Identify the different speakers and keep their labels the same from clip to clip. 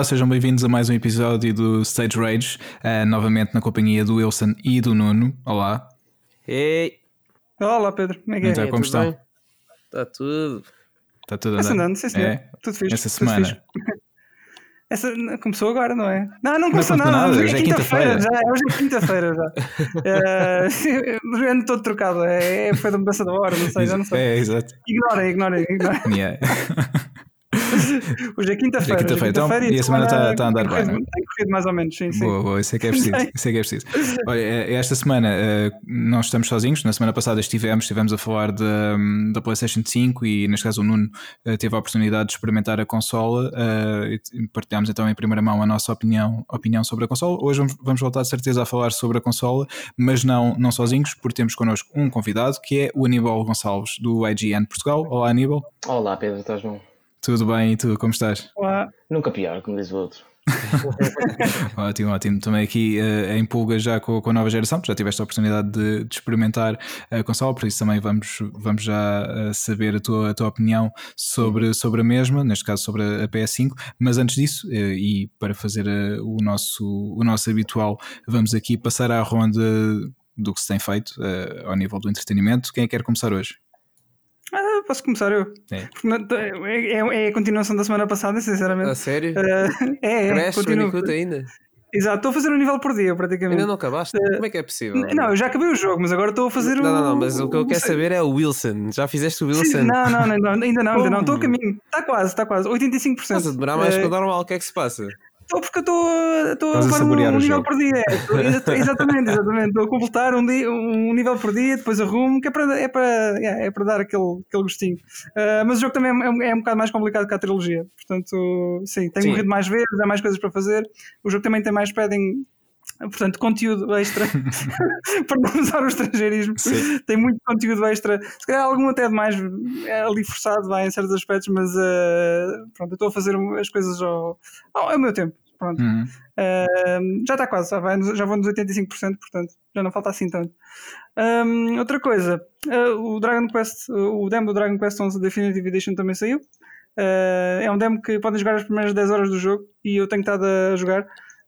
Speaker 1: Olá, sejam bem-vindos a mais um episódio do Stage Rage, novamente na companhia do Wilson e do Nuno. Olá.
Speaker 2: Ei!
Speaker 3: Olá Pedro, como é que é?
Speaker 1: Então, como estão?
Speaker 2: Está tudo.
Speaker 1: Está tudo
Speaker 3: Está
Speaker 1: andando?
Speaker 3: andando, sim senhor.
Speaker 1: É?
Speaker 3: Tudo fixe.
Speaker 1: Essa
Speaker 3: tudo
Speaker 1: semana?
Speaker 3: fixe. Essa começou agora, não é? Não começou
Speaker 1: começou
Speaker 3: nada.
Speaker 1: nada, hoje é quinta-feira.
Speaker 3: Hoje é quinta-feira já. O ano todo trocado. Foi da mudança da hora, não sei, já não sei.
Speaker 1: É, exato.
Speaker 3: Ignorem.
Speaker 1: Yeah.
Speaker 3: Hoje é quinta-feira.
Speaker 1: Então, e a semana está a andar bem, não é?
Speaker 3: Tem corrido mais ou menos, sim.
Speaker 1: Boa, isso é que é preciso. Olha, esta semana nós estamos sozinhos. Na semana passada estivemos a falar da PlayStation 5 e neste caso o Nuno teve a oportunidade de experimentar a consola e partilhámos então em primeira mão a nossa opinião sobre a consola. Hoje vamos voltar de certeza a falar sobre a consola, mas não sozinhos, porque temos connosco um convidado que é o Aníbal Gonçalves do IGN Portugal. Olá, Aníbal.
Speaker 4: Olá, Pedro, estás bom?
Speaker 1: Tudo bem, e tu, como estás?
Speaker 3: Olá.
Speaker 4: Nunca pior, como diz o outro.
Speaker 1: Ótimo. Também aqui em pulga já com a nova geração, já tiveste a oportunidade de experimentar a consola, por isso também vamos já saber a tua opinião sobre a mesma, neste caso sobre a PS5, mas antes disso, e para fazer o nosso habitual, vamos aqui passar à ronda do que se tem feito ao nível do entretenimento. Quem é que quer começar hoje?
Speaker 3: Posso começar eu? É a continuação da semana passada, sinceramente.
Speaker 2: A sério?
Speaker 3: Crash
Speaker 2: Bandicoot ainda?
Speaker 3: Exato, estou a fazer um nível por dia praticamente.
Speaker 2: Ainda não acabaste? Como é que é possível?
Speaker 3: Não, eu já acabei o jogo, mas agora estou a fazer
Speaker 2: Não, mas o que eu quero saber é o Wilson. Já fizeste o Wilson?
Speaker 3: Sim, ainda não, estou a caminho. Está quase, 85%.
Speaker 2: Estás a demorar mais que o normal, o que é que se passa?
Speaker 3: Estou porque estou a levar um nível por dia. Exatamente. Estou a completar um nível por dia, depois arrumo, que é para dar aquele gostinho. Mas o jogo também é um bocado mais complicado que a trilogia. Portanto, sim, tenho morrido mais vezes, há mais coisas para fazer. O jogo também tem mais padding, portanto, conteúdo extra. Para não usar o estrangeirismo.
Speaker 1: Sim.
Speaker 3: Tem muito conteúdo extra. Se calhar algum até demais ali forçado, vai em certos aspectos, mas pronto, eu estou a fazer as coisas ao meu tempo. Pronto. Já está quase, já vou nos 85%, portanto já não falta assim tanto. Outra coisa, o Dragon Quest, o demo do Dragon Quest 11 Definitive Edition também saiu. É um demo que podem jogar as primeiras 10 horas do jogo e eu tenho estado a jogar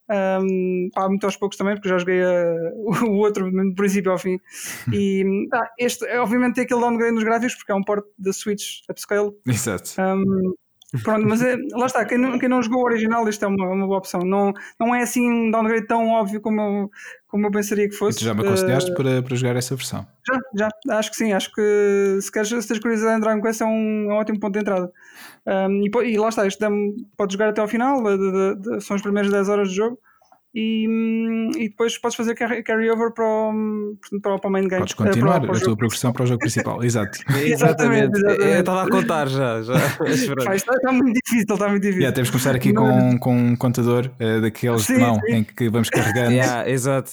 Speaker 3: muito aos poucos também, porque já joguei o outro do princípio ao fim. E este obviamente tem aquele downgrade nos gráficos porque é um port da Switch upscale.
Speaker 1: Exato.
Speaker 3: Pronto, mas lá está, quem não jogou o original, isto é uma boa opção. Não é assim um downgrade tão óbvio como eu pensaria que fosse.
Speaker 1: E tu já me aconselhaste para jogar essa versão?
Speaker 3: Já, acho que sim. Acho que se tens curiosidade em Dragon Quest é um ótimo ponto de entrada. E lá está, este demo podes jogar até ao final, são as primeiras 10 horas de jogo. E depois podes fazer carry over para o main game.
Speaker 1: Podes continuar a tua progressão para o jogo principal.
Speaker 3: Exatamente.
Speaker 2: Eu estava a contar já.
Speaker 3: Está muito difícil.
Speaker 1: Temos que começar aqui com um contador daqueles de mão em que vamos carregando.
Speaker 2: Exato.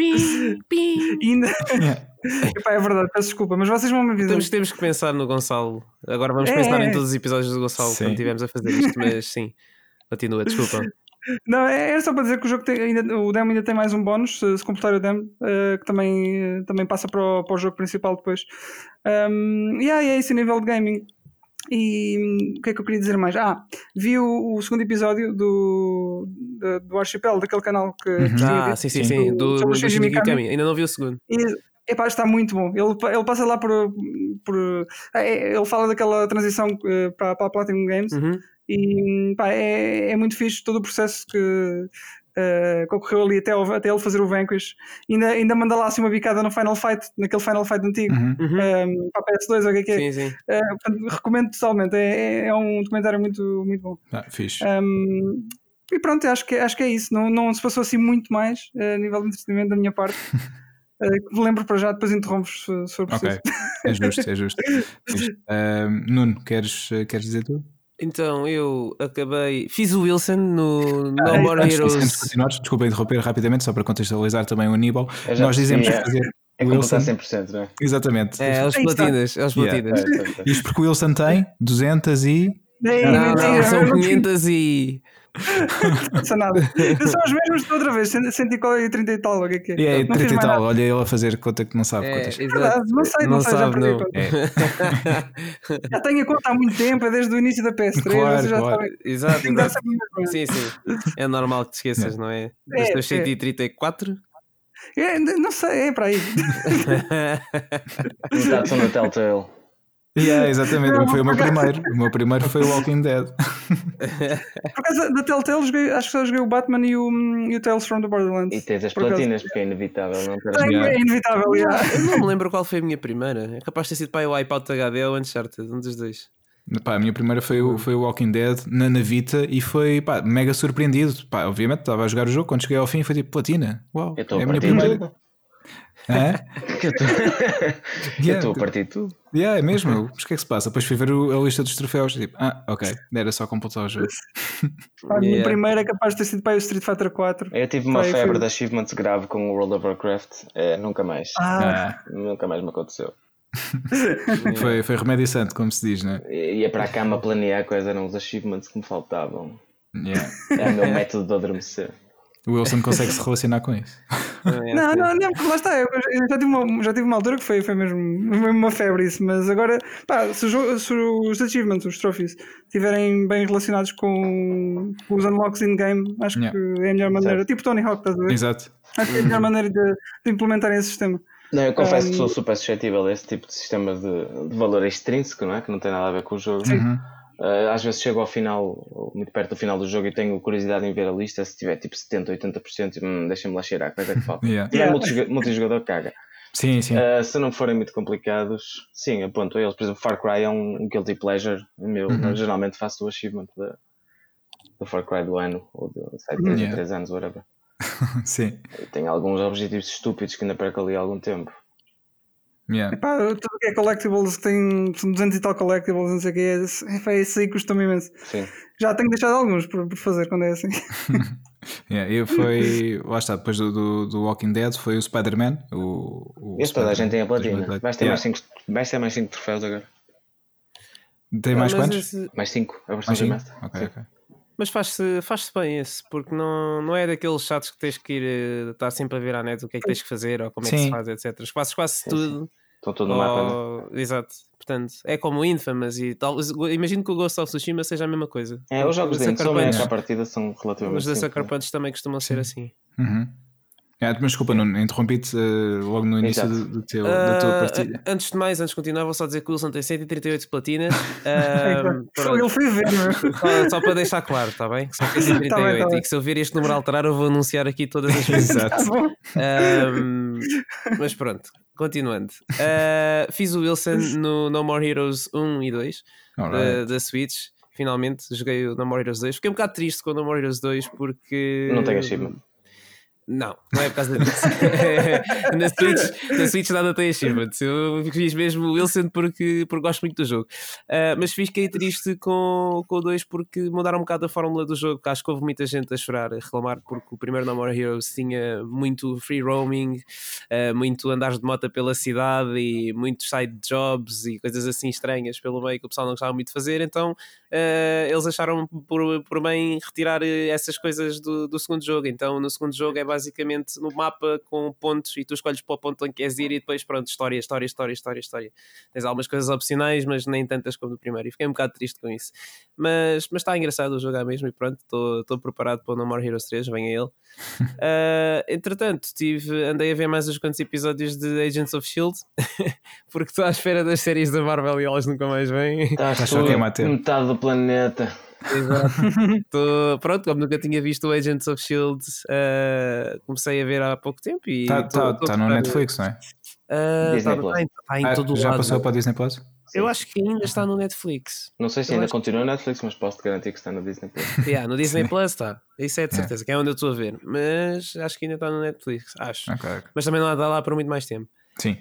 Speaker 3: É verdade, peço desculpa, mas vocês vão me avisar.
Speaker 2: Temos que pensar no Gonçalo. Agora vamos pensar em todos os episódios do Gonçalo quando estivermos a fazer isto, mas sim, continua, desculpa.
Speaker 3: Não, era só para dizer que o jogo o demo ainda tem mais um bónus se completar o demo, que também passa para o jogo principal depois. É esse nível de gaming. E o que é que eu queria dizer mais? Vi o segundo episódio do Archipel, daquele canal que
Speaker 2: sim, do Shinji Mikami. Ainda não vi o segundo.
Speaker 3: Está muito bom. Ele passa lá ele fala daquela transição para a Platinum Games. E é muito fixe todo o processo que ocorreu ali até ele fazer o Vanquish. Ainda manda lá assim uma bicada naquele Final Fight antigo, para a PS2 ou o que é.
Speaker 2: Sim.
Speaker 3: Portanto, recomendo totalmente. É um documentário muito, muito bom.
Speaker 1: Fixe.
Speaker 3: E pronto, acho que é isso. Não se passou assim muito mais a nível de entretenimento da minha parte. Que me lembro para já, depois interrompes se for preciso.
Speaker 1: Ok, é justo. Nuno, queres dizer tudo?
Speaker 2: Então, eu fiz o Wilson no No More Heroes.
Speaker 1: Desculpa interromper rapidamente, só para contextualizar também o Aníbal. Nós dizemos fazer
Speaker 4: o Wilson 100%, não é?
Speaker 1: Exatamente.
Speaker 2: É os platinas.
Speaker 1: Isto porque o Wilson tem 200 e...
Speaker 2: Não, são 500 e...
Speaker 3: Não passa nada. São os mesmos de outra vez, 130 e tal, o que é que é?
Speaker 1: E aí,
Speaker 3: Não fiz
Speaker 1: 30 e
Speaker 3: mais
Speaker 1: tal,
Speaker 3: nada.
Speaker 1: olha ele a fazer conta que não sabe quantas.
Speaker 3: Não sei, já
Speaker 2: sabe,
Speaker 3: perdi a
Speaker 2: não.
Speaker 3: conta. Já tenho a conta há muito tempo, é desde o início da PS3,
Speaker 1: Claro,
Speaker 3: vocês já
Speaker 1: claro.
Speaker 3: sabem.
Speaker 2: Exato,
Speaker 3: Tem que dar
Speaker 2: exato.
Speaker 3: sempre a mesma coisa.
Speaker 2: Sim, sim. É normal que te esqueças, não é? Dos teus 134?
Speaker 3: Não sei, é para aí.
Speaker 4: Metade são da Telltale.
Speaker 1: Exatamente,
Speaker 3: Não,
Speaker 1: foi o meu
Speaker 3: por acaso-
Speaker 1: primeiro. O meu primeiro foi o Walking Dead.
Speaker 3: Por acaso da Telltale, acho que só joguei o Batman e o Tales from the Borderlands.
Speaker 4: E tens as
Speaker 3: Por acaso.
Speaker 4: platinas, porque é inevitável não ter as
Speaker 3: Tem,
Speaker 1: Yeah.
Speaker 3: é inevitável, yeah.
Speaker 2: Eu não me lembro qual foi a minha primeira. É capaz de ter sido para o Wipeout HD ou Uncharted, um dos dois.
Speaker 1: Pá, a minha primeira foi o Walking Dead na Vita e foi pá, mega surpreendido. Pá, obviamente estava a jogar o jogo, quando cheguei ao fim foi tipo platina. Uau,
Speaker 4: Eu estou
Speaker 1: é
Speaker 4: a
Speaker 1: a minha
Speaker 4: partir
Speaker 1: primeira.
Speaker 4: tudo.
Speaker 1: Hã?
Speaker 4: Eu estou a partir tudo.
Speaker 1: É mesmo, mas o que é que se passa? Depois fui ver a lista dos troféus tipo, ok, era só completar o jogo.
Speaker 3: A minha
Speaker 2: Yeah.
Speaker 3: primeira é capaz de ter sido para o Street Fighter 4.
Speaker 4: Eu tive uma
Speaker 3: Foi-
Speaker 4: febre
Speaker 3: foi-
Speaker 4: de achievements grave com o World of Warcraft. Nunca mais. Nunca mais me aconteceu.
Speaker 1: Foi remédio santo, como se diz, né?
Speaker 4: Ia para a cama planear quais eram os achievements que me faltavam.
Speaker 1: Yeah.
Speaker 4: É o meu método de adormecer.
Speaker 1: O Wilson consegue se relacionar com isso.
Speaker 3: Não, porque lá está. Eu já tive uma altura que foi mesmo uma febre isso, mas agora, pá, se os achievements, os trophies, estiverem bem relacionados com os unlocks in-game, acho que é a melhor maneira. Tipo Tony Hawk, estás a ver?
Speaker 1: Exato.
Speaker 3: Acho que é a melhor maneira de implementarem esse sistema.
Speaker 4: Não, eu confesso que sou super suscetível a esse tipo de sistema de valor extrínseco, não é? Que não tem nada a ver com o jogo. Às vezes chego ao final, muito perto do final do jogo, e tenho curiosidade em ver a lista. Se tiver tipo 70%, 80%, deixa-me lá cheirar, coisa que falta.
Speaker 1: Yeah.
Speaker 4: Se tiver multijogador, caga.
Speaker 1: Sim.
Speaker 4: Se não forem muito complicados, sim, aponto a eles. Por exemplo, Far Cry é um guilty pleasure meu. Mas geralmente faço o achievement do Far Cry do ano, ou de 3 anos, whatever.
Speaker 1: Sim.
Speaker 4: E tenho alguns objetivos estúpidos que ainda perco ali há algum tempo.
Speaker 1: Yeah.
Speaker 3: Epá, tudo que é collectibles, que tem 200 e tal collectibles, não sei o que é, isso aí custa-me imenso.
Speaker 4: Sim.
Speaker 3: Já tenho deixado alguns por fazer quando é assim.
Speaker 1: Lá está, depois do Walking Dead foi o Spider-Man.
Speaker 4: Esse toda a gente tem a platina.
Speaker 1: 2018.
Speaker 4: Vais ter mais 5 troféus agora.
Speaker 1: Tem mais quantos?
Speaker 4: Mais 5, a versão
Speaker 1: Mais 5?
Speaker 4: remaster.
Speaker 1: Ok.
Speaker 2: Mas faz-se bem esse, porque não é daqueles chatos que tens que ir estar sempre a ver à net o que é que tens que fazer ou como é que se faz, etc. Fazes quase tudo.
Speaker 4: Estão tudo no mapa, né?
Speaker 2: Exato. Portanto, é como o Infamous e tal. Imagino que o Ghost of Tsushima seja a mesma coisa.
Speaker 4: Os jogos de
Speaker 2: Sucker
Speaker 4: Insomniac
Speaker 2: Punch-
Speaker 4: à partida são relativamente
Speaker 2: Os da
Speaker 4: simples.
Speaker 2: Sucker Punch também costumam ser assim.
Speaker 1: Mas desculpa, Nuno, interrompi-te logo no início da tua partida.
Speaker 2: Antes de continuar, vou só dizer que o Wilson tem 138 platinas.
Speaker 3: Ele foi ver,
Speaker 2: Só para deixar claro, está bem? Só tem 138.
Speaker 3: Tá bem.
Speaker 2: E que se eu vir este número alterar, eu vou anunciar aqui todas as vezes.
Speaker 1: Exato.
Speaker 2: Mas pronto, continuando. Fiz o Wilson no No More Heroes 1 e 2 da Switch. Finalmente joguei o No More Heroes 2. Fiquei um bocado triste com o No More Heroes 2 porque
Speaker 4: Não tem achievement.
Speaker 2: Não é por causa disso. na Switch nada tem achievements. Eu fiz mesmo o Wilson porque gosto muito do jogo. Mas fiquei triste com o 2 porque mudaram um bocado a fórmula do jogo. Acho que houve muita gente a chorar, a reclamar, porque o primeiro No More Heroes tinha muito free roaming, muito andares de moto pela cidade e muitos side jobs e coisas assim estranhas pelo meio que o pessoal não gostava muito de fazer. Então eles acharam por bem retirar essas coisas do segundo jogo. Então no segundo jogo é basicamente no mapa com pontos e tu escolhes para o ponto onde queres ir e depois pronto, história. Tens algumas coisas opcionais, mas nem tantas como no primeiro, e fiquei um bocado triste com isso, mas está engraçado o jogo mesmo e pronto, estou preparado para o No More Heroes 3, venha ele. Entretanto andei a ver mais uns quantos episódios de Agents of S.H.I.E.L.D. porque estou à espera das séries da Marvel e elas nunca mais vêm.
Speaker 4: Estás
Speaker 1: só queimar tempo.
Speaker 4: metade do planeta.
Speaker 2: Exato. Pronto, como nunca tinha visto o Agents of S.H.I.E.L.D., comecei a ver há pouco tempo e
Speaker 1: está no Netflix, não é?
Speaker 4: Disney Plus.
Speaker 2: Está em todo
Speaker 1: já
Speaker 2: lado.
Speaker 1: passou para a Disney Plus?
Speaker 2: Eu acho que ainda está no Netflix.
Speaker 4: Não sei se ainda continua no Netflix, mas posso te garantir que está no Disney Plus.
Speaker 2: No Disney Plus está. Isso é de certeza, que é onde eu estou a ver. Mas acho que ainda está no Netflix, acho.
Speaker 1: Okay.
Speaker 2: Mas também não está lá por muito mais tempo.
Speaker 1: Sim.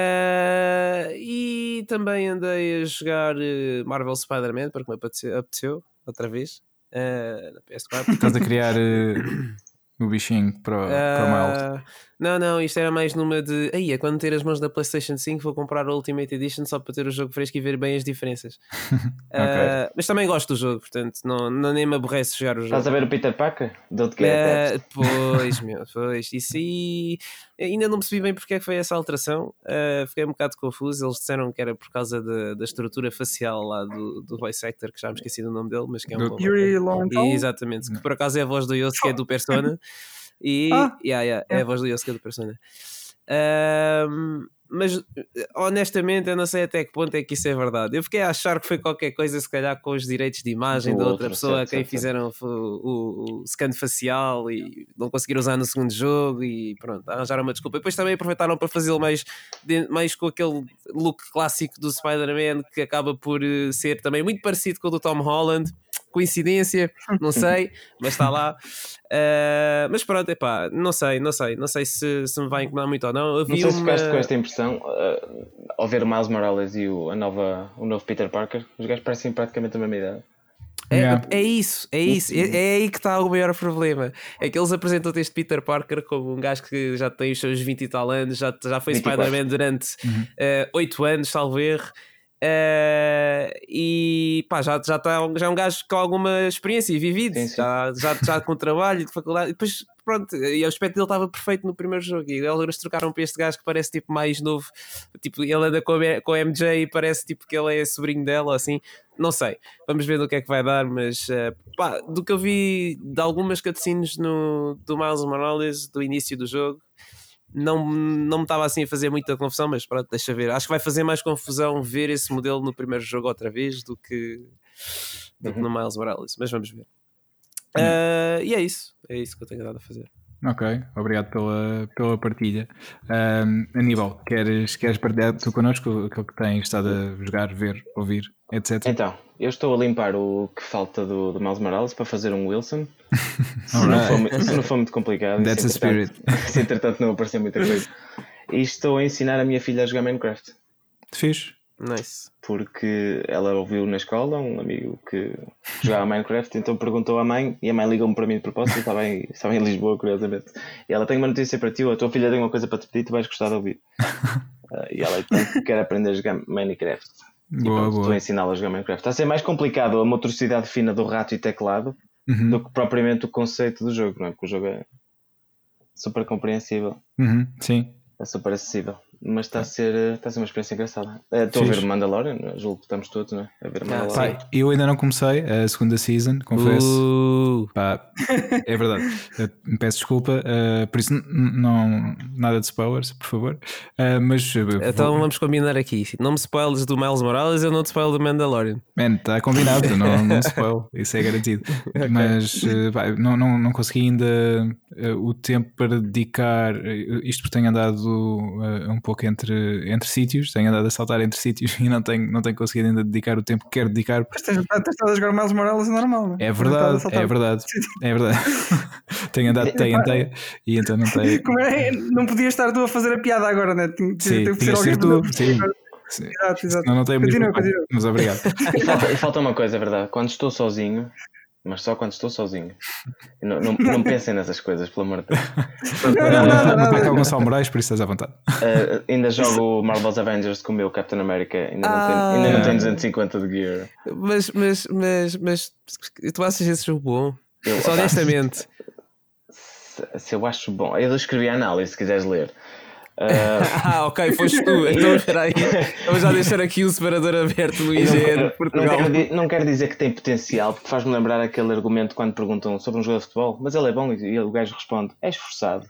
Speaker 2: E também andei a jogar Marvel Spider-Man porque me apeteceu outra vez na PS4.
Speaker 1: Estás a criar O bichinho para o Miles.
Speaker 2: Não, isto era mais numa de aí, quando ter as mãos da PlayStation 5 vou comprar o Ultimate Edition só para ter o jogo fresco e ver bem as diferenças.
Speaker 1: Okay.
Speaker 2: Mas também gosto do jogo, portanto não nem me aborrece jogar o jogo.
Speaker 4: Estás a ver o Peter Parker?
Speaker 2: Pois, isso aí ainda não percebi bem porque é que foi essa alteração. Fiquei um bocado confuso. Eles disseram que era por causa da estrutura facial lá do voice actor, que já me esqueci do nome dele, mas que é um bom.
Speaker 3: Yuri Lowenthal?
Speaker 2: Exatamente, que por acaso é a voz do Yosuke, é do Persona. E é a voz do Yosuke do Persona. Mas honestamente eu não sei até que ponto é que isso é verdade. Eu fiquei a achar que foi qualquer coisa, se calhar com os direitos de imagem da outra pessoa, quem fizeram o scan facial e não conseguiram usar no segundo jogo e pronto, arranjaram uma desculpa. E depois também aproveitaram para fazê-lo mais com aquele look clássico do Spider-Man, que acaba por ser também muito parecido com o do Tom Holland. Coincidência, não sei, mas está lá. Mas pronto, epá, não sei se me vai incomodar muito ou não.
Speaker 4: Não sei se ficaste com esta impressão ao ver Miles Morales e o novo Peter Parker. Os gajos parecem praticamente a mesma idade.
Speaker 2: É isso. É aí que está o maior problema. É que eles apresentam este Peter Parker como um gajo que já tem os seus 20 e tal anos, já foi Spider-Man durante 8 anos, salvo erro. E pá, já é um gajo com alguma experiência e vivido,
Speaker 4: sim.
Speaker 2: já com trabalho de faculdade, e depois pronto, e o aspecto dele estava perfeito no primeiro jogo e eles trocaram para este gajo que parece tipo mais novo, tipo, ele anda com a MJ e parece tipo que ele é sobrinho dela, assim, não sei, vamos ver do que é que vai dar, mas pá, do que eu vi de algumas cutscenes do Miles Morales do início do jogo, não me estava assim a fazer muita confusão, mas pronto, deixa ver. Acho que vai fazer mais confusão ver esse modelo no primeiro jogo outra vez do que no Miles Morales, mas vamos ver. E é isso que eu tenho dado a fazer.
Speaker 1: Ok, obrigado pela partilha. Aníbal, queres partilhar tu connosco aquilo que tens estado a jogar, ver, ouvir, etc?
Speaker 4: Então, eu estou a limpar o que falta do Miles Morales para fazer um Wilson. Se não for muito complicado.
Speaker 1: That's a spirit.
Speaker 4: Se entretanto não aparecer muita coisa. E estou a ensinar a minha filha a jogar Minecraft.
Speaker 1: Fixe.
Speaker 2: Nice.
Speaker 4: Porque ela ouviu na escola um amigo que jogava Minecraft, então perguntou à mãe, e a mãe ligou-me para mim de propósito, estava em Lisboa, curiosamente. E ela: tem uma notícia para ti, a tua filha tem uma coisa para te pedir, tu vais gostar de ouvir. E ela quer aprender a jogar Minecraft.
Speaker 1: Boa.
Speaker 4: Estou a ensiná-la a jogar Minecraft. Está a ser mais complicado a motricidade fina do rato e teclado do que propriamente o conceito do jogo, não é? Porque o jogo é super compreensível.
Speaker 1: Sim.
Speaker 4: É super acessível. Mas está a ser uma experiência engraçada. Estou a ver Mandalorian, julgo que estamos todos, não é? A ver Mandalorian.
Speaker 1: Eu ainda não comecei a segunda season, confesso. É verdade. Peço desculpa, por isso não nada de spoilers, por favor. Mas
Speaker 2: então vamos combinar aqui. Não me spoilers do Miles Morales, eu não te spoilo do Mandalorian.
Speaker 1: Está combinado, não spoil, isso é garantido. Okay. Mas não consegui ainda o tempo para dedicar isto, porque tenho andado um pouco entre sítios, tenho andado a saltar entre sítios e não tenho conseguido ainda dedicar o tempo que quero dedicar.
Speaker 3: Mas tens estado a jogar Miles Morales normal, não é?
Speaker 1: É verdade. Tenho andado de teia em teia e então não tenho.
Speaker 3: Não podias estar tu a fazer a piada agora, não é?
Speaker 1: Sim, tinha que ser tu. Sim.
Speaker 3: Exato.
Speaker 1: Não tenho
Speaker 3: continua.
Speaker 1: Mas obrigado.
Speaker 4: E falta uma coisa, é verdade. Quando estou sozinho, mas só quando estou sozinho, não pensem nessas coisas, pelo amor de Deus.
Speaker 1: Não está cá o Gonçalo Moraes, por isso estás à vontade.
Speaker 4: Ainda jogo Marvel's Avengers com o meu Captain America, ainda não tenho 250 de gear.
Speaker 2: Mas tu achas esse jogo bom? Só honestamente.
Speaker 4: Se eu acho bom, eu escrevi a análise, se quiseres ler.
Speaker 2: Ok, foste tu. Então espera aí. Vamos já deixar aqui o separador aberto no IGN de Portugal.
Speaker 4: Não quero dizer que tem potencial, porque faz-me lembrar aquele argumento quando perguntam sobre um jogador de futebol, mas ele é bom, e o gajo responde: é esforçado.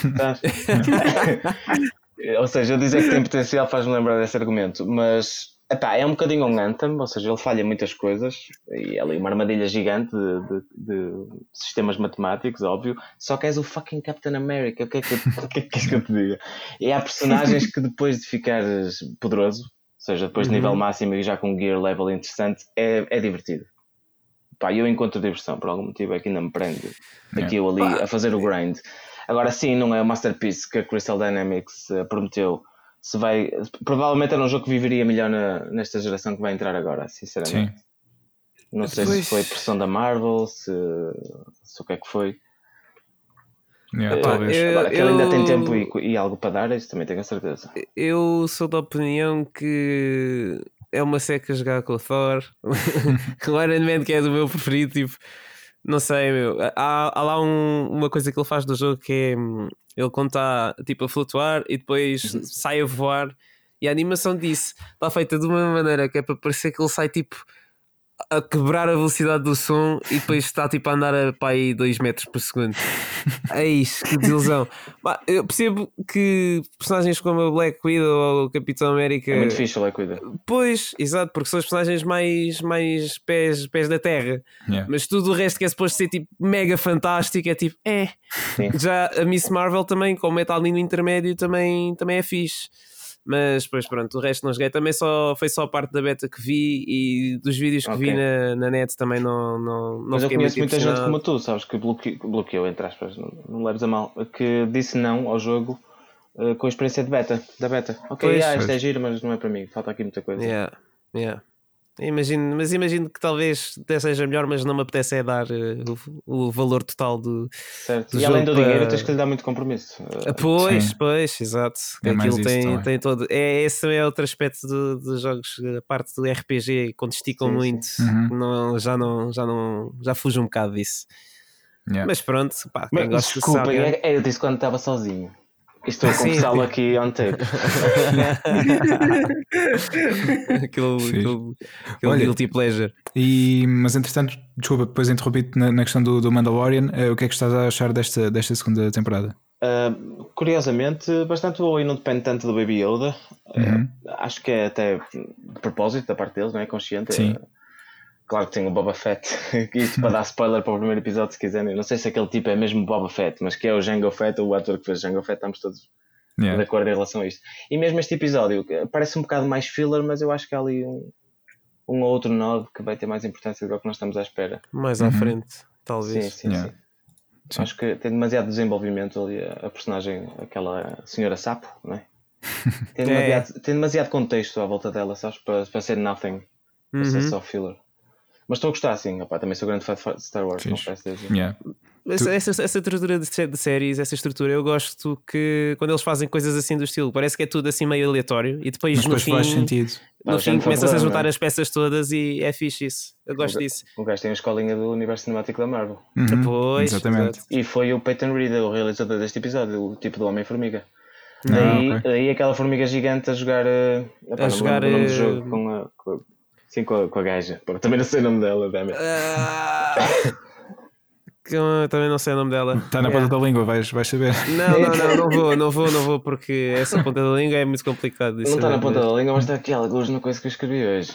Speaker 4: Ou seja, eu dizer que tem potencial faz-me lembrar desse argumento, mas é um bocadinho um Anthem, ou seja, ele falha muitas coisas e é ali uma armadilha gigante de sistemas matemáticos, óbvio. Só que és o fucking Captain America, o que é que eu te diga? E há personagens que depois de ficares poderoso, ou seja, depois de nível máximo e já com um gear level interessante, é divertido. Eu encontro diversão, por algum motivo é que ainda me prende aqui ou ali a fazer o grind. Agora sim, não é o masterpiece que a Crystal Dynamics prometeu. Provavelmente era um jogo que viveria melhor nesta geração que vai entrar agora, sinceramente. Sim. Não sei se foi pressão da Marvel, se o que é que foi.
Speaker 1: Talvez.
Speaker 4: Agora que ele ainda tem tempo e algo para dar, isso também tenho a certeza.
Speaker 2: Eu sou da opinião que é uma seca jogar com o Thor. O Iron Man, que é do meu preferido, tipo, não sei, meu. Há lá uma coisa que ele faz do jogo que é ele quando está tipo a flutuar e depois sai a voar, e a animação disso está feita de uma maneira que é para parecer que ele sai tipo a quebrar a velocidade do som e depois está tipo a andar para aí 2 metros por segundo. É isso, que desilusão. Eu percebo que personagens como a Black Widow ou o Capitão América
Speaker 4: é muito fixe, Black Widow.
Speaker 2: Pois, exato, porque são os personagens mais pés da terra. Mas tudo o resto que é suposto ser tipo mega fantástico é tipo, já a Miss Marvel também, como é tal ali no intermédio, também é fixe. Mas depois pronto, o resto não joguei. Também foi só a parte da beta que vi e dos vídeos que vi na net também não
Speaker 4: mas eu conheço muita gente como tu, sabes, que bloqueou, entre aspas, não leves a mal, que disse não ao jogo com a experiência da beta. Ok, isto é giro, mas não é para mim, falta aqui muita coisa.
Speaker 2: Imagino que talvez até seja melhor, mas não me apetece dar o valor total do
Speaker 4: certo. E além do dinheiro tens que lhe dar muito compromisso.
Speaker 2: Pois, exato.
Speaker 1: Aquilo
Speaker 2: tem todo. Esse também é outro aspecto dos jogos, a parte do RPG, quando esticam muito, já fujo um bocado disso. Mas pronto, pá, quem gosta de
Speaker 4: desculpa, eu disse quando estava sozinho. Estou a confessá-lo aqui on tape.
Speaker 2: aquele guilty pleasure.
Speaker 1: Mas entretanto, desculpa, depois interrompi-te na questão do Mandalorian. O que é que estás a achar desta segunda temporada?
Speaker 4: Curiosamente, bastante boa e não depende tanto do Baby Yoda. Acho que é até de propósito da parte deles, não é? Consciente.
Speaker 1: Sim.
Speaker 4: Claro que tem o Boba Fett, isto para dar spoiler para o primeiro episódio se quiserem. Não sei se aquele tipo é mesmo Boba Fett, mas que é o Jango Fett, o ator que fez Jango Fett, estamos todos de acordo em relação a isto. E mesmo este episódio parece um bocado mais filler, mas eu acho que há ali um ou outro nod que vai ter mais importância do que nós estamos à espera.
Speaker 2: Mais à frente, talvez.
Speaker 4: Sim. Acho que tem demasiado desenvolvimento ali a personagem, aquela senhora sapo, não é? Tem demasiado contexto à volta dela, sabes? Para ser nothing, para ser só filler. Mas estou a gostar, sim. Opa, também sou grande fã de Star Wars, não parece dizer.
Speaker 2: Essa estrutura de séries, essa estrutura, eu gosto que quando eles fazem coisas assim do estilo, parece que é tudo assim meio aleatório e depois no fim,
Speaker 1: faz sentido.
Speaker 2: No fim começas a juntar as peças todas e é fixe isso. Eu gosto disso.
Speaker 4: O gajo tem a escolinha do universo cinemático da Marvel.
Speaker 2: Pois,
Speaker 1: exatamente.
Speaker 4: E foi o Peyton Reed, o realizador deste episódio, o tipo do Homem-Formiga. Daí aquela formiga gigante a jogar o nome do jogo com a gaja. Também não sei o nome dela,
Speaker 2: também não sei o nome dela.
Speaker 1: Está na ponta da língua, vais saber.
Speaker 2: Não vou porque essa ponta da língua é muito complicado.
Speaker 4: Não está na ponta da língua, mas está aqui alguns na coisa que eu escrevi hoje.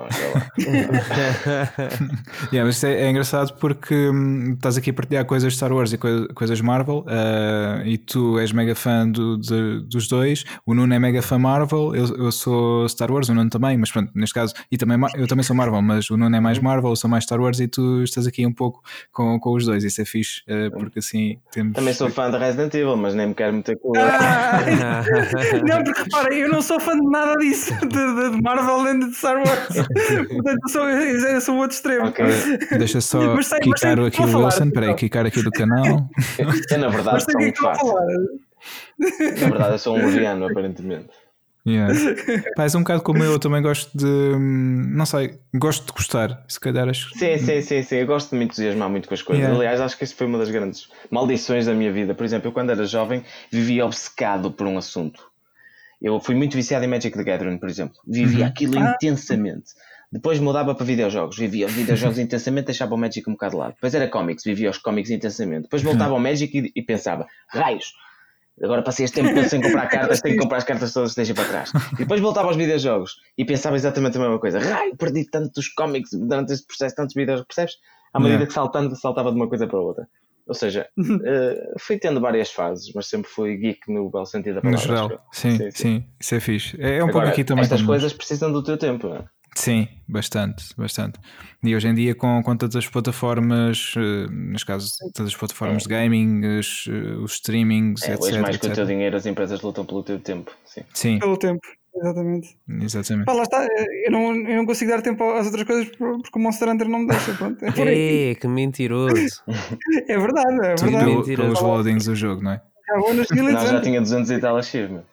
Speaker 1: Mas é engraçado porque estás aqui a partilhar coisas de Star Wars e coisas Marvel, e tu és mega fã dos dois. O Nuno é mega fã Marvel, eu sou Star Wars, o Nuno também, mas pronto, neste caso, eu também sou Marvel, mas o Nuno é mais Marvel, eu sou mais Star Wars e tu estás aqui um pouco com os dois. Isso é fixe, porque assim temos...
Speaker 4: Também sou fã de Resident Evil, mas nem me quero meter com
Speaker 3: não, porque repara, eu não sou fã de nada disso, de Marvel nem de Star Wars. Portanto, eu sou o outro extremo.
Speaker 4: Okay.
Speaker 1: Deixa só quicar aqui o Wilson, espera aí, quicar aqui do canal.
Speaker 4: Eu, na verdade, sou muito fácil. Na verdade, eu sou um leviano, aparentemente.
Speaker 1: És um bocado como eu também gosto de, não sei, gosto de gostar, se calhar acho.
Speaker 4: Sim, eu gosto de me entusiasmar muito com as coisas. Aliás, acho que isso foi uma das grandes maldições da minha vida. Por exemplo, eu quando era jovem vivia obcecado por um assunto. Eu fui muito viciado em Magic the Gathering, por exemplo. Vivia aquilo intensamente. Depois mudava para videojogos, vivia os videojogos intensamente, deixava o Magic um bocado de lado. Depois era cómics, vivia os cómics intensamente. Depois voltava ao Magic e pensava, raios, agora passei este tempo sem comprar cartas, tenho que comprar as cartas todas que deixei para trás. E depois voltava aos videojogos e pensava exatamente a mesma coisa. Raio, perdi tantos cómics durante este processo, tantos videojogos, percebes? À medida que saltava de uma coisa para outra. Ou seja, fui tendo várias fases, mas sempre fui geek no belo sentido da palavra.
Speaker 1: No geral, sim, isso é fixe. É um
Speaker 4: agora,
Speaker 1: pouco aqui também.
Speaker 4: Estas coisas precisam do teu tempo, não é?
Speaker 1: Sim, bastante. E hoje em dia com todas as plataformas, neste caso todas as plataformas de gaming, os streamings, etc.
Speaker 4: Hoje mais que o teu dinheiro as empresas lutam pelo teu tempo.
Speaker 1: Sim.
Speaker 3: Pelo tempo. Exatamente. Pá, lá está, eu não consigo dar tempo às outras coisas porque o Monster Hunter não me deixa. Pronto, é por aí.
Speaker 2: Que mentiroso.
Speaker 3: É verdade.
Speaker 1: Pelos loadings do jogo, não é?
Speaker 4: Não, já tinha 200 e tal achievement.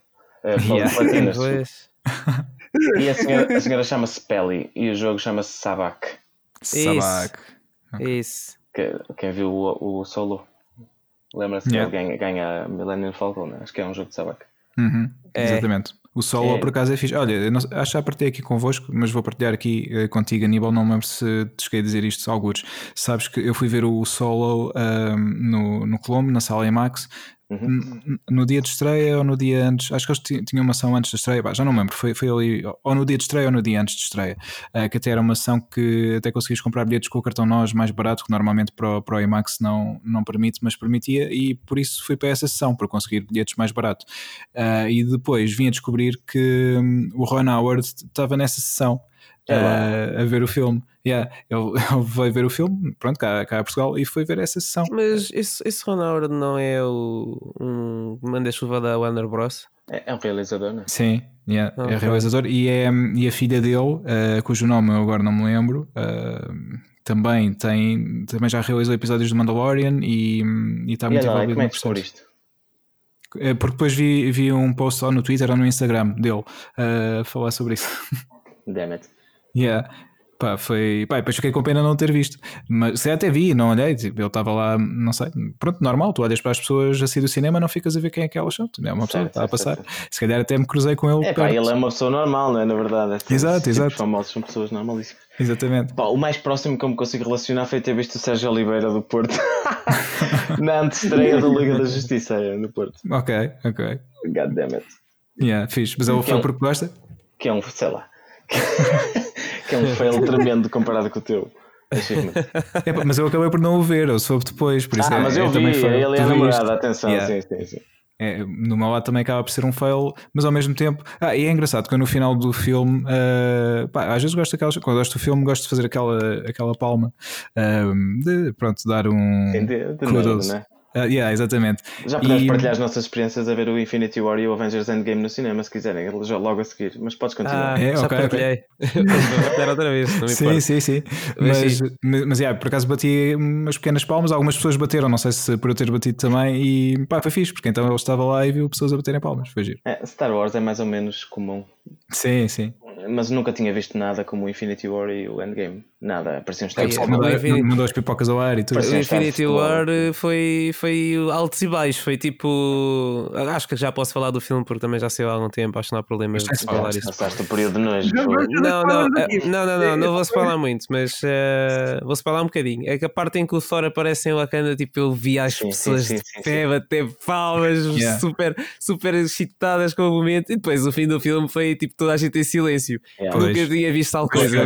Speaker 4: E a senhora chama-se Peli e o jogo chama-se Sabak.
Speaker 2: Isso.
Speaker 4: Quem viu o Solo lembra-se que ele ganha Millennium Falcon, né? Acho que é um jogo de Sabak.
Speaker 1: Exatamente. O Solo por acaso é fixe. Olha, eu acho que já partilhei aqui convosco, mas vou partilhar aqui contigo, Aníbal. Não me lembro se te cheguei a dizer isto algures. Sabes que eu fui ver o Solo no Colombo, na sala IMAX. No dia de estreia ou no dia antes, acho que eles tinham uma ação antes da estreia, já não me lembro, foi ali ou no dia de estreia ou no dia antes de estreia, que até era uma ação que até conseguias comprar bilhetes com o cartão NOS mais barato, que normalmente para o IMAX não permite, mas permitia, e por isso fui para essa sessão, para conseguir bilhetes mais barato, e depois vim a descobrir que o Ron Howard estava nessa sessão a ver o filme. Ele veio ver o filme, pronto, cá a Portugal, e foi ver essa sessão.
Speaker 2: Mas esse Ron Howard não é um manda-chuva da Warner Bros?
Speaker 4: É um realizador, não é?
Speaker 1: Sim, é realizador e a filha dele, cujo nome eu agora não me lembro, também já realizou episódios do Mandalorian e está muito envolvido no processo. Porque depois vi um post ou no Twitter ou no Instagram dele a falar sobre isso.
Speaker 4: Damn it.
Speaker 1: Depois fiquei com pena não ter visto, mas se até vi, não olhei, tipo, ele estava lá, não sei, pronto, normal, tu olhas para as pessoas a sair do cinema, não ficas a ver quem é que elas são, é uma pessoa que está a passar, se calhar até me cruzei com ele.
Speaker 4: Ele é uma pessoa normal, não é? Na verdade,
Speaker 1: exato.
Speaker 4: Os famosos são pessoas normalíssimas.
Speaker 1: Exatamente.
Speaker 4: O mais próximo que eu me consigo relacionar foi ter visto o Sérgio Oliveira do Porto na antestreia da Liga da Justiça no Porto.
Speaker 1: Ok.
Speaker 4: God damn it.
Speaker 1: Fixe, mas ele foi porque gosta?
Speaker 4: Que é um, sei lá. Que é um fail tremendo comparado com o teu.
Speaker 1: Mas eu acabei por não o ver, eu soube depois, por isso
Speaker 4: mas eu vi, ele é a namorada, atenção, sim.
Speaker 1: No meu lado também acaba por ser um fail, mas ao mesmo tempo e é engraçado que eu no final do filme às vezes gosto daquelas, quando gosto do filme gosto de fazer aquela palma de dar um
Speaker 4: kudos, né?
Speaker 1: Exatamente.
Speaker 4: Já podemos partilhar as nossas experiências a ver o Infinity War e o Avengers Endgame no cinema, se quiserem, logo a seguir, mas podes continuar.
Speaker 2: Já partilhei. Vou partilhar outra vez, não me importa.
Speaker 1: Sim. Mas por acaso bati umas pequenas palmas, algumas pessoas bateram, não sei se por eu ter batido também, e foi fixe, porque então ele estava lá e viu pessoas a baterem palmas, foi giro.
Speaker 4: Star Wars é mais ou menos comum.
Speaker 1: Sim.
Speaker 4: Mas nunca tinha visto nada como o Infinity War e o Endgame. Nada, parecia um Star
Speaker 1: Wars. Mandou as pipocas ao ar e tudo.
Speaker 2: O Infinity War foi altos e baixos. Foi tipo. Acho que já posso falar do filme porque também já saiu há algum tempo. Acho que não há problema de falar isso.
Speaker 4: Passaste o período de nojo.
Speaker 2: Não vou falar muito, mas vou falar um bocadinho. É que a parte em que o Thor aparece em Wakanda, tipo, eu vi as pessoas de pé bater palmas, super excitadas com o momento, e depois o fim do filme foi tipo toda a gente em silêncio. Nunca tinha visto tal coisa.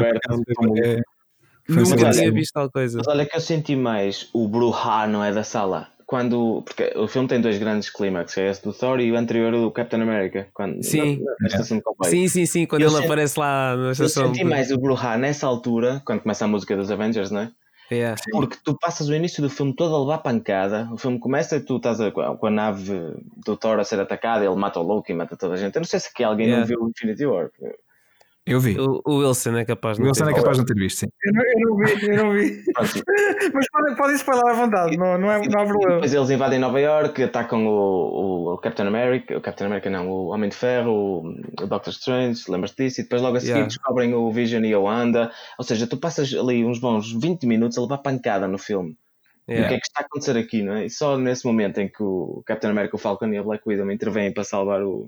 Speaker 2: Nunca tinha visto tal coisa.
Speaker 4: Mas olha que eu senti mais o Bruhá, não é, da sala. Porque o filme tem dois grandes clímax, é esse do Thor e o anterior do Captain America.
Speaker 2: Sim, quando ele aparece lá na estação.
Speaker 4: Eu senti mais o Bruhá nessa altura, quando começa a música dos Avengers, não é? Porque tu passas o início do filme todo a levar pancada. O filme começa e tu estás com a nave do Thor a ser atacada, ele mata o Loki e mata toda a gente. Eu não sei se aqui alguém não viu o Infinity War.
Speaker 1: Eu vi.
Speaker 2: O Wilson é capaz de
Speaker 1: não ter visto, sim.
Speaker 3: Eu não vi. Mas pode spoiler à vontade, não há problema.
Speaker 4: Depois eles invadem Nova York, atacam o Captain America. O Captain America não, o Homem de Ferro, o Doctor Strange, lembras-te disso? E depois logo a seguir descobrem o Vision e a Wanda. Ou seja, tu passas ali uns bons 20 minutos a levar pancada no filme. E o que é que está a acontecer aqui, não é? E só nesse momento em que o Captain America, o Falcon e a Black Widow intervêm para salvar o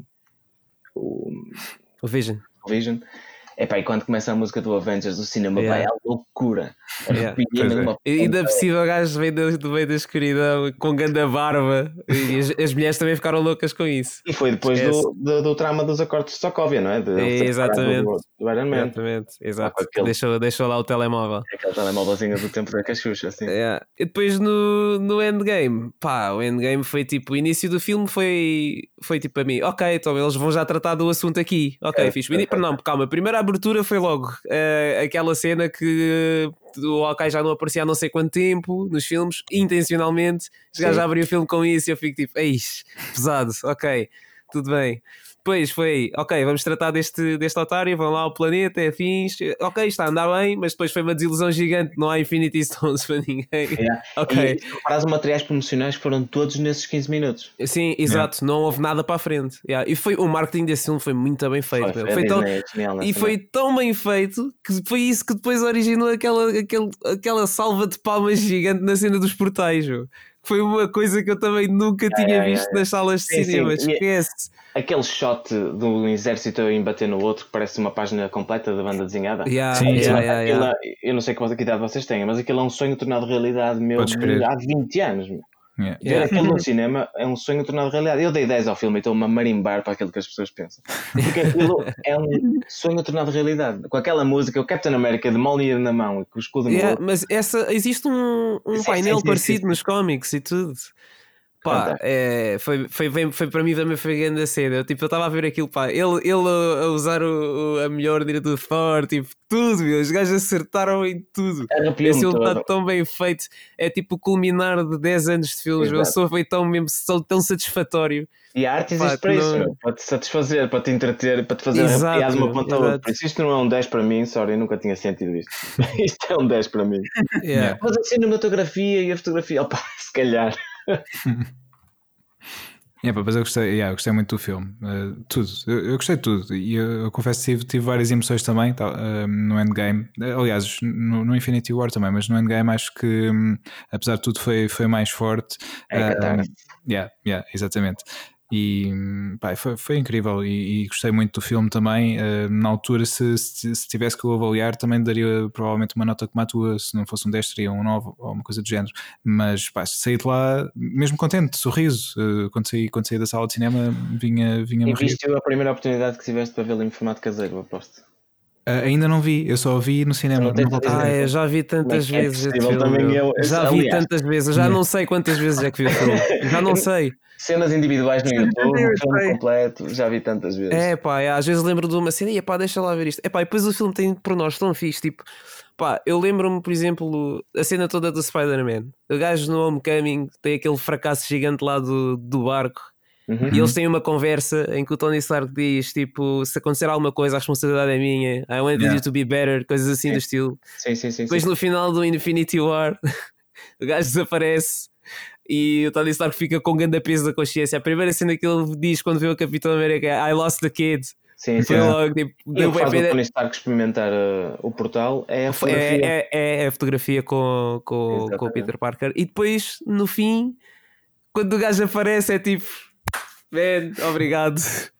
Speaker 2: Vision.
Speaker 4: E quando começa a música do Avengers, o cinema vai à loucura.
Speaker 2: E ainda possível o gajo vem do meio da escuridão com ganda barba, e as mulheres também ficaram loucas com isso.
Speaker 4: E foi depois do trama dos acordos de Sokovia, não é?
Speaker 2: Exatamente.
Speaker 4: Do Iron Man.
Speaker 2: Exato. Deixou lá o telemóvel.
Speaker 4: Aquele telemóvelzinho do tempo da Cachucha, assim.
Speaker 2: E depois no Endgame, o Endgame foi tipo, o início do filme foi tipo a mim, ok, então eles vão já tratar do assunto aqui, ok, fixe. Não, calma, a primeira abertura foi logo aquela cena que o Hawkeye já não aparecia há não sei quanto tempo nos filmes, intencionalmente. Já abri o filme com isso e eu fico tipo, eis, pesado, ok, tudo bem. depois foi, ok, vamos tratar deste otário, vão lá ao planeta, é fins, ok, está a andar bem, mas depois foi uma desilusão gigante, não há Infinity Stones para ninguém.
Speaker 4: E se reparares, os materiais promocionais foram todos nesses 15 minutos.
Speaker 2: Sim, exato, não houve nada para a frente. E foi, o marketing desse filme foi muito bem feito. Foi tão bem feito que foi isso que depois originou aquela salva de palmas gigante na cena dos portais. Foi uma coisa que eu também nunca tinha visto nas salas de cinema. Esquece.
Speaker 4: Aquele shot do exército a embater no outro que parece uma página completa da banda desenhada. Eu não sei que idade vocês têm, mas aquilo é um sonho tornado realidade meu há 20 anos. Ver aquilo no cinema é um sonho tornado realidade. Eu dei 10 ao filme e estou-me a marimbar para aquilo que as pessoas pensam. Porque aquilo é um sonho tornado realidade. Com aquela música, o Captain America de Mjolnir na mão e com o escudo no outro.
Speaker 2: Mas existe um painel parecido nos cómics e tudo. Pá, foi para mim também foi grande a cena. Eu estava a ver aquilo, pá, ele a usar a melhor do Thor, tipo, tudo, meu. Os gajos acertaram em tudo. Esse filme está tão bem feito. É tipo o culminar de 10 anos de filmes. Eu sou foi tão satisfatório.
Speaker 4: E a arte existe para isso, meu, para te satisfazer, para te entreter, para te fazer arrepiar de uma ponta a outra. Por isso isto não é um 10 para mim, sorry, eu nunca tinha sentido isto. Isto é um 10 para mim. Mas a cinematografia e a fotografia, opá, se calhar.
Speaker 1: Mas eu gostei muito do filme, tudo, eu gostei de tudo e eu confesso que tive várias emoções também no Endgame, aliás no Infinity War também, mas no Endgame acho que apesar de tudo foi mais forte. Exatamente. E foi incrível e gostei muito do filme também. Na altura, se tivesse que o avaliar, também daria provavelmente uma nota como a tua. Se não fosse um 10, seria um 9 ou uma coisa do género. Mas saí de lá mesmo contente, sorriso. Quando saí da sala de cinema, vinha
Speaker 4: E viste a primeira oportunidade que tiveste para vê-lo em formato caseiro, aposto.
Speaker 1: Ainda não vi, eu só vi no cinema.
Speaker 2: Eu já vi tantas vezes este filme. Já vi tantas vezes, eu já não sei quantas vezes é que vi o filme. Já não sei.
Speaker 4: Cenas individuais no YouTube, filme completo, já vi tantas vezes.
Speaker 2: Às vezes lembro de uma cena e deixa lá ver isto. E depois o filme tem por nós tão fixe, tipo, eu lembro-me, por exemplo, a cena toda do Spider-Man. O gajo no Homecoming tem aquele fracasso gigante lá do barco. E eles têm uma conversa em que o Tony Stark diz tipo, se acontecer alguma coisa a responsabilidade é minha, I want you to be better, coisas assim do estilo. Depois no final do Infinity War o gajo desaparece e o Tony Stark fica com grande peso da consciência. A primeira cena que ele diz quando vê o Capitão América é I lost the kid.
Speaker 4: Foi logo, tipo, o que faz o Tony Stark experimentar o portal é a fotografia.
Speaker 2: É a fotografia com o Peter Parker. E depois no fim, quando o gajo aparece, é tipo, man, obrigado.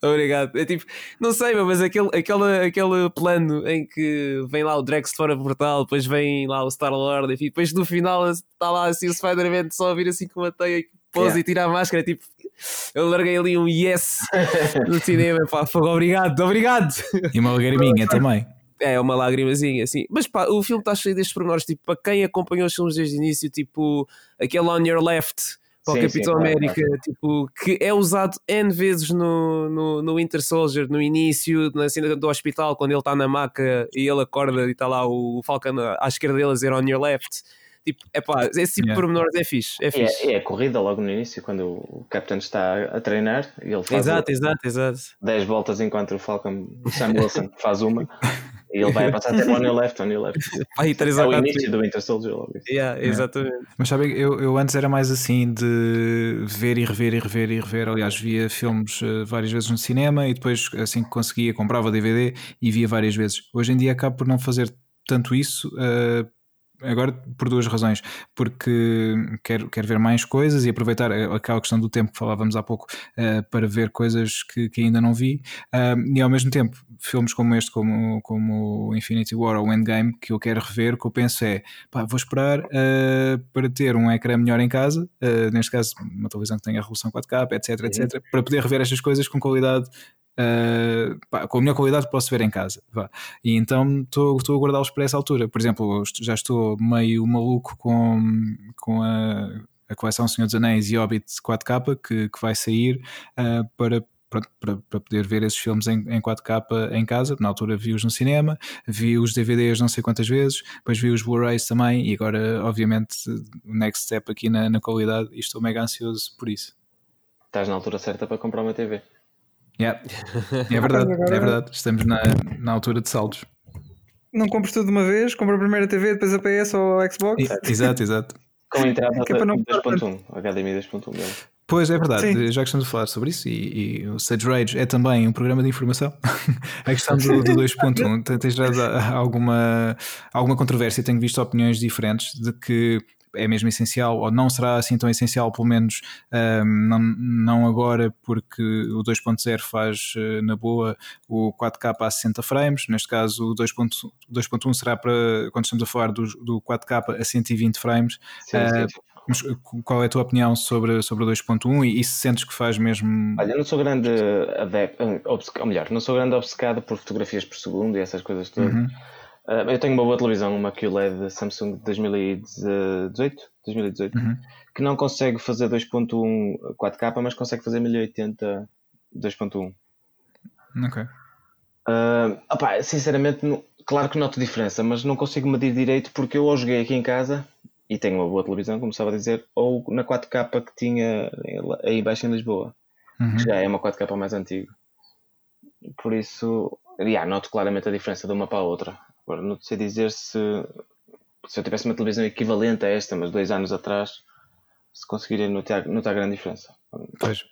Speaker 2: É tipo, não sei, mas aquele plano em que vem lá o Drax de fora do portal, depois vem lá o Star-Lord, e depois no final está lá assim o Spider-Man só a vir assim com uma teia que pose e tira a máscara. É tipo, eu larguei ali um yes no cinema, obrigado.
Speaker 1: E uma lagriminha também.
Speaker 2: É uma lágrimazinha, assim. Mas o filme está cheio destes pormenores, tipo, para quem acompanhou os filmes desde o início, tipo, aquele On Your Left para o Capitão América, tipo, que é usado N vezes no Winter Soldier, no início, na cena do hospital, quando ele está na maca e ele acorda e está lá o Falcon à esquerda dele a dizer On Your Left. Tipo, esse tipo de pormenores é fixe.
Speaker 4: É a corrida logo no início, quando o Capitão está a treinar e ele faz
Speaker 2: exato.
Speaker 4: 10 voltas enquanto o Falcon, o Sam Wilson, faz uma. E ele vai passar até on your left. É o início do Winter Soldier.
Speaker 2: Exatamente.
Speaker 1: Mas sabe, eu antes era mais assim de ver e rever. Aliás, via filmes várias vezes no cinema e depois, assim que conseguia, comprava DVD e via várias vezes. Hoje em dia acabo por não fazer tanto isso. Agora por duas razões, porque quero ver mais coisas e aproveitar aquela questão do tempo que falávamos há pouco para ver coisas que ainda não vi, e ao mesmo tempo filmes como este, como Infinity War ou Endgame, que eu quero rever, o que eu penso é, vou esperar para ter um ecrã melhor em casa, neste caso uma televisão que tenha resolução 4K, etc, para poder rever estas coisas com qualidade, com a melhor qualidade que posso ver em casa. E então estou a guardá-los para essa altura. Por exemplo, já estou meio maluco com a coleção Senhor dos Anéis e Hobbit 4K que vai sair para poder ver esses filmes em 4K em casa. Na altura vi-os no cinema, vi os DVDs não sei quantas vezes, depois vi os Blu-rays também, e agora obviamente o next step aqui na qualidade, e estou mega ansioso por isso.
Speaker 4: Estás na altura certa para comprar uma TV.
Speaker 1: Yeah. É verdade, é verdade. Estamos na altura de saldos.
Speaker 3: Não compres tudo de uma vez, compra primeiro a TV, depois a PS ou a Xbox.
Speaker 1: Exato.
Speaker 4: Com a entrada
Speaker 3: Que é para não
Speaker 4: 2.1, HDMI 2.1 dele.
Speaker 1: Pois é verdade,
Speaker 3: Sim.
Speaker 1: já que estamos a falar sobre isso, e o Sage Rage é também um programa de informação. A questão do 2.1 tem gerado alguma controvérsia. Tenho visto opiniões diferentes de que é mesmo essencial, ou não será assim tão essencial, pelo menos não agora, porque o 2.0 faz na boa o 4K a 60 frames. Neste caso, o 2.1 será para quando estamos a falar do 4K a 120 frames.
Speaker 4: Sim.
Speaker 1: Mas qual é a tua opinião sobre o 2.1 e se sentes que faz mesmo...
Speaker 4: Olha, eu não sou grande adepto, ou melhor, não sou grande obcecado por fotografias por segundo e essas coisas todas. Eu tenho uma boa televisão, uma QLED Samsung de 2018, que não consegue fazer 2.1 4K, mas consegue fazer 1080 2.1.
Speaker 1: Ok.
Speaker 4: Sinceramente, claro que noto diferença, mas não consigo medir direito porque eu ou joguei aqui em casa e tenho uma boa televisão, como estava a dizer, ou na 4K que tinha aí embaixo em Lisboa, que já é uma 4K mais antiga. Por isso, noto claramente a diferença de uma para a outra. Agora, não sei dizer se eu tivesse uma televisão equivalente a esta, mas 2 anos atrás, se conseguiria notar grande diferença.
Speaker 1: Pois.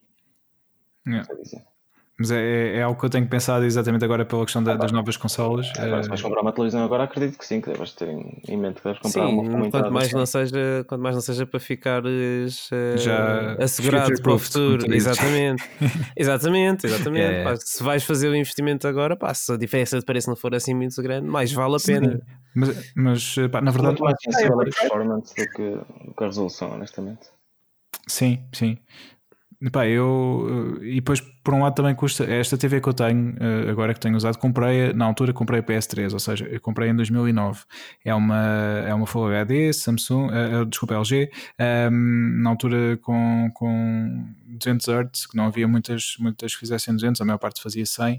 Speaker 4: Não sei dizer.
Speaker 1: Mas é algo que eu tenho pensado exatamente agora pela questão das novas consolas.
Speaker 4: Agora, se vais comprar uma televisão agora, acredito que sim, que deves ter em mente que deves comprar
Speaker 2: Sim,
Speaker 4: uma
Speaker 2: quanto mais não seja para ficares
Speaker 1: Já
Speaker 2: assegurado para o futuro.
Speaker 1: como tu dizes.
Speaker 2: Exatamente.
Speaker 1: É.
Speaker 2: Pá, se vais fazer o investimento agora, pá, se a diferença de preço não for assim muito grande, mais vale a pena.
Speaker 1: Mas na verdade,
Speaker 4: muito mais sensível a performance do que a resolução, honestamente.
Speaker 1: sim. Epá, e depois por um lado também custa. Esta TV que eu tenho agora, que tenho usado, na altura comprei a PS3, ou seja, eu comprei em 2009. É uma Full HD Samsung, desculpa, LG, na altura com 200 Hz, que não havia muitas que fizessem 200, a maior parte fazia 100,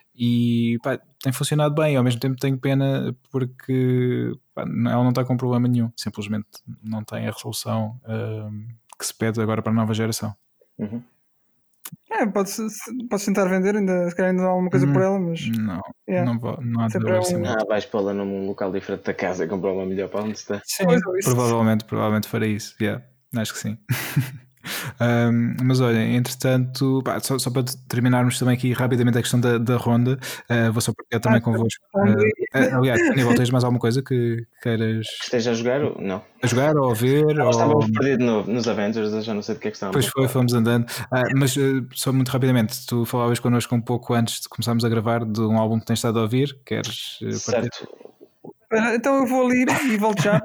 Speaker 1: e pá, tem funcionado bem. Ao mesmo tempo tenho pena porque ela não está com problema nenhum, simplesmente não tem a resolução que se pede agora para a nova geração.
Speaker 4: Uhum.
Speaker 3: Podes tentar vender, ainda, se calhar ainda dá alguma coisa por ela, mas.
Speaker 1: Não há de valer assim muito.
Speaker 4: Vais pô-la num local diferente da casa e comprar uma melhor para onde está.
Speaker 1: Sim, provavelmente farei isso. Acho que sim. Mas olha, entretanto, só para terminarmos também aqui rapidamente a questão da ronda, vou só partilhar também convosco. Aliás, Aníbal, tens mais alguma coisa que queiras
Speaker 4: que esteja a jogar? Não.
Speaker 1: A jogar ou a ver?
Speaker 4: Estávamos perdidos nos Avengers, eu já não sei do que é que estávamos.
Speaker 1: Pois fomos andando. Mas só muito rapidamente, tu falavas connosco um pouco antes de começarmos a gravar de um álbum que tens estado a ouvir. Queres partilhar?
Speaker 3: Certo. Então eu vou ali e volto já.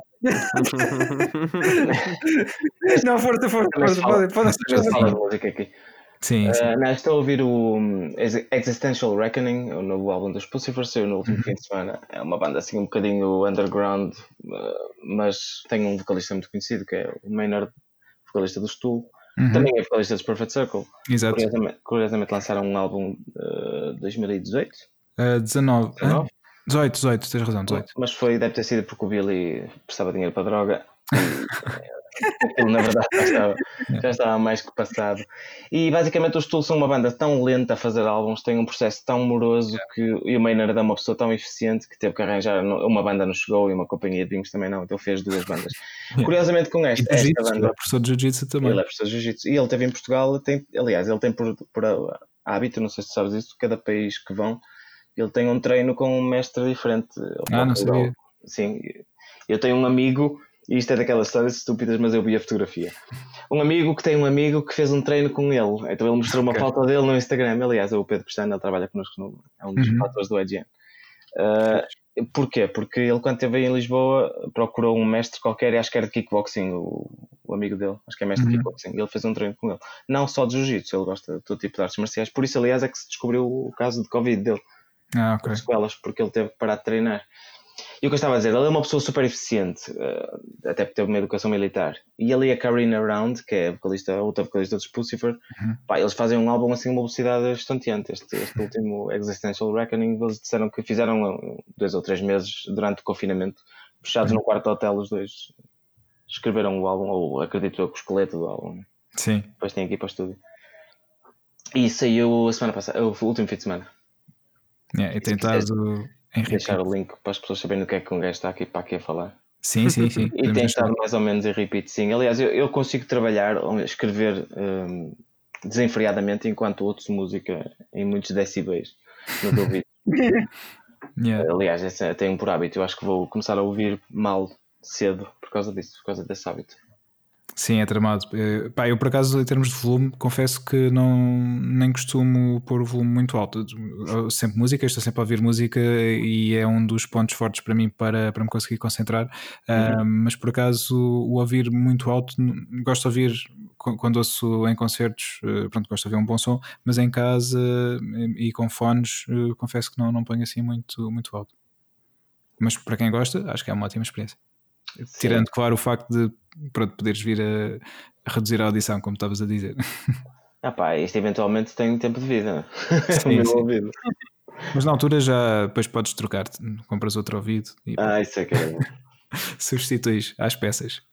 Speaker 3: Não, força. Pode
Speaker 4: falar de música aqui.
Speaker 1: Sim.
Speaker 4: Estou a ouvir o Existential Reckoning, o novo álbum dos Pussifer, saiu no último fim de semana. É uma banda assim um bocadinho underground, mas tem um vocalista muito conhecido, que é o Maynard, vocalista do Tool. Também é vocalista dos Perfect Circle.
Speaker 1: Exato.
Speaker 4: Curiosamente lançaram um álbum 2018?
Speaker 1: 19. 18, tens razão, 18.
Speaker 4: Mas deve ter sido porque o Billy prestava dinheiro para droga. Aquilo na verdade já estava mais que passado. E basicamente os Tool são uma banda tão lenta a fazer álbuns, têm um processo tão moroso e o Maynard é uma pessoa tão eficiente que teve que arranjar. Uma banda não chegou e uma companhia de vinhos também não, então fez 2 bandas. Curiosamente com esta banda.
Speaker 1: Ele é professor de Jiu-Jitsu também.
Speaker 4: Ele é professor de Jiu-Jitsu e ele esteve em Portugal. Aliás, ele tem por hábito, não sei se sabes isso, cada país que vão ele tem um treino com um mestre diferente.
Speaker 1: Não sabia.
Speaker 4: Sim, eu tenho um amigo, e isto é daquelas histórias estúpidas, mas eu vi a fotografia. Um amigo que tem um amigo que fez um treino com ele, então ele mostrou uma foto dele no Instagram. Aliás, é o Pedro Pestana, ele trabalha connosco, é um dos fatores do EGN. Porquê? Porque ele, quando esteve aí em Lisboa, procurou um mestre qualquer, e acho que era de kickboxing, o amigo dele, acho que é mestre de kickboxing, e ele fez um treino com ele. Não só de jiu-jitsu, ele gosta de todo tipo de artes marciais, por isso, aliás, é que se descobriu o caso de Covid dele.
Speaker 1: Ok.
Speaker 4: Escolas, porque ele teve que parar de treinar. E o que eu estava a dizer, ele é uma pessoa super eficiente, até porque teve uma educação militar. E ele e a Karina Round, que é outra vocalista dos Pussifer, eles fazem um álbum assim, uma velocidade estonteante. Este último Existential Reckoning, eles disseram que fizeram 2 ou 3 meses durante o confinamento, fechados no quarto de hotel, os dois escreveram o álbum, ou acredito eu, com o esqueleto do álbum.
Speaker 1: Sim.
Speaker 4: Depois tem aqui para o estúdio. E saiu a semana passada, o último fim de semana.
Speaker 1: E tem estado em
Speaker 4: deixar o link para as pessoas saberem do que é que um gajo está aqui para aqui a falar.
Speaker 1: Sim.
Speaker 4: E tem estado mais ou menos em repeat, sim. Aliás, eu consigo trabalhar, escrever desenfreadamente enquanto ouço música em muitos decibéis nos ouvidos. Aliás, tenho por hábito. Eu acho que vou começar a ouvir mal cedo por causa disso, por causa desse hábito.
Speaker 1: Sim, é tramado. Eu por acaso, em termos de volume, confesso que nem costumo pôr o volume muito alto. Sempre música, estou sempre a ouvir música e é um dos pontos fortes para mim para me conseguir concentrar. Mas por acaso, o ouvir muito alto, gosto de ouvir quando ouço em concertos, gosto de ouvir um bom som, mas em casa e com fones, confesso que não ponho assim muito alto. Mas para quem gosta, acho que é uma ótima experiência. Sim. Tirando, claro, o facto de poderes vir a reduzir a audição, como estavas a dizer.
Speaker 4: Isto eventualmente tem tempo de vida.
Speaker 1: Sim. Mas na altura já depois podes trocar, compras outro ouvido e
Speaker 4: isso é que é.
Speaker 1: substituís às peças.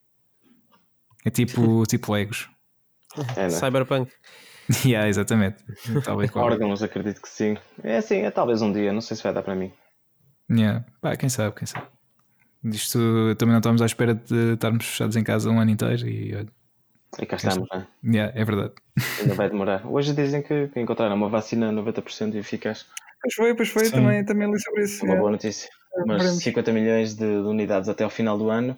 Speaker 1: É tipo Legos.
Speaker 2: Cyberpunk.
Speaker 1: Exatamente.
Speaker 4: Órgãos, acredito que sim. É assim, é talvez um dia, não sei se vai dar para mim.
Speaker 1: Quem sabe. Isto também não estamos à espera de estarmos fechados em casa um ano inteiro e
Speaker 4: cá estamos, não
Speaker 1: é? É verdade.
Speaker 4: Ainda vai demorar. Hoje dizem que encontraram uma vacina 90% eficaz.
Speaker 3: Pois foi, também li sobre isso.
Speaker 4: Uma boa notícia. Mas 50 milhões de unidades até ao final do ano.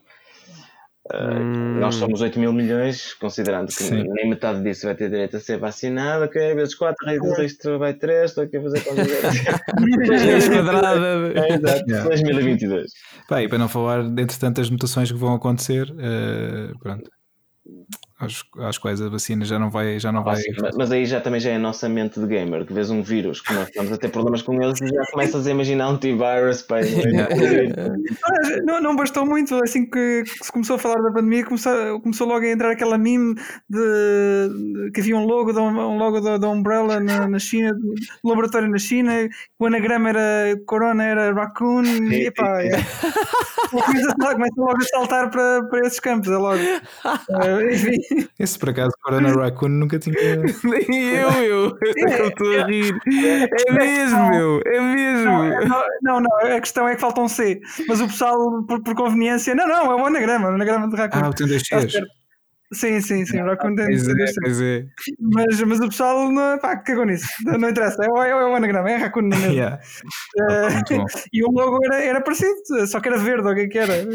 Speaker 4: Nós somos 8 mil milhões, considerando que nem metade disso vai ter direito a ser vacinado, ok? Vezes 4, rei de registro vai 3, estou aqui a fazer qualquer coisa.
Speaker 2: Quadrada.
Speaker 4: Exato, 2022.
Speaker 1: E para não falar, entre tantas mutações que vão acontecer, pronto, às quais a vacina já não vai.
Speaker 4: Sim, mas aí também é a nossa mente de gamer, que vês um vírus que nós estamos a ter problemas com eles e já começas a imaginar antivírus.
Speaker 3: Não bastou muito, assim que se começou a falar da pandemia, começou logo a entrar aquela meme que havia um logo da Umbrella na China, do laboratório na China, o anagrama era Corona, era Raccoon, e pá, começa logo a saltar para esses campos, é logo. Enfim.
Speaker 1: Esse por acaso, Corona Raccoon, nunca tinha.
Speaker 2: Nem eu estou a rir. É mesmo.
Speaker 3: Não, a questão é que falta um C, mas o pessoal, por conveniência, não, é o anagrama de Raccoon.
Speaker 1: Tem 2 Cs.
Speaker 3: Sim, o Raccoon tem
Speaker 2: dois Cs.
Speaker 3: Mas o pessoal cagou nisso, não interessa, é o anagrama, é Raccoon mesmo. E o logo era parecido, só que era verde, ou o que era.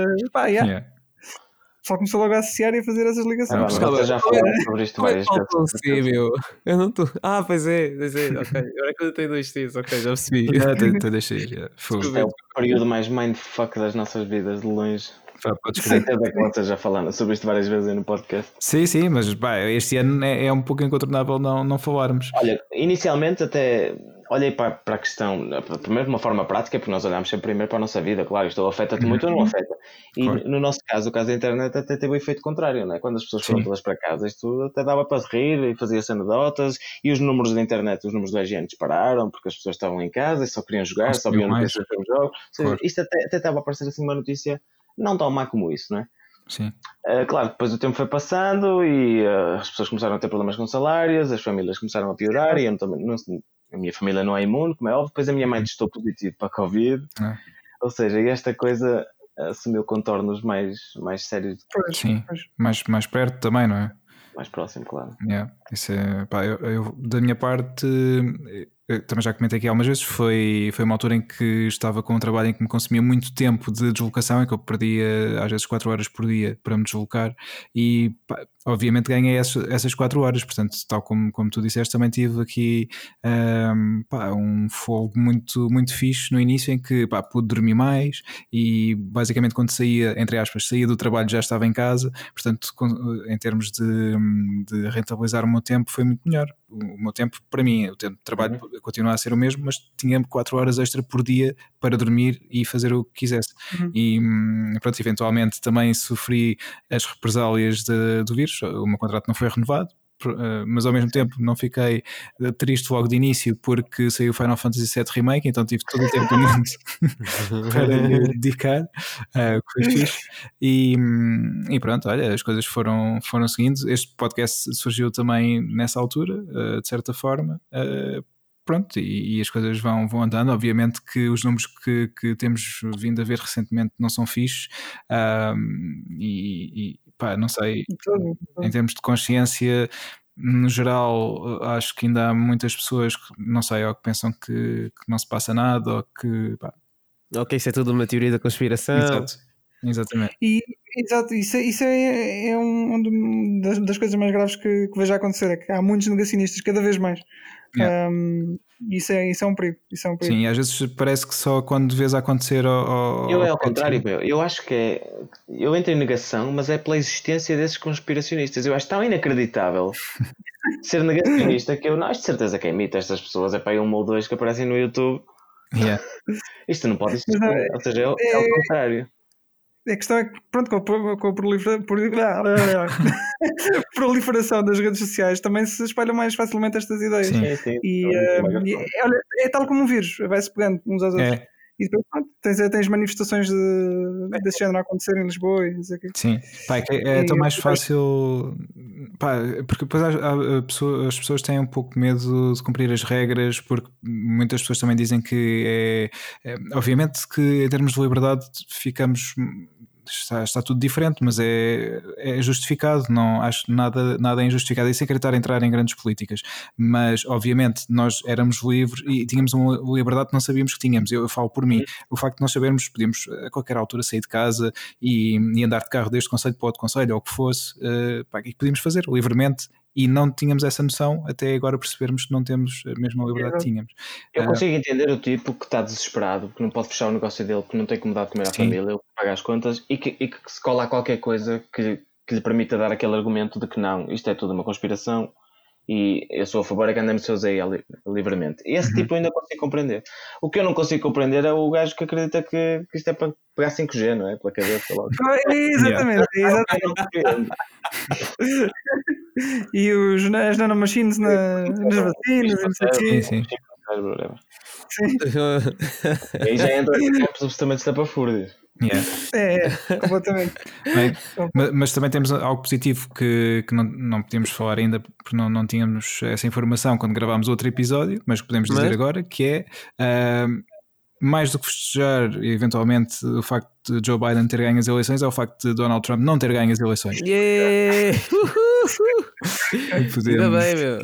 Speaker 3: Só começou logo a associar e a fazer essas ligações.
Speaker 4: Já falaram sobre isto várias vezes.
Speaker 2: Eu não estou. Pois é, ok. Agora é que eu tenho 2 Cs, ok, já percebi.
Speaker 4: É o período mais mindfuck das nossas vidas, de longe. Sei até que vocês já falaram sobre isto várias vezes aí no podcast.
Speaker 1: Sim, mas este ano é um pouco incontornável não falarmos.
Speaker 4: Olha, inicialmente até olhei para a questão, primeiro de uma forma prática, porque nós olhamos sempre primeiro para a nossa vida, claro, isto afeta-te muito ou não afeta. E no nosso caso, o caso da internet até teve o efeito contrário, não é? Quando as pessoas foram todas para casa, isto até dava para rir e fazia-se anedotas, e os números da internet, os números do IGN dispararam, porque as pessoas estavam em casa e só queriam jogar, só viam notícias sobre jogos. Ou seja, isto até estava a aparecer assim uma notícia não tão má como isso, não é?
Speaker 1: Sim.
Speaker 4: Claro, depois o tempo foi passando e as pessoas começaram a ter problemas com salários, as famílias começaram a piorar e eu também, a minha família não é imune, como é óbvio, depois a minha mãe testou positivo para a Covid, ou seja, esta coisa assumiu contornos mais sérios.
Speaker 1: Sim, mais perto também, não é?
Speaker 4: Mais próximo, claro.
Speaker 1: Isso é, eu, da minha parte, também já comentei aqui algumas vezes, foi uma altura em que estava com um trabalho em que me consumia muito tempo de deslocação, em que eu perdia às vezes 4 horas por dia para me deslocar e obviamente ganhei essas 4 horas, portanto, tal como tu disseste, também tive aqui um fogo muito, muito fixe no início em que pude dormir mais e basicamente quando saía, entre aspas, saía do trabalho já estava em casa, portanto, em termos de rentabilizar o meu tempo foi muito melhor. O meu tempo, para mim, o tempo de trabalho continua a ser o mesmo, mas tinha 4 horas extra por dia para dormir e fazer o que quisesse. E eventualmente também sofri as represálias do vírus. O meu contrato não foi renovado, mas ao mesmo tempo não fiquei triste logo de início porque saiu o Final Fantasy VII Remake, então tive todo o tempo do mundo para lhe dedicar, que foi fixe. E pronto, olha, as coisas foram seguindo. Este podcast surgiu também nessa altura, de certa forma. Pronto, e as coisas vão andando. Obviamente que os números que temos vindo a ver recentemente não são fixes, e pá, não sei, em termos de consciência, no geral, acho que ainda há muitas pessoas que, não sei, ou que pensam que não se passa nada, ou que pá.
Speaker 2: Ok, isso é tudo uma teoria da conspiração.
Speaker 1: Exato. Exatamente.
Speaker 3: Exato, isso é uma das coisas mais graves que vejo acontecer, é que há muitos negacionistas, cada vez mais.
Speaker 1: Yeah.
Speaker 3: Isso é um perigo.
Speaker 1: Sim, e às vezes parece que só quando vês acontecer
Speaker 4: eu é ao contrário, eu acho que eu entro em negação, mas é pela existência desses conspiracionistas. Eu acho tão inacreditável ser negacionista que eu não acho de certeza que é mito estas pessoas, é para aí 1 ou 2 que aparecem no YouTube.
Speaker 1: Yeah.
Speaker 4: Isto não pode existir, ou seja, é ao contrário.
Speaker 3: A questão é que, pronto, com a proliferação das redes sociais também se espalham mais facilmente estas ideias.
Speaker 4: Sim.
Speaker 3: E olha, é tal como um vírus, vai-se pegando uns aos outros. E depois, pronto, tens manifestações desse género a acontecer em Lisboa e dizer que...
Speaker 1: Sim, pá, é tão mais fácil, pá, porque depois as pessoas têm um pouco medo de cumprir as regras, porque muitas pessoas também dizem que obviamente que em termos de liberdade ficamos... Está tudo diferente, mas é justificado, não acho nada é injustificado, e sem querer estar a entrar em grandes políticas, mas obviamente nós éramos livres e tínhamos uma liberdade que não sabíamos que tínhamos. Eu falo por mim, o facto de nós sabermos podíamos a qualquer altura sair de casa e andar de carro deste concelho para outro concelho ou o que fosse, e podíamos fazer livremente. E não tínhamos essa noção até agora percebermos que não temos a mesma liberdade que tínhamos.
Speaker 4: Eu consigo entender o tipo que está desesperado, que não pode fechar o negócio dele, que não tem como dar de comer à família, ele paga as contas e que se cola a qualquer coisa que lhe permita dar aquele argumento de que não, isto é tudo uma conspiração e eu sou a favor é que andemos seus aí livremente. Esse tipo eu ainda consigo compreender. O que eu não consigo compreender é o gajo que acredita que isto é para pegar 5G, não é? Pela cabeça logo.
Speaker 3: Exatamente. E as nanomachines nas vacinas e não sei o quê.
Speaker 1: Sim.
Speaker 4: E aí já entra em campos absolutamente estapafúrdios.
Speaker 3: Completamente.
Speaker 1: Bem, mas também temos algo positivo que não podíamos falar ainda porque não tínhamos essa informação quando gravámos outro episódio, mas que podemos dizer agora, que é mais do que festejar eventualmente o facto de Joe Biden ter ganho as eleições, é o facto de Donald Trump não ter ganho as eleições.
Speaker 2: Ainda bem, meu.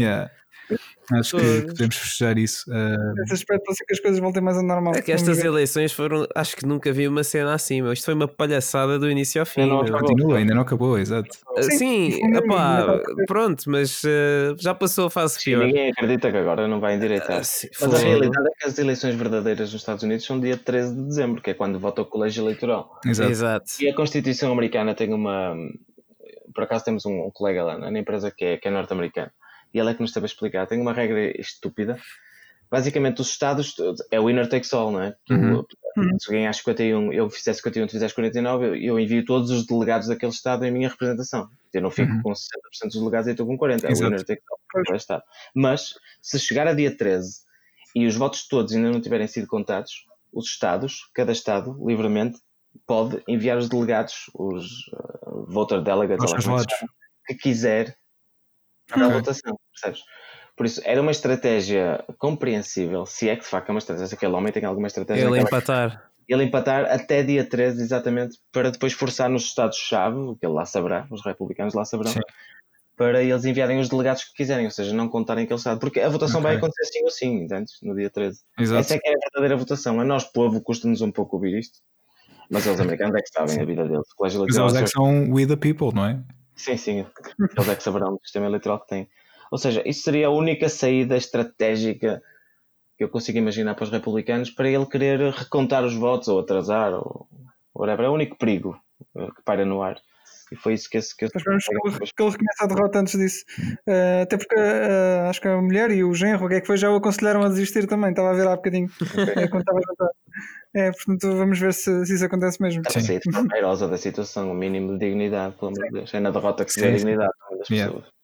Speaker 1: Acho que podemos festejar isso.
Speaker 3: Nesse aspecto, para ser que as coisas voltem mais ao normal.
Speaker 2: É que estas eleições foram, acho que nunca vi uma cena assim, meu. Isto foi uma palhaçada do início ao fim.
Speaker 1: Ainda não acabou, exato.
Speaker 2: Sim, pronto, mas já passou a fase pior.
Speaker 4: Ninguém acredita que agora não vai endireitar. Mas a realidade é que as eleições verdadeiras nos Estados Unidos são dia 13 de dezembro, que é quando vota o colégio eleitoral.
Speaker 1: Exato.
Speaker 4: E a Constituição americana tem uma... Por acaso temos um colega lá na empresa que é norte-americano. E ele é que nos estava a explicar. Tem uma regra estúpida. Basicamente, os Estados é o winner takes all, não é? Se eu ganhar 51, eu fizer 51, tu fizeres 49, eu envio todos os delegados daquele Estado em minha representação. Eu não fico com 60% dos delegados e estou com 40%. É o winner takes all para o Estado. Mas, se chegar a dia 13 e os votos todos ainda não tiverem sido contados, os Estados, cada Estado, livremente, pode enviar os delegados, os voter delegates, que quiser para a votação, percebes? Por isso, era uma estratégia compreensível, se é que de facto é uma estratégia, aquele homem tem alguma estratégia. Ele empatar até dia 13, exatamente, para depois forçar nos Estados-chave, o que ele lá saberá, os republicanos lá saberão, para eles enviarem os delegados que quiserem, ou seja, não contarem aquele Estado, porque a votação vai acontecer sim ou sim, entendes? No dia 13.
Speaker 1: Exato.
Speaker 4: Essa é que é a verdadeira votação. A nós, povo, custa-nos um pouco ouvir isto, mas os americanos é que sabem a vida deles.
Speaker 1: Mas eles é que são we the people, não é?
Speaker 4: Sim, eles é que saberão do sistema eleitoral que têm. Ou seja, isso seria a única saída estratégica que eu consigo imaginar para os republicanos para ele querer recontar os votos ou atrasar ou whatever. É o único perigo que paira no ar. E foi isso que eu...
Speaker 3: Esperamos que ele reconheça a derrota antes disso. Até porque acho que a mulher e o genro, o que é que foi, já o aconselharam a desistir também. Estava a ver há bocadinho quando estava a contar. Portanto, vamos ver se isso acontece mesmo.
Speaker 4: Está a sair de forma airosa da situação, o mínimo de dignidade, pelo amor de Deus. É na derrota que se vê a dignidade das pessoas.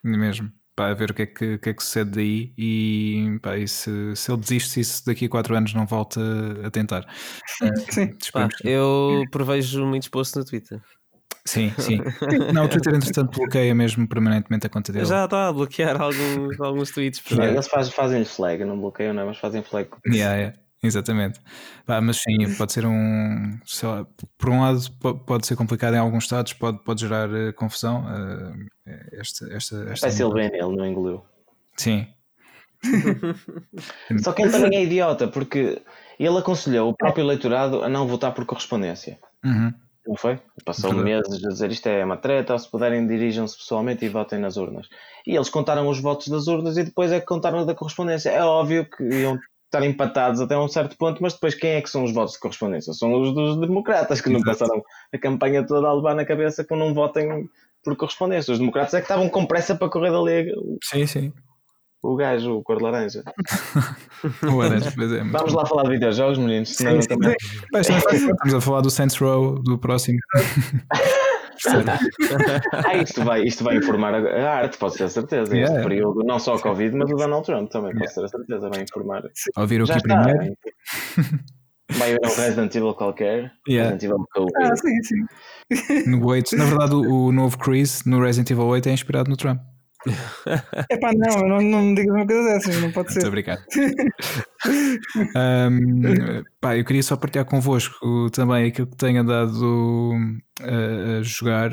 Speaker 1: Mesmo. Para ver o que é que sucede daí e, pá, e se ele desiste, se daqui a 4 anos não volta a tentar.
Speaker 3: Sim.
Speaker 2: Eu prevejo muito exposto no Twitter.
Speaker 1: Sim. Não, o Twitter, entretanto, bloqueia mesmo permanentemente a conta dele.
Speaker 2: Já está a bloquear alguns tweets.
Speaker 4: Eles fazem flag, não bloqueiam, não, mas fazem flag.
Speaker 1: Yeah. Exatamente. Mas sim, pode ser sei lá, por um lado pode ser complicado em alguns estados, pode gerar confusão.
Speaker 4: Vai ser ele bem nele, não engoliu.
Speaker 1: Sim.
Speaker 4: Só que ele também é idiota, porque ele aconselhou o próprio eleitorado a não votar por correspondência. Não foi? Passou meses a dizer isto é uma treta, ou se puderem dirijam-se pessoalmente e votem nas urnas. E eles contaram os votos das urnas e depois é que contaram da correspondência. É óbvio que iam estar empatados até um certo ponto, mas depois quem é que são os votos de correspondência? São os dos democratas, que não passaram a campanha toda a levar na cabeça que não votem por correspondência. Os democratas é que estavam com pressa para correr dali.
Speaker 1: Sim.
Speaker 4: O gajo, o cor de laranja.
Speaker 1: O laranja, pois é.
Speaker 4: Vamos lá falar de videojogos, meninos.
Speaker 1: Sim. Estamos a falar do Saints Row, do próximo.
Speaker 4: Isto vai informar a arte, pode ter certeza. Este período, não só a Covid, mas o Donald Trump também, pode ter a certeza, vai informar.
Speaker 1: Ouvir o que primeiro.
Speaker 4: Vai haver um Resident Evil qualquer. Resident Evil Code.
Speaker 3: Sim.
Speaker 1: No 8, na verdade, o novo Chris no Resident Evil 8 é inspirado no Trump.
Speaker 3: Não me digas uma coisa dessas, não pode ser.
Speaker 1: Estou a brincar. Eu queria só partilhar convosco também aquilo que tenho andado a jogar.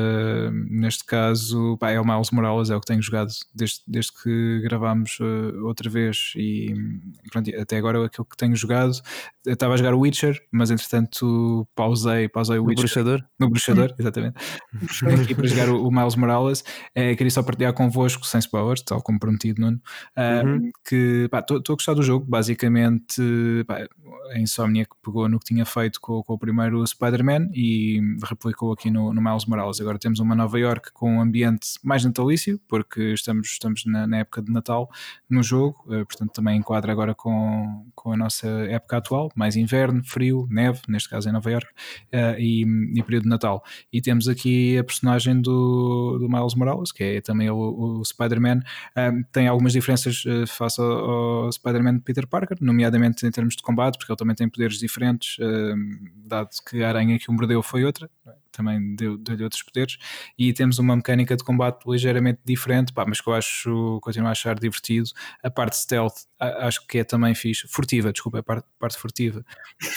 Speaker 1: Neste caso, é o Miles Morales, é o que tenho jogado desde que gravámos outra vez. E pronto, até agora aquilo que tenho jogado. Eu estava a jogar o Witcher, mas entretanto pausei o Witcher. No bruxador, exatamente. Aqui para jogar o Miles Morales. Queria só partilhar convosco, sem spoilers, tal como prometido, Nuno, que estou a gostar do jogo. Basicamente, a Insomniac pegou no que tinha feito com o primeiro Spider-Man e replicou aqui no Miles Morales. Agora temos uma Nova York com um ambiente mais natalício, porque estamos na época de Natal no jogo, portanto também enquadra agora com a nossa época atual, mais inverno, frio, neve, neste caso em Nova York, e período de Natal. E temos aqui a personagem do Miles Morales, que é também o Spider-Man. Tem algumas diferenças face ao Spider-Man de Peter Parker, nomeadamente em termos de combate, porque ele também tem poderes diferentes, dado que a aranha que o mordeu foi outra, também deu-lhe outros poderes, e temos uma mecânica de combate ligeiramente diferente, mas que eu continuo a achar divertido. A parte stealth acho que é também fixe, furtiva, desculpa, a parte furtiva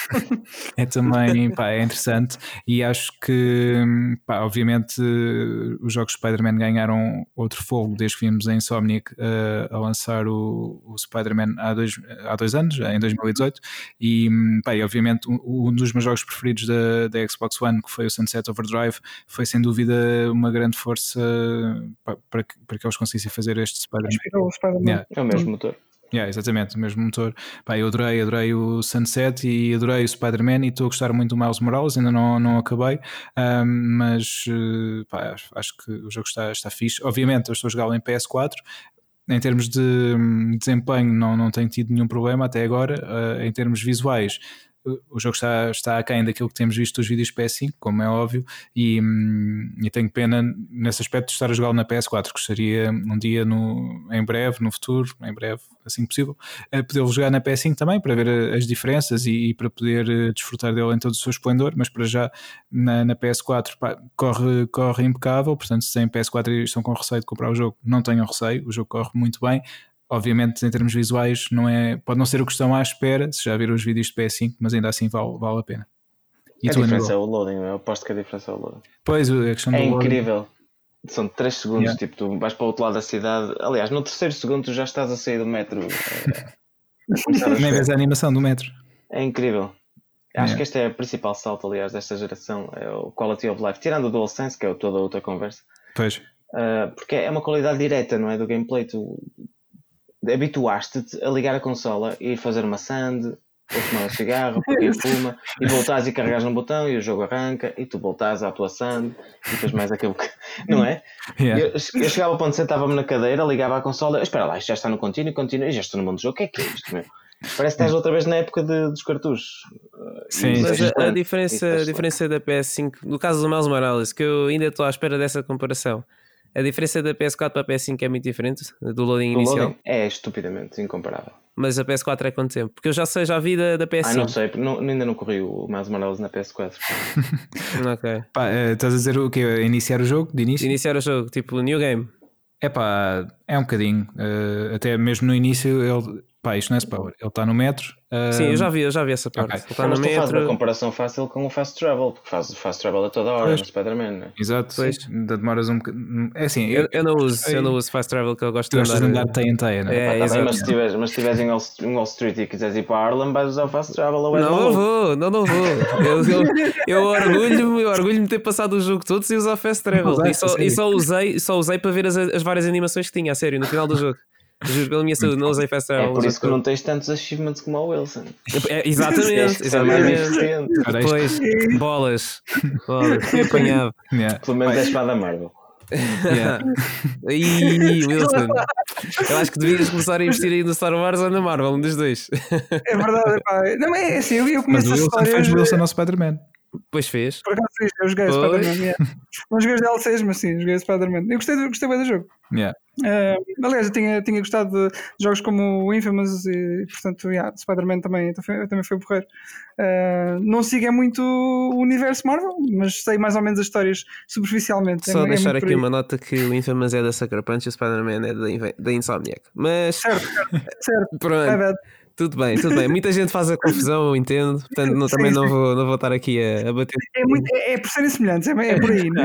Speaker 1: é também é interessante, e acho que obviamente os jogos Spider-Man ganharam outro fogo desde que vimos a Insomniac a lançar o Spider-Man há dois anos, em 2018, e obviamente um dos meus jogos preferidos da Xbox One, que foi o Sunset Overdrive, foi sem dúvida uma grande força para que eles conseguissem fazer este Spider-Man.
Speaker 4: É o mesmo motor.
Speaker 1: Exatamente, o mesmo motor. Eu adorei o Sunset e adorei o Spider-Man e estou a gostar muito do Miles Morales, ainda não acabei, mas acho que o jogo está fixe. Obviamente eu estou a jogá-lo em PS4. Em termos de desempenho não tenho tido nenhum problema até agora. Em termos visuais, o jogo está aquém daquilo que temos visto dos vídeos PS5, como é óbvio, e tenho pena nesse aspecto de estar a jogá-lo na PS4. Gostaria um dia, em breve, assim que possível, poder jogar na PS5 também, para ver as diferenças e para poder desfrutar dele em todo o seu esplendor, mas para já na PS4 corre impecável. Portanto, se têm PS4 e estão com receio de comprar o jogo, não tenham receio, o jogo corre muito bem. Obviamente, em termos visuais, pode não ser o que estão à espera, se já viram os vídeos de PS5, mas ainda assim vale a pena.
Speaker 4: E a diferença é o loading, eu aposto que a diferença é o loading.
Speaker 1: Pois, a questão do loading.
Speaker 4: Incrível. São 3 segundos, tipo, tu vais para o outro lado da cidade. Aliás, no 3º segundo tu já estás a sair do metro.
Speaker 1: Nem vês a animação do metro.
Speaker 4: É incrível. Acho que este é o principal salto, aliás, desta geração, é o Quality of Life, tirando o DualSense, que é toda outra conversa.
Speaker 1: Pois.
Speaker 4: Porque é uma qualidade direta, não é, do gameplay. Tu habituaste-te a ligar a consola e ir fazer uma sand, ou fumar um cigarro, porque fuma, e voltares e carregares um botão e o jogo arranca, e tu voltares à tua sand, e depois mais aquilo que... Não é? Eu chegava ao ponto, sentava-me na cadeira, ligava à consola, espera lá, isto já está no contínuo, e já estou no mundo do jogo, o que é isto, meu? Parece que estás outra vez na época dos cartuchos.
Speaker 2: Sim, mas a diferença da PS5, no caso do Miles Morales, que eu ainda estou à espera dessa comparação, A diferença da PS4 para a PS5 é muito diferente do loading
Speaker 4: O
Speaker 2: inicial.
Speaker 4: loading é estupidamente incomparável.
Speaker 2: Mas a PS4 é quanto tempo? Porque eu já vi da PS5.
Speaker 4: Não sei, ainda não corri o Miles Morales na PS4.
Speaker 2: Ok.
Speaker 1: Pá, estás a dizer o quê? Iniciar o jogo de início?
Speaker 2: Iniciar o jogo, tipo New Game.
Speaker 1: É pá, é um bocadinho. Até mesmo no início, isto não é spoiler. Ele está no metro.
Speaker 2: Sim, eu já vi essa parte.
Speaker 1: Ok.
Speaker 2: Ele está no
Speaker 4: Mas tu fazes
Speaker 2: metro.
Speaker 4: a comparação fácil com o Fast Travel, porque fazes o Fast Travel a toda hora
Speaker 1: Pois.
Speaker 4: no Spider-Man, né?
Speaker 1: Exato,
Speaker 2: Pois.
Speaker 1: ainda demoras um bocadinho. É assim,
Speaker 2: Eu não uso Fast Travel, que eu gosto
Speaker 1: tu
Speaker 2: de
Speaker 1: gostas de andar teia em teia, não é?
Speaker 4: Pá, tá bem,
Speaker 2: exato.
Speaker 4: mas se estiveres em Wall Street e quiseres ir para Harlem, vais usar o Fast Travel ou és
Speaker 2: Não
Speaker 4: maluco.
Speaker 2: vou. Eu orgulho-me de ter passado o jogo todo sem usar Fast Travel. E só usei para ver as várias animações que tinha, a sério, no final do jogo. Juro pela minha saúde, não usei Fast Travel.
Speaker 4: É por isso que não tens tantos achievements como o Wilson.
Speaker 2: Exatamente.
Speaker 4: Tens que ser mais eficiente.
Speaker 2: Depois, bolas. Fui apanhado.
Speaker 1: Yeah.
Speaker 4: Pelo menos é a espada Marvel.
Speaker 1: Yeah.
Speaker 2: Ih, Wilson, eu acho que devias começar a investir aí no Star Wars ou na Marvel, um dos dois.
Speaker 3: É verdade, pá. Não, é assim, eu
Speaker 1: Mas
Speaker 3: conheço
Speaker 1: o
Speaker 3: as
Speaker 1: Wilson
Speaker 3: histórias.
Speaker 1: fez o Wilson ao Spider-Man.
Speaker 2: Depois fez.
Speaker 3: Por acaso fiz, eu joguei
Speaker 2: Pois.
Speaker 3: Spider-Man. Yeah. Não joguei os DLCs, mas sim, joguei Spider-Man. Eu gostei bem do jogo.
Speaker 1: Yeah.
Speaker 3: Aliás, eu tinha gostado de jogos como o Infamous e, portanto, Spider-Man também foi porreiro. Não sigo muito o universo Marvel, mas sei mais ou menos as histórias superficialmente.
Speaker 2: Só deixar
Speaker 3: muito
Speaker 2: aqui uma nota que o Infamous é da Sucker Punch e o Spider-Man é da Insomniac. Mas
Speaker 3: certo.
Speaker 2: pronto,
Speaker 3: É verdade.
Speaker 2: tudo bem. Muita gente faz a confusão, eu entendo. Portanto, também não vou estar aqui a bater.
Speaker 3: É por serem semelhantes, é por aí.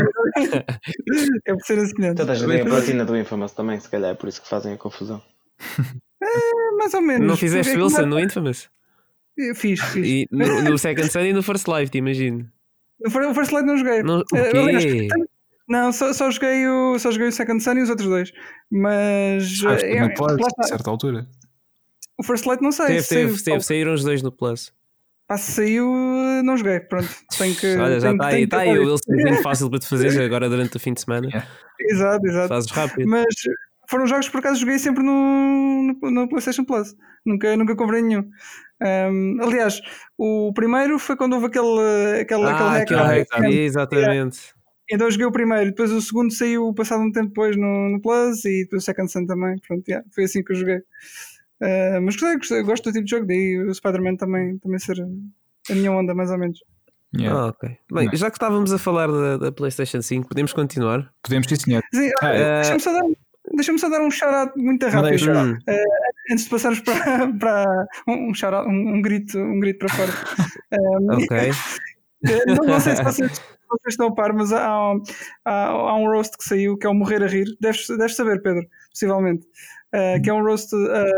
Speaker 3: É por serem semelhantes.
Speaker 4: Toda a gente tem a platina do Infamous também, se calhar é por isso que fazem a confusão.
Speaker 3: Mais ou menos.
Speaker 2: Não fizeste Wilson no Infamous?
Speaker 3: Eu fiz.
Speaker 2: E no Second Son e no First Life, te imagino.
Speaker 3: O First Light não joguei.
Speaker 2: O quê?
Speaker 3: Não, só joguei o Second Son e os outros dois. Mas
Speaker 1: a certa altura.
Speaker 3: o First Light não sei.
Speaker 2: Saíram os dois no Plus.
Speaker 3: Saiu, não joguei. Pronto, tenho que.
Speaker 2: Olha, já está aí o Wilson fácil para te fazer agora durante o fim de semana.
Speaker 1: Yeah.
Speaker 3: Exato.
Speaker 2: Fazes rápido.
Speaker 3: Mas foram jogos que por acaso joguei sempre no PlayStation Plus. Nunca comprei nenhum. Aliás, o primeiro foi quando houve aquele hack.
Speaker 2: Exatamente.
Speaker 3: Então eu joguei o primeiro, depois o segundo saiu passado um tempo depois no Plus e depois o Second Son também. Pronto, foi assim que eu joguei. Mas gostei, gosto do tipo de jogo, daí o Spider-Man também ser a minha onda, mais ou menos.
Speaker 1: Yeah.
Speaker 2: Ok. Bem, já que estávamos a falar da PlayStation 5, podemos continuar?
Speaker 1: Podemos, sim, senhor.
Speaker 3: Sim, deixa-me só dar um shout-out muito rápido. Antes de passarmos para um shout-out, um grito para fora.
Speaker 2: Ok.
Speaker 3: Não sei se vocês estão a par, mas há um roast que saiu que é o Morrer a Rir. Deves saber, Pedro, possivelmente. Que é um roast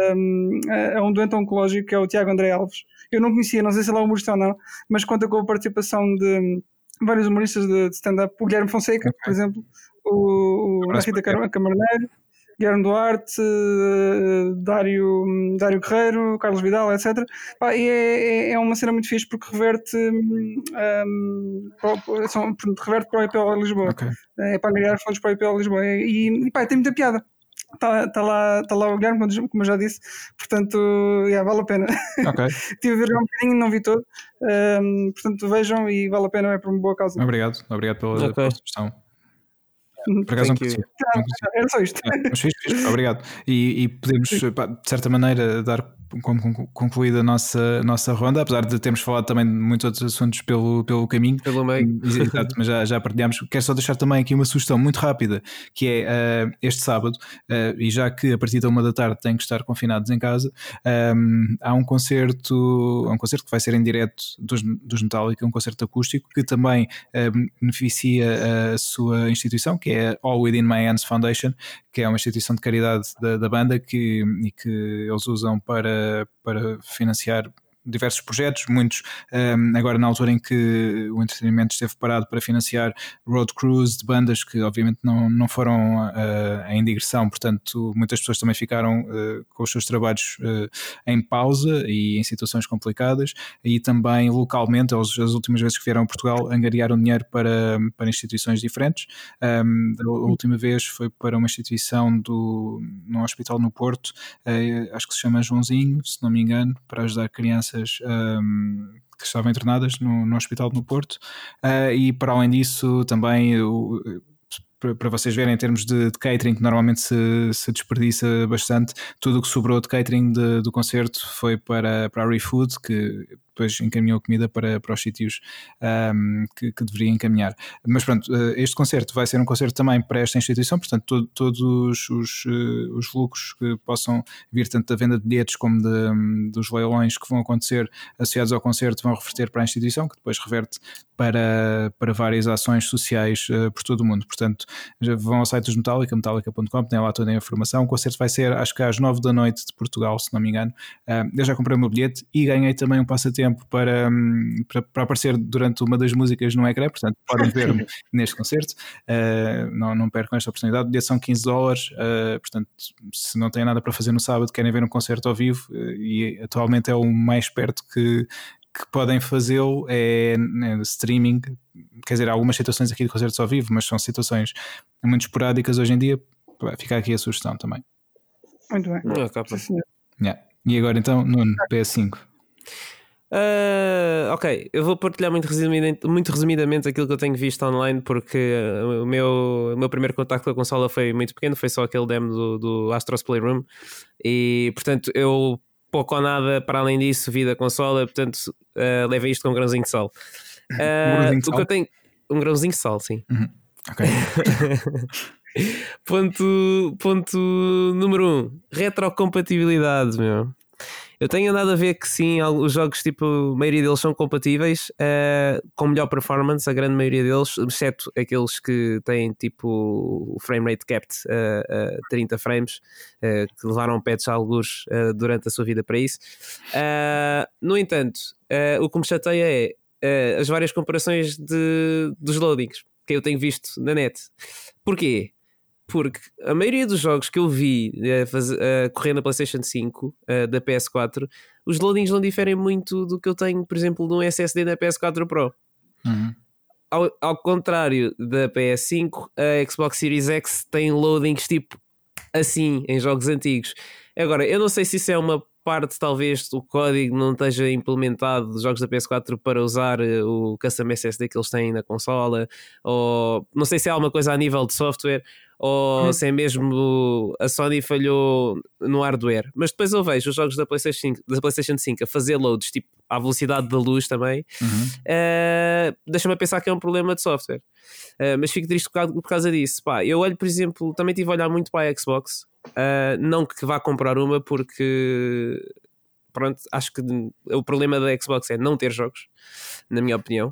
Speaker 3: a um doente oncológico, que é o Tiago André Alves. Eu não conhecia, não sei se ele é humorista ou não, mas conta com a participação de vários humoristas de stand-up. O Guilherme Fonseca, por exemplo, a Rita Camarneiro, Guilherme Duarte, Dário Guerreiro, Carlos Vidal, etc. E é uma cena muito fixe porque reverte para o IPO Lisboa.
Speaker 1: Okay.
Speaker 3: É para agregar fontes para o IPO Lisboa. E tem muita piada. Está lá o Guilherme, como eu já disse, portanto, vale a pena.
Speaker 1: Okay.
Speaker 3: Estive a ver um bocadinho, não vi todo, portanto, vejam e vale a pena, é por uma boa causa.
Speaker 1: Obrigado pela sugestão. Por acaso não conhecia.
Speaker 3: Era só isto.
Speaker 1: Mas fixe, obrigado. E podemos, de certa maneira, dar como concluída a nossa ronda, apesar de termos falado também de muitos outros assuntos pelo caminho.
Speaker 2: Pelo meio.
Speaker 1: Exato, mas já partilhámos. Quero só deixar também aqui uma sugestão muito rápida, que é este sábado, e já que a partir da 1 da tarde têm que estar confinados em casa, há um concerto que vai ser em direto dos Metallica, um concerto acústico, que também beneficia a sua instituição, que é a All Within My Hands Foundation, que é uma instituição de caridade da banda que eles usam para financiar diversos projetos, muitos agora na altura em que o entretenimento esteve parado para financiar road crews de bandas que obviamente não foram em digressão, portanto muitas pessoas também ficaram com os seus trabalhos em pausa e em situações complicadas, e também localmente as últimas vezes que vieram a Portugal angariaram dinheiro para instituições diferentes. A última vez foi para uma instituição num hospital no Porto, acho que se chama Joãozinho, se não me engano, para ajudar crianças que estavam internadas no hospital no Porto, e para além disso também para vocês verem, em termos de catering, que normalmente se desperdiça bastante, tudo o que sobrou de catering do concerto foi para a ReFood, que depois encaminhou comida para os sítios que deveria encaminhar. Mas pronto, este concerto vai ser um concerto também para esta instituição, portanto todos os lucros que possam vir tanto da venda de bilhetes como dos leilões que vão acontecer associados ao concerto vão reverter para a instituição, que depois reverte para várias ações sociais por todo o mundo. Portanto, já vão ao site dos Metallica, metallica.com, tem lá toda a informação. O concerto vai ser, acho que às 9 da noite de Portugal, se não me engano. Eu já comprei o meu bilhete e ganhei também um passatempo para aparecer durante uma das músicas no ecrã, portanto podem ver-me neste concerto. Não percam esta oportunidade. O bilhete são $15, portanto, se não têm nada para fazer no sábado, querem ver um concerto ao vivo, e atualmente é o mais perto que podem fazê-lo, é streaming. Quer dizer, há algumas situações aqui de concertos ao vivo, mas são situações muito esporádicas hoje em dia. Fica aqui a sugestão também.
Speaker 3: Muito bem.
Speaker 1: Yeah. E agora então, Nuno, PS5.
Speaker 2: Ok, eu vou partilhar muito resumidamente aquilo que eu tenho visto online, porque o meu primeiro contacto com a consola foi muito pequeno, foi só aquele demo do Astro's Playroom, e portanto eu pouco ou nada para além disso vi da consola, portanto levei isto com um grãozinho de sal. O que eu tenho, um grãozinho de sal, sim.
Speaker 1: Ok.
Speaker 2: Ponto número 1, retrocompatibilidade, meu. Eu tenho andado a ver que sim, os jogos, tipo, a maioria deles são compatíveis, com melhor performance, a grande maioria deles, exceto aqueles que têm tipo o frame rate capped a 30 frames, que levaram patch a algures durante a sua vida para isso. No entanto, o que me chateia é as várias comparações dos loadings que eu tenho visto na net. Porquê? Porque a maioria dos jogos que eu vi correr na PlayStation 5 da PS4, os loadings não diferem muito do que eu tenho, por exemplo, num SSD na PS4 Pro. Ao contrário da PS5, a Xbox Series X tem loadings tipo assim em jogos antigos. Agora, eu não sei se isso é uma parte, talvez o código não esteja implementado dos jogos da PS4 para usar o custom SSD que eles têm na consola, ou não sei se é alguma coisa a nível de software, ou se é mesmo a Sony falhou no hardware. Mas depois eu vejo os jogos da PlayStation 5 a fazer loads tipo à velocidade da luz também. Deixa-me a pensar que é um problema de software. Mas fico triste por causa disso. Eu olho, por exemplo, também estive a olhar muito para a Xbox. Não que vá comprar uma, porque pronto, acho que o problema da Xbox é não ter jogos, na minha opinião.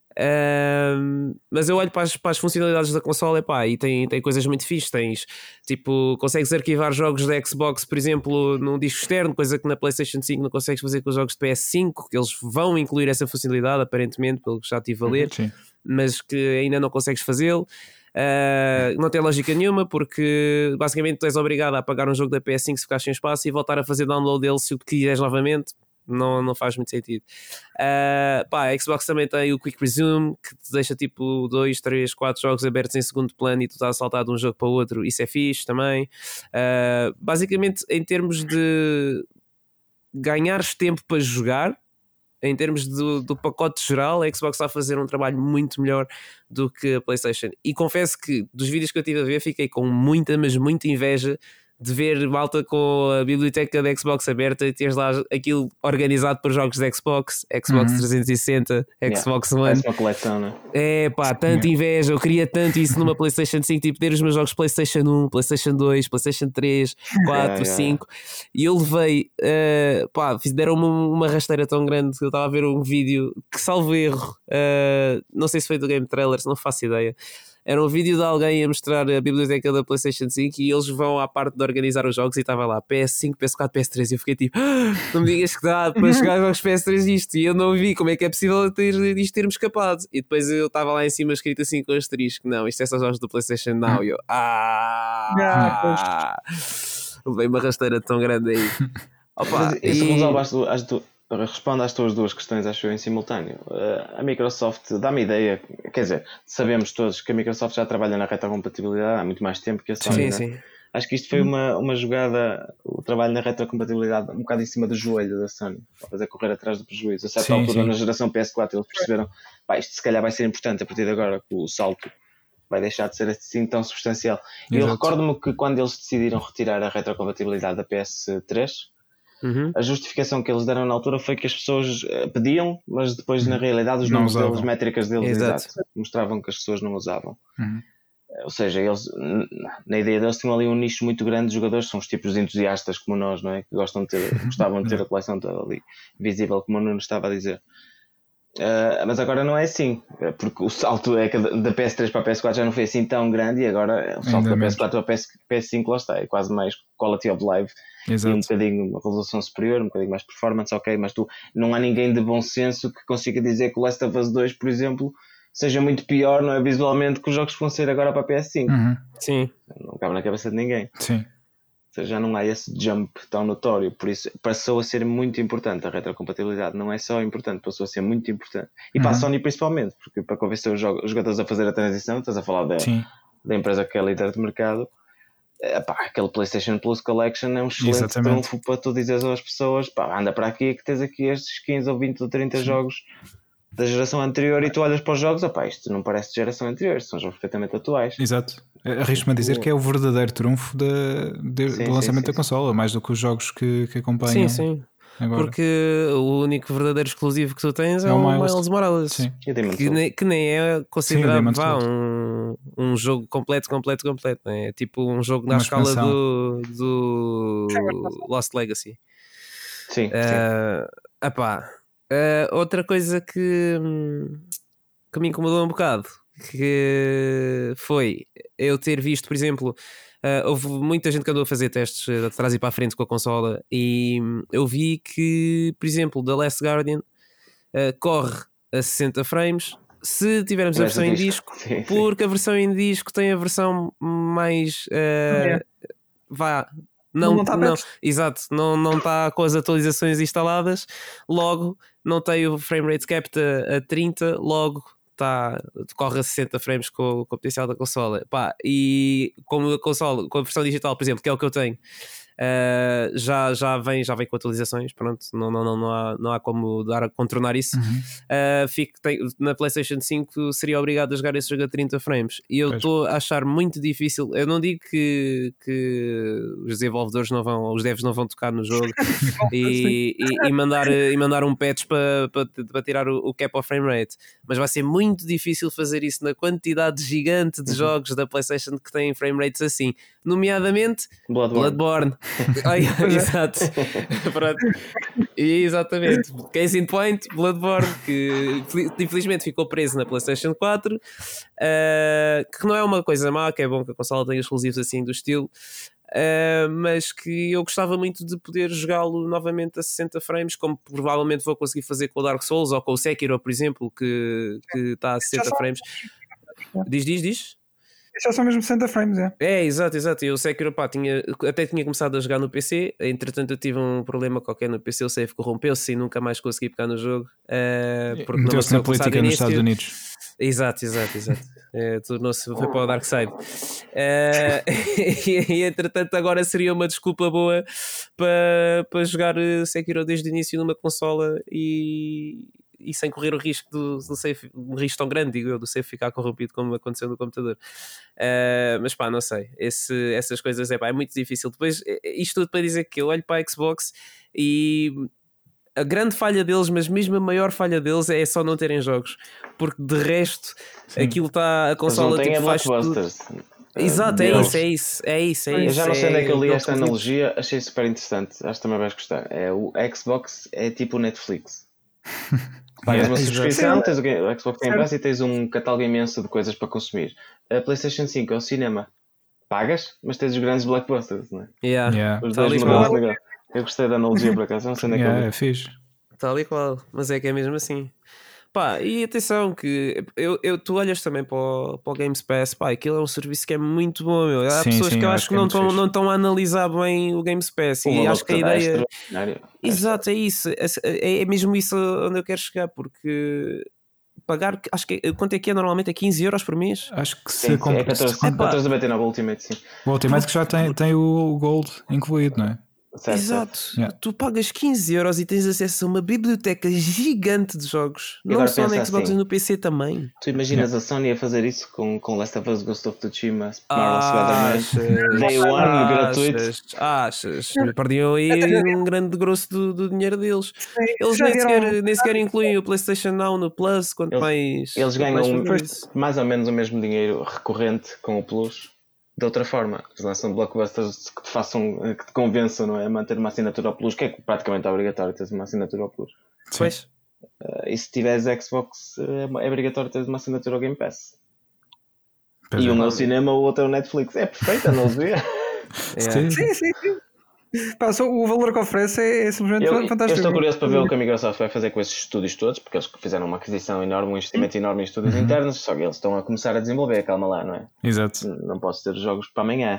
Speaker 2: Mas eu olho para as funcionalidades da consola e tem coisas muito fixes. Tens tipo, consegues arquivar jogos da Xbox, por exemplo, num disco externo, coisa que na PlayStation 5 não consegues fazer com os jogos de PS5, que eles vão incluir essa funcionalidade, aparentemente, pelo que já estive a ler, mas que ainda não consegues fazê-lo. Não tem lógica nenhuma, porque basicamente tu és obrigado a apagar um jogo da PS5 se ficares sem espaço e voltar a fazer download dele se o quiseres novamente. Não faz muito sentido. A Xbox também tem o Quick Resume, que te deixa tipo 2, 3, 4 jogos abertos em segundo plano e tu estás a saltar de um jogo para o outro. Isso é fixe também. Basicamente, em termos de ganhares tempo para jogar, em termos do pacote geral, a Xbox está a fazer um trabalho muito melhor do que a PlayStation. E confesso que dos vídeos que eu estive a ver fiquei com muita, mas muita inveja de ver malta com a biblioteca da Xbox aberta e teres lá aquilo organizado por jogos da Xbox 360, Xbox One.
Speaker 4: É uma coleção, né?
Speaker 2: Tanta inveja. Eu queria tanto isso numa PlayStation 5, tipo ter os meus jogos PlayStation 1, PlayStation 2, PlayStation 3, 4, 5. E eu levei, deram-me uma rasteira tão grande que eu estava a ver um vídeo que, salvo erro, não sei se foi do Game Trailers, não faço ideia. Era um vídeo de alguém a mostrar a biblioteca da PlayStation 5 e eles vão à parte de organizar os jogos e estava lá PS5, PS4, PS3 e eu fiquei tipo, não me digas que dá para jogar jogos PS3 isto, e eu não vi como é que é possível isto ter-me escapado. E depois eu estava lá em cima escrito assim com asterisco, não, isto é só jogos do PlayStation Now. E eu, levei uma rasteira tão grande aí.
Speaker 4: Respondo às tuas duas questões, acho eu, em simultâneo. A Microsoft dá-me ideia, quer dizer, sabemos todos que a Microsoft já trabalha na retrocompatibilidade há muito mais tempo que a Sony.
Speaker 2: Sim.
Speaker 4: Acho que isto foi uma jogada, o trabalho na retrocompatibilidade um bocado em cima do joelho da Sony, para fazer correr atrás do prejuízo. A certa altura, na geração PS4, eles perceberam, isto se calhar vai ser importante a partir de agora, que o salto vai deixar de ser assim tão substancial. E eu recordo-me que quando eles decidiram retirar a retrocompatibilidade da PS3, a justificação que eles deram na altura foi que as pessoas pediam, mas depois na realidade os números deles, métricas deles, mostravam que as pessoas não usavam. Ou seja, eles, na ideia deles, tinham ali um nicho muito grande de jogadores, são os tipos de entusiastas como nós, não é? Que gostavam de ter a coleção toda ali visível, como o Nuno estava a dizer. Mas agora não é assim, porque o salto é que da PS3 para a PS4 já não foi assim tão grande, e agora o salto da PS4 para a PS5 lá está, é quase mais quality of life. E um bocadinho uma resolução superior, um bocadinho mais performance, ok, mas não há ninguém de bom senso que consiga dizer que o Last of Us 2, por exemplo, seja muito pior, não é, visualmente, que os jogos que vão sair agora para a PS5.
Speaker 2: Sim.
Speaker 4: Não cabe na cabeça de ninguém.
Speaker 1: Sim.
Speaker 4: Ou seja, já não há esse jump tão notório, por isso passou a ser muito importante a retrocompatibilidade. Não é só importante, passou a ser muito importante. E para a Sony principalmente, porque para convencer os jogadores a fazer a transição, estás a falar da empresa que é líder de mercado, aquele PlayStation Plus Collection é um excelente trunfo para tu dizeres às pessoas, anda para aqui que tens aqui estes 15 ou 20 ou 30 jogos da geração anterior, e tu olhas para os jogos, isto não parece de geração anterior, são jogos perfeitamente atuais.
Speaker 1: Exato. Arrisco-me a dizer que é o verdadeiro trunfo do lançamento da consola, mais do que os jogos que acompanham.
Speaker 2: Sim. Agora. Porque o único verdadeiro exclusivo que tu tens é o Miles Morales, que nem é considerado um jogo completo. É tipo um jogo na escala do Lost Legacy.
Speaker 4: Sim.
Speaker 2: Outra coisa que me incomodou um bocado, que foi eu ter visto, por exemplo, houve muita gente que andou a fazer testes de trás e para a frente com a consola, e eu vi que, por exemplo, The Last Guardian corre a 60 frames se tivermos a versão em disco, porque a versão em disco tem a versão mais exato, não está com as atualizações instaladas, logo não tem o frame rate capped a 30, logo corre a 60 frames com o potencial da consola. E como a consola, com a versão digital, por exemplo, que é o que eu tenho, já vem com atualizações, pronto, não há como dar a contornar isso. Na PlayStation 5 seria obrigado a jogar esse jogo a 30 frames, e eu estou a achar muito difícil. Eu não digo que os desenvolvedores os devs não vão tocar no jogo e mandar um patch para tirar o cap of frame rate, mas vai ser muito difícil fazer isso na quantidade gigante de jogos da PlayStation que têm frame rates assim, nomeadamente Bloodborne. Exato. Exatamente. Case in point, Bloodborne, que infelizmente ficou preso na PlayStation 4, que não é uma coisa má, que é bom que a consola tenha exclusivos assim do estilo, mas que eu gostava muito de poder jogá-lo novamente a 60 frames, como provavelmente vou conseguir fazer com o Dark Souls ou com o Sekiro, por exemplo, que está a 60 frames. Diz?
Speaker 3: Já são mesmo 60 frames,
Speaker 2: exato. E o Sekiro, até tinha começado a jogar no PC, entretanto eu tive um problema qualquer no PC, o save corrompeu-se e nunca mais consegui pegar no jogo, porque
Speaker 1: meteu-se na política nos Estados Unidos.
Speaker 2: Exato. Tornou-se, foi para o Dark Side. E entretanto agora seria uma desculpa boa para jogar Sekiro desde o início numa consola e sem correr o risco do save, um risco tão grande, digo eu, do save ficar corrompido como aconteceu no computador. Mas não sei, essas coisas é muito difícil. Depois, isto tudo para dizer que eu olho para a Xbox e a grande falha deles, mas mesmo a maior falha deles, é só não terem jogos, porque de resto aquilo está, a consola
Speaker 4: tem
Speaker 2: faz tudo. Exato, é isso.
Speaker 4: Eu já não sei onde é que eu li esta analogia, achei super interessante, acho que também vais gostar. O Xbox é tipo o Netflix. Pagas uma subscrição, tens o Xbox Game Pass e tens um catálogo imenso de coisas para consumir. A PlayStation 5 é o cinema. Pagas, mas tens os grandes blockbusters, não é? Os dois modelos de negócio. Eu gostei da analogia por acaso, não sei onde é que eu li.
Speaker 1: É fixe.
Speaker 2: Tal e qual, mas é que é mesmo assim. E atenção que tu olhas também para o Games Pass, aquilo é um serviço que é muito bom, meu. Há pessoas que eu acho que não estão a analisar bem o Games Pass, e acho que a ideia exato, é isso, é mesmo isso onde eu quero chegar, porque pagar, acho que quanto é que é normalmente? É 15 euros por mês?
Speaker 1: Acho que se
Speaker 4: é 14,99 Ultimate, sim.
Speaker 1: O Ultimate que já tem o Gold incluído, não é?
Speaker 4: Certo,
Speaker 2: Exato.
Speaker 4: certo.
Speaker 1: Yeah.
Speaker 2: Tu pagas 15€ e tens acesso a uma biblioteca gigante de jogos.
Speaker 4: E
Speaker 2: Não
Speaker 4: agora
Speaker 2: só no
Speaker 4: pensa
Speaker 2: Xbox
Speaker 4: assim,
Speaker 2: e no PC também.
Speaker 4: Tu imaginas a Sony a fazer isso com Last of Us, Ghost of Tsushima, Marvel Spider-Man, Day One, gratuito.
Speaker 2: Achas. Perdiam aí um grande grosso do dinheiro deles. Eles
Speaker 3: Já vieram-
Speaker 2: nem sequer incluem o PlayStation Now no Plus, quanto mais.
Speaker 4: Eles
Speaker 2: quanto mais
Speaker 4: ganham
Speaker 2: fazer isso.
Speaker 4: mais ou menos o mesmo dinheiro recorrente com o Plus. De outra forma, eles lançam blockbusters que te convençam, não é? A manter uma assinatura ao Plus, que é praticamente obrigatório ter uma assinatura ao Plus.
Speaker 2: Pois.
Speaker 4: E se tiveres Xbox, é obrigatório ter uma assinatura ao Game Pass.
Speaker 1: Pois
Speaker 4: E
Speaker 1: é.
Speaker 4: um é o cinema, o outro é o Netflix. É perfeito, não se vê.
Speaker 1: Sim.
Speaker 3: Sim. Pá, o valor que oferece é simplesmente
Speaker 4: Eu
Speaker 3: fantástico.
Speaker 4: estou curioso para ver o que a Microsoft vai fazer com esses estúdios todos, porque eles fizeram uma aquisição enorme, um investimento enorme em estúdios internos, só que eles estão a começar a desenvolver, calma lá, não é?
Speaker 1: Exato.
Speaker 4: Não posso ter jogos para amanhã.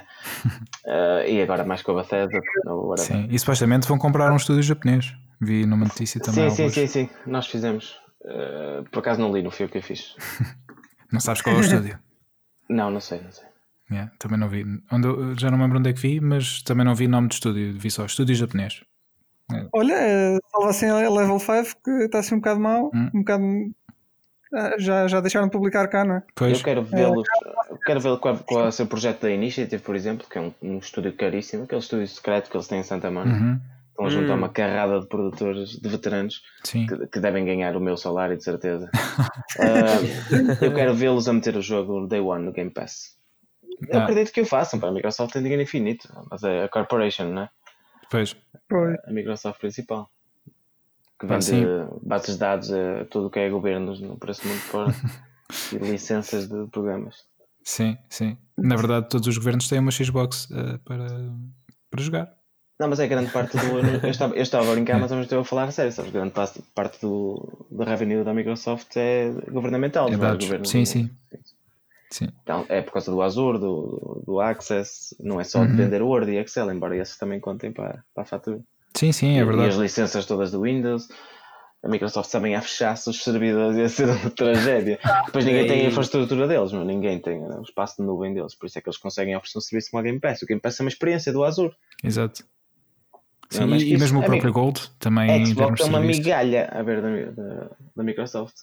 Speaker 4: E agora mais com a Bethesda.
Speaker 1: Sim. E supostamente vão comprar um estúdio japonês. Vi numa notícia também.
Speaker 4: Sim, nós fizemos. Por acaso não li, não fui o que eu fiz.
Speaker 1: Não sabes qual é o estúdio?
Speaker 4: Não sei.
Speaker 1: Yeah, também não vi. Já não me lembro onde é que vi, mas também não vi nome de estúdio. Vi só estúdio japonês.
Speaker 3: Olha, salva assim a Level 5 que está assim um bocado mau, um bocado. Já deixaram de publicar cá, não é?
Speaker 1: Pois.
Speaker 4: Eu quero vê-los. Quero ver qual é o seu projeto da Initiative, por exemplo, que é um estúdio caríssimo, aquele estúdio secreto que eles têm em Santa Mónica. Estão a juntar uma carrada de produtores, de veteranos, que devem ganhar o meu salário, de certeza. Eu quero vê-los a meter o jogo no Day One no Game Pass. Eu acredito que o façam, para a Microsoft tem dinheiro infinito, mas é a Corporation, não é?
Speaker 1: Pois.
Speaker 4: A Microsoft principal. Que vende bases de dados a tudo o que é governos no preço muito fora e licenças de programas.
Speaker 1: Sim. Na verdade, todos os governos têm uma Xbox para jogar.
Speaker 4: Não, mas é grande parte do. Eu estava a brincar, mas estou a falar a sério. Sabes? Grande parte do revenue da Microsoft é governamental.
Speaker 1: É dados. Sim.
Speaker 4: Então, é por causa do Azure, do Access, não é só de vender o Word e Excel, embora esses também contem para a fatura.
Speaker 1: Sim, é verdade.
Speaker 4: E as licenças todas do Windows. A Microsoft também a fechar-se os servidores, ia ser uma tragédia. Depois ninguém tem a infraestrutura deles, mas ninguém tem o espaço de nuvem deles. Por isso é que eles conseguem oferecer um serviço como a Game Pass. O Game Pass é uma experiência do Azure.
Speaker 1: Exato. Sim, e mesmo o próprio Gold também.
Speaker 4: A Xbox é uma migalha a ver da Microsoft.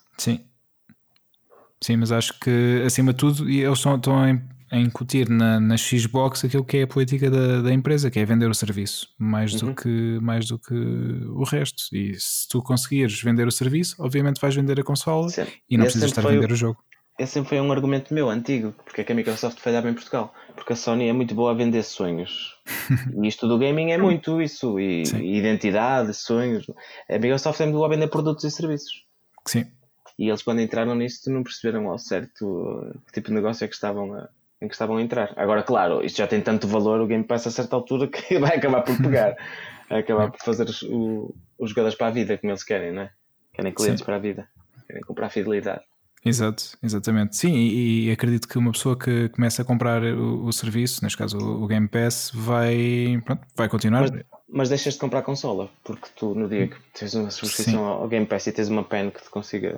Speaker 1: Sim, mas acho que acima de tudo eles estão a incutir na Xbox aquilo que é a política da empresa, que é vender o serviço mais do que o resto. E se tu conseguires vender o serviço, obviamente vais vender a consola e não precisas estar a vender o jogo.
Speaker 4: Esse sempre foi um argumento meu antigo, porque é que a Microsoft falhava em Portugal, porque a Sony é muito boa a vender sonhos. E isto do gaming é muito isso, e identidade, sonhos. A Microsoft é muito boa a vender produtos e serviços.
Speaker 1: Sim.
Speaker 4: E eles, quando entraram nisto, não perceberam ao certo que tipo de negócio é que estavam a entrar. Agora, claro, isto já tem tanto valor, o Game Pass a certa altura, que vai acabar por pegar. Vai acabar por fazer os jogadores para a vida, como eles querem, não é? Querem clientes para a vida. Querem comprar fidelidade.
Speaker 1: Exatamente. Sim, e acredito que uma pessoa que começa a comprar o serviço, neste caso o Game Pass, vai continuar.
Speaker 4: Mas deixas de comprar consola, porque tu, no dia que tens uma subscrição ao Game Pass e tens uma pen que te consiga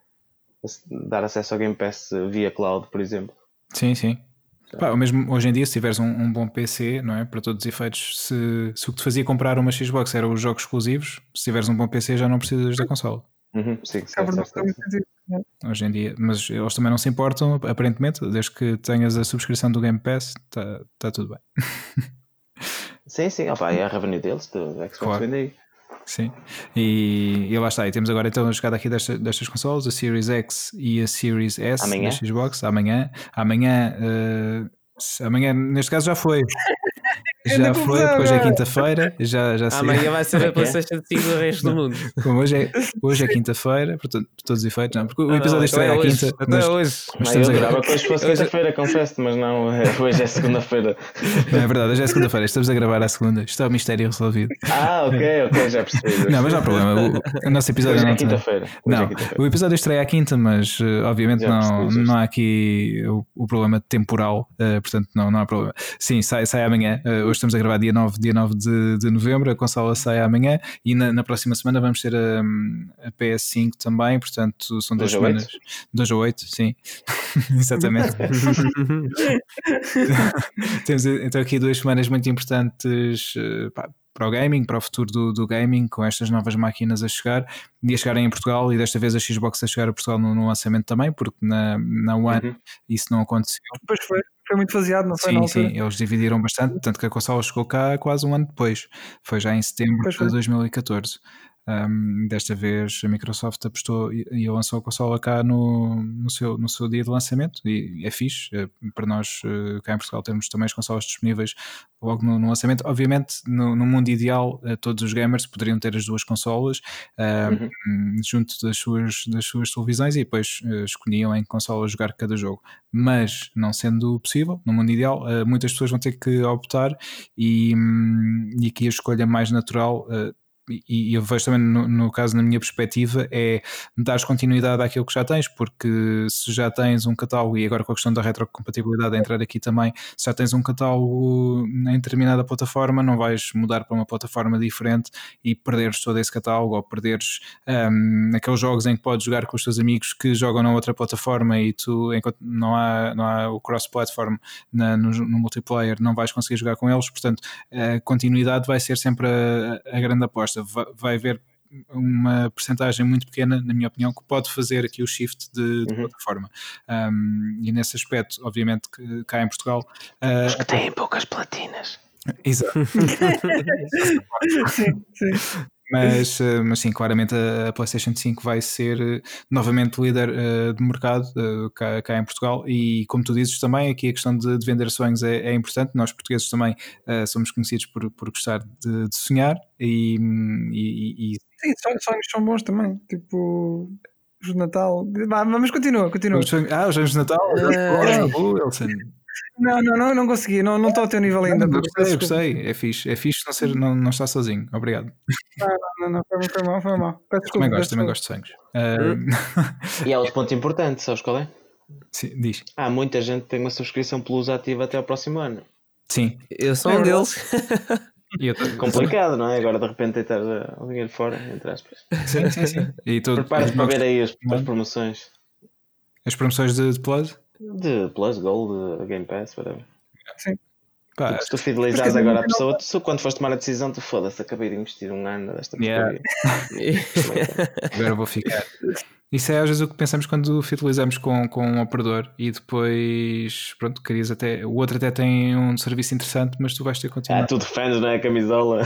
Speaker 4: dar acesso ao Game Pass via cloud, por exemplo.
Speaker 1: Sim. Mesmo hoje em dia, se tiveres um bom PC, não é? Para todos os efeitos, se o que te fazia comprar uma Xbox eram os jogos exclusivos, se tiveres um bom PC já não precisas da consola.
Speaker 4: Sim,
Speaker 1: hoje em dia, mas eles também não se importam, aparentemente, desde que tenhas a subscrição do Game Pass, está tudo bem.
Speaker 4: Sim, é a revenue deles, do Xbox, claro. Vende.
Speaker 1: Sim, e lá está, e temos agora então a chegada aqui destas consoles, a Series X e a Series S da Xbox, amanhã, neste caso já foi. Já foi, depois é quinta-feira, já
Speaker 2: amanhã vai ser a PlayStation 5 do resto do mundo.
Speaker 1: Como hoje é quinta-feira, por todos os efeitos, não, porque o episódio estreia à quinta.
Speaker 2: Até hoje.
Speaker 4: Mas eu gravo que hoje fosse quinta-feira, confesso, mas não, hoje é segunda-feira.
Speaker 1: Não, é verdade, hoje é segunda-feira, estamos a gravar à segunda. Isto é um mistério resolvido.
Speaker 4: Ok, já percebi.
Speaker 1: Não, mas não há problema. O nosso episódio
Speaker 4: hoje é quinta-feira.
Speaker 1: O episódio estreia à quinta, mas obviamente não há aqui o problema temporal, portanto não há problema. Sim, sai amanhã. Hoje estamos a gravar dia 9 de novembro, a consola sai amanhã e na próxima semana vamos ter a PS5 também, portanto são 2 semanas. 2 a 8, sim. Exatamente. Temos então aqui 2 semanas muito importantes para o gaming, para o futuro do gaming, com estas novas máquinas a chegarem em Portugal, e desta vez a Xbox a chegar a Portugal no lançamento também, porque na One isso não aconteceu.
Speaker 3: Depois foi muito faseado, não foi?
Speaker 1: Sim, eles dividiram bastante, tanto que a consola chegou cá quase um ano depois, foi já em setembro de 2014. Desta vez a Microsoft apostou e lançou a consola cá no seu dia de lançamento, e é fixe para nós cá em Portugal termos também as consolas disponíveis logo no lançamento. Obviamente no mundo ideal todos os gamers poderiam ter as duas consolas junto das suas televisões, e depois escolhiam em que consola jogar cada jogo, mas não sendo possível, no mundo ideal muitas pessoas vão ter que optar, e aqui a escolha mais natural, e eu vejo também no caso, na minha perspectiva, é dar continuidade àquilo que já tens, porque se já tens um catálogo, e agora com a questão da retrocompatibilidade a entrar aqui também, se já tens um catálogo em determinada plataforma, não vais mudar para uma plataforma diferente e perderes todo esse catálogo, ou perderes aqueles jogos em que podes jogar com os teus amigos que jogam na outra plataforma, e tu, enquanto não há o cross-platform no multiplayer, não vais conseguir jogar com eles. Portanto, a continuidade vai ser sempre a grande aposta. Vai haver uma percentagem muito pequena, na minha opinião, que pode fazer aqui o shift de plataforma, e nesse aspecto, obviamente, que cá em Portugal
Speaker 4: os que têm poucas platinas.
Speaker 1: Exato.
Speaker 3: sim.
Speaker 1: Mas sim, claramente a PlayStation 5 vai ser novamente líder de mercado cá em Portugal, e como tu dizes também, aqui a questão de vender sonhos é importante. Nós portugueses também somos conhecidos por gostar de sonhar, e
Speaker 3: Sim, sonhos são bons também, tipo os de Natal. Mas continua.
Speaker 1: Os sonhos de Natal? Wilson.
Speaker 3: Não consegui, não estou ao teu nível ainda.
Speaker 1: Gostei, é fixe não estar sozinho. Obrigado.
Speaker 3: Não, foi mal.
Speaker 1: Também gosto de sonhos.
Speaker 4: E há outro ponto importante, sabes qual é?
Speaker 1: Sim, diz.
Speaker 4: Há muita gente que tem uma subscrição Plus ativa até ao próximo ano.
Speaker 1: Sim.
Speaker 2: Eu sou um deles.
Speaker 4: Complicado, não é? Agora de repente deitar o dinheiro fora, entre aspas.
Speaker 1: Sim.
Speaker 4: Prepara-te para ver aí as promoções.
Speaker 1: As promoções de Plus?
Speaker 4: De Plus, Gold, de Game Pass, whatever.
Speaker 3: Sim.
Speaker 4: Se tu fidelizares agora a pessoa, quando foste tomar a decisão, tu foda-se, acabei de investir um ano desta porcaria.
Speaker 1: Agora vou ficar. Isso é às vezes o que pensamos quando fidelizamos com um operador, e depois, pronto, querias até. O outro até tem um serviço interessante, mas tu vais ter que continuar.
Speaker 4: Tu defendes, não é? A camisola.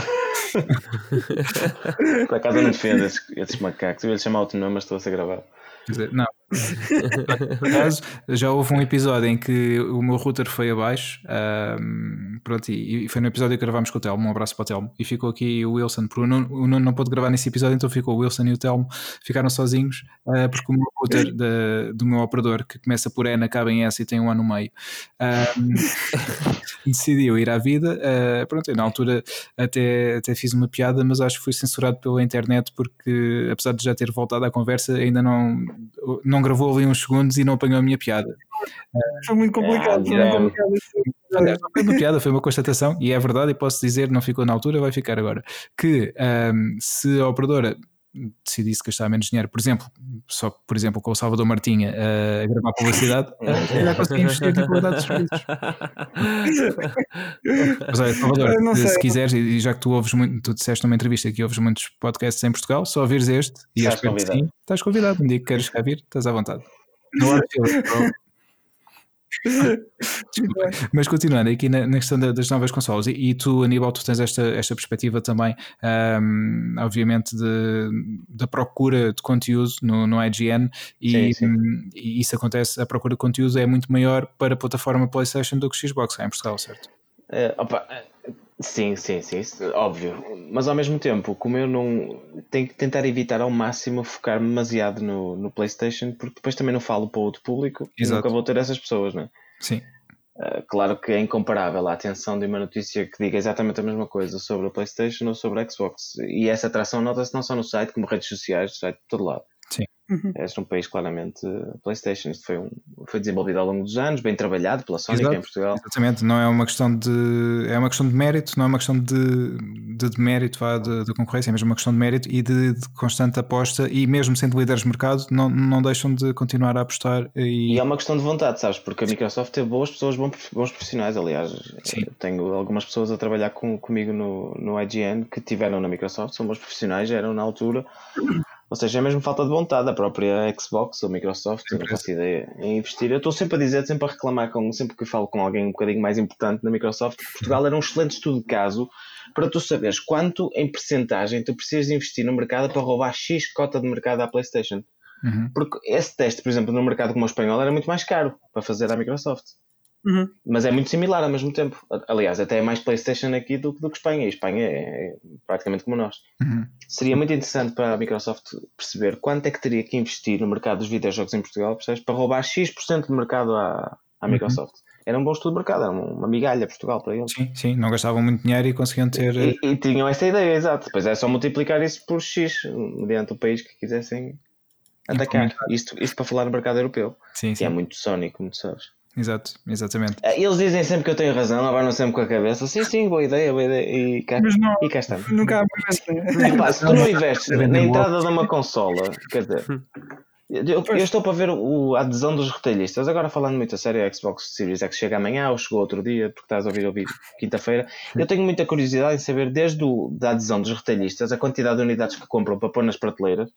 Speaker 4: Por acaso eu não defendo esses macacos. Eu ia lhe chamar outro nome, mas estou a ser gravado.
Speaker 1: Quer dizer, não. Por acaso, já houve um episódio em que o meu router foi abaixo, pronto, e foi no episódio que gravámos com o Telmo. Um abraço para o Telmo. E ficou aqui o Wilson, porque o Nuno não pôde gravar nesse episódio, então ficou o Wilson e o Telmo, ficaram sozinhos, porque o meu router do meu operador, que começa por N, acaba em S e tem um ano no meio, decidiu ir à vida. Pronto, eu na altura até fiz uma piada, mas acho que fui censurado pela internet, porque apesar de já ter voltado à conversa, ainda não gravou ali uns segundos e não apanhou a minha piada.
Speaker 3: Foi muito complicado.
Speaker 1: Não foi uma piada, foi uma constatação, e é verdade, e posso dizer, não ficou na altura, vai ficar agora, que se a operadora decidisse gastar menos dinheiro, por exemplo com o Salvador Martinha a gravar publicidade, já conseguimos ter qualidade de serviços. Mas olha, Salvador, se quiseres, e já que tu ouves muito, tu disseste numa entrevista que ouves muitos podcasts em Portugal, só ouvires este, e
Speaker 4: estás convidado.
Speaker 1: Sim, estás convidado. Um dia que queres cá vir, estás à vontade. Não há Mas continuando aqui na questão das novas consolas, e tu, Aníbal, tu tens esta perspectiva também, obviamente, da procura de conteúdo no IGN, e isso acontece, a procura de conteúdo é muito maior para a plataforma PlayStation do que Xbox em Portugal, certo?
Speaker 4: Sim, óbvio, mas ao mesmo tempo, como eu não tenho que tentar evitar ao máximo focar-me demasiado no PlayStation, porque depois também não falo para outro público. E nunca vou ter essas pessoas, não é?
Speaker 1: Sim.
Speaker 4: Claro que é incomparável a atenção de uma notícia que diga exatamente a mesma coisa sobre a PlayStation ou sobre a Xbox, e essa atração nota-se não só no site, como redes sociais, site de todo lado.
Speaker 1: Sim.
Speaker 4: És um país claramente PlayStation. Isto foi desenvolvido ao longo dos anos, bem trabalhado pela Sony aqui em Portugal.
Speaker 1: Exatamente, não é uma questão de. É uma questão de mérito, não é uma questão de mérito da concorrência, é mesmo uma questão de mérito e de constante aposta. E mesmo sendo líderes de mercado, não deixam de continuar a apostar.
Speaker 4: E é uma questão de vontade, sabes? Porque a Microsoft teve boas pessoas, bons profissionais. Aliás, tenho algumas pessoas a trabalhar comigo no IGN que tiveram na Microsoft, são bons profissionais, eram na altura. Ou seja, é mesmo falta de vontade. A própria Xbox ou Microsoft, eu não faço ideia em investir. Eu estou sempre a dizer, sempre a reclamar, sempre que falo com alguém um bocadinho mais importante na Microsoft, que Portugal era um excelente estudo de caso para tu saberes quanto em percentagem tu precisas investir no mercado para roubar X cota de mercado à PlayStation. Porque esse teste, por exemplo, no mercado como o espanhol era muito mais caro para fazer à Microsoft. Mas é muito similar ao mesmo tempo. Aliás, até é mais PlayStation aqui do que Espanha. E Espanha é praticamente como nós. Seria muito interessante para a Microsoft perceber quanto é que teria que investir no mercado dos videojogos em Portugal, percebes? Para roubar X% de mercado à Microsoft. Era um bom estudo de mercado, era uma migalha Portugal para eles.
Speaker 1: Sim, não gastavam muito dinheiro e conseguiam ter...
Speaker 4: E tinham essa ideia, exato. Depois é só multiplicar isso por X, mediante o país que quisessem atacar. Isto para falar no mercado europeu.
Speaker 1: Sim.
Speaker 4: É muito Sony, como tu sabes.
Speaker 1: Exatamente.
Speaker 4: Eles dizem sempre que eu tenho razão, abanam sempre com a cabeça. Sim, boa ideia. E cá estamos.
Speaker 3: Nunca há
Speaker 4: muito. Se tu não investes na entrada de uma consola, quer dizer, eu estou para ver a adesão dos retalhistas. Agora falando muito a sério, a Xbox Series X chega amanhã ou chegou outro dia, porque estás a ouvir quinta-feira. Eu tenho muita curiosidade em saber, desde a adesão dos retalhistas, a quantidade de unidades que compram para pôr nas prateleiras,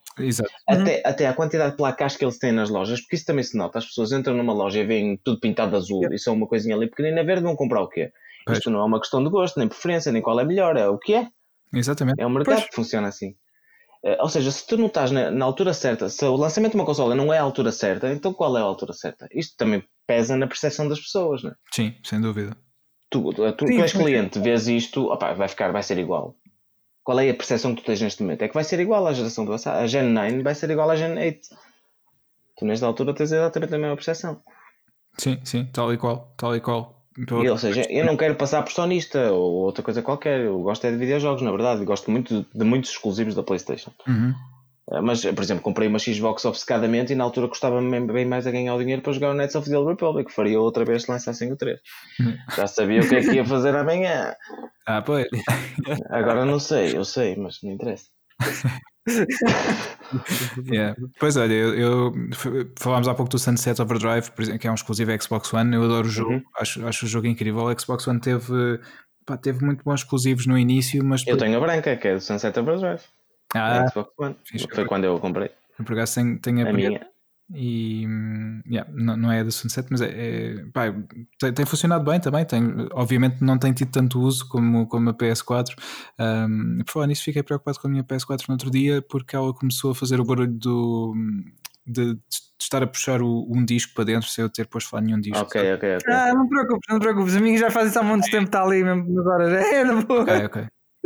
Speaker 4: até a quantidade de placas que eles têm nas lojas, porque isso também se nota. As pessoas entram numa loja e veem tudo pintado de azul e são uma coisinha ali pequenina verde, vão comprar o quê? Isto não é uma questão de gosto, nem preferência, nem qual é melhor, é o que é.
Speaker 1: Exatamente.
Speaker 4: É um mercado que funciona assim. Ou seja, se tu não estás na altura certa, se o lançamento de uma consola não é a altura certa, então qual é a altura certa? Isto também pesa na percepção das pessoas, não é?
Speaker 1: Sim, sem dúvida.
Speaker 4: Tu és cliente, vês isto, vai ser igual. Qual é a percepção que tu tens neste momento? É que vai ser igual à geração do passado. A Gen 9 vai ser igual à Gen 8. Tu nesta altura tens exatamente a mesma percepção.
Speaker 1: Sim, tal e qual.
Speaker 4: Ou seja, eu não quero passar por sonista ou outra coisa qualquer. Eu gosto de videojogos, na verdade. Gosto muito de muitos exclusivos da PlayStation. Mas, por exemplo, comprei uma Xbox obcecadamente e na altura custava-me bem mais a ganhar o dinheiro para jogar o Knights of the Old Republic. Faria outra vez se lançassem o 3. Já sabia o que é que ia fazer amanhã.
Speaker 1: Pois.
Speaker 4: Agora não sei, eu sei, mas não interessa.
Speaker 1: Pois olha, falámos há pouco do Sunset Overdrive, por exemplo, que é um exclusivo Xbox One. Eu adoro o jogo, acho o jogo incrível. O Xbox One teve muito bons exclusivos no início, mas
Speaker 4: eu tenho a branca, que é do Sunset Overdrive. Xbox One. Foi quando eu comprei.
Speaker 1: Eu por acaso tenho
Speaker 4: a minha.
Speaker 1: E não é da Sunset, mas tem funcionado bem também. Obviamente não tem tido tanto uso como a PS4. Por falar nisso, fiquei preocupado com a minha PS4 no outro dia porque ela começou a fazer o barulho de estar a puxar um disco para dentro sem eu ter posto lá nenhum disco.
Speaker 4: Ok.
Speaker 3: Não te preocupes, a minha já faz isso há muito tempo, está ali mesmo nas horas. Na boa.
Speaker 1: Ok.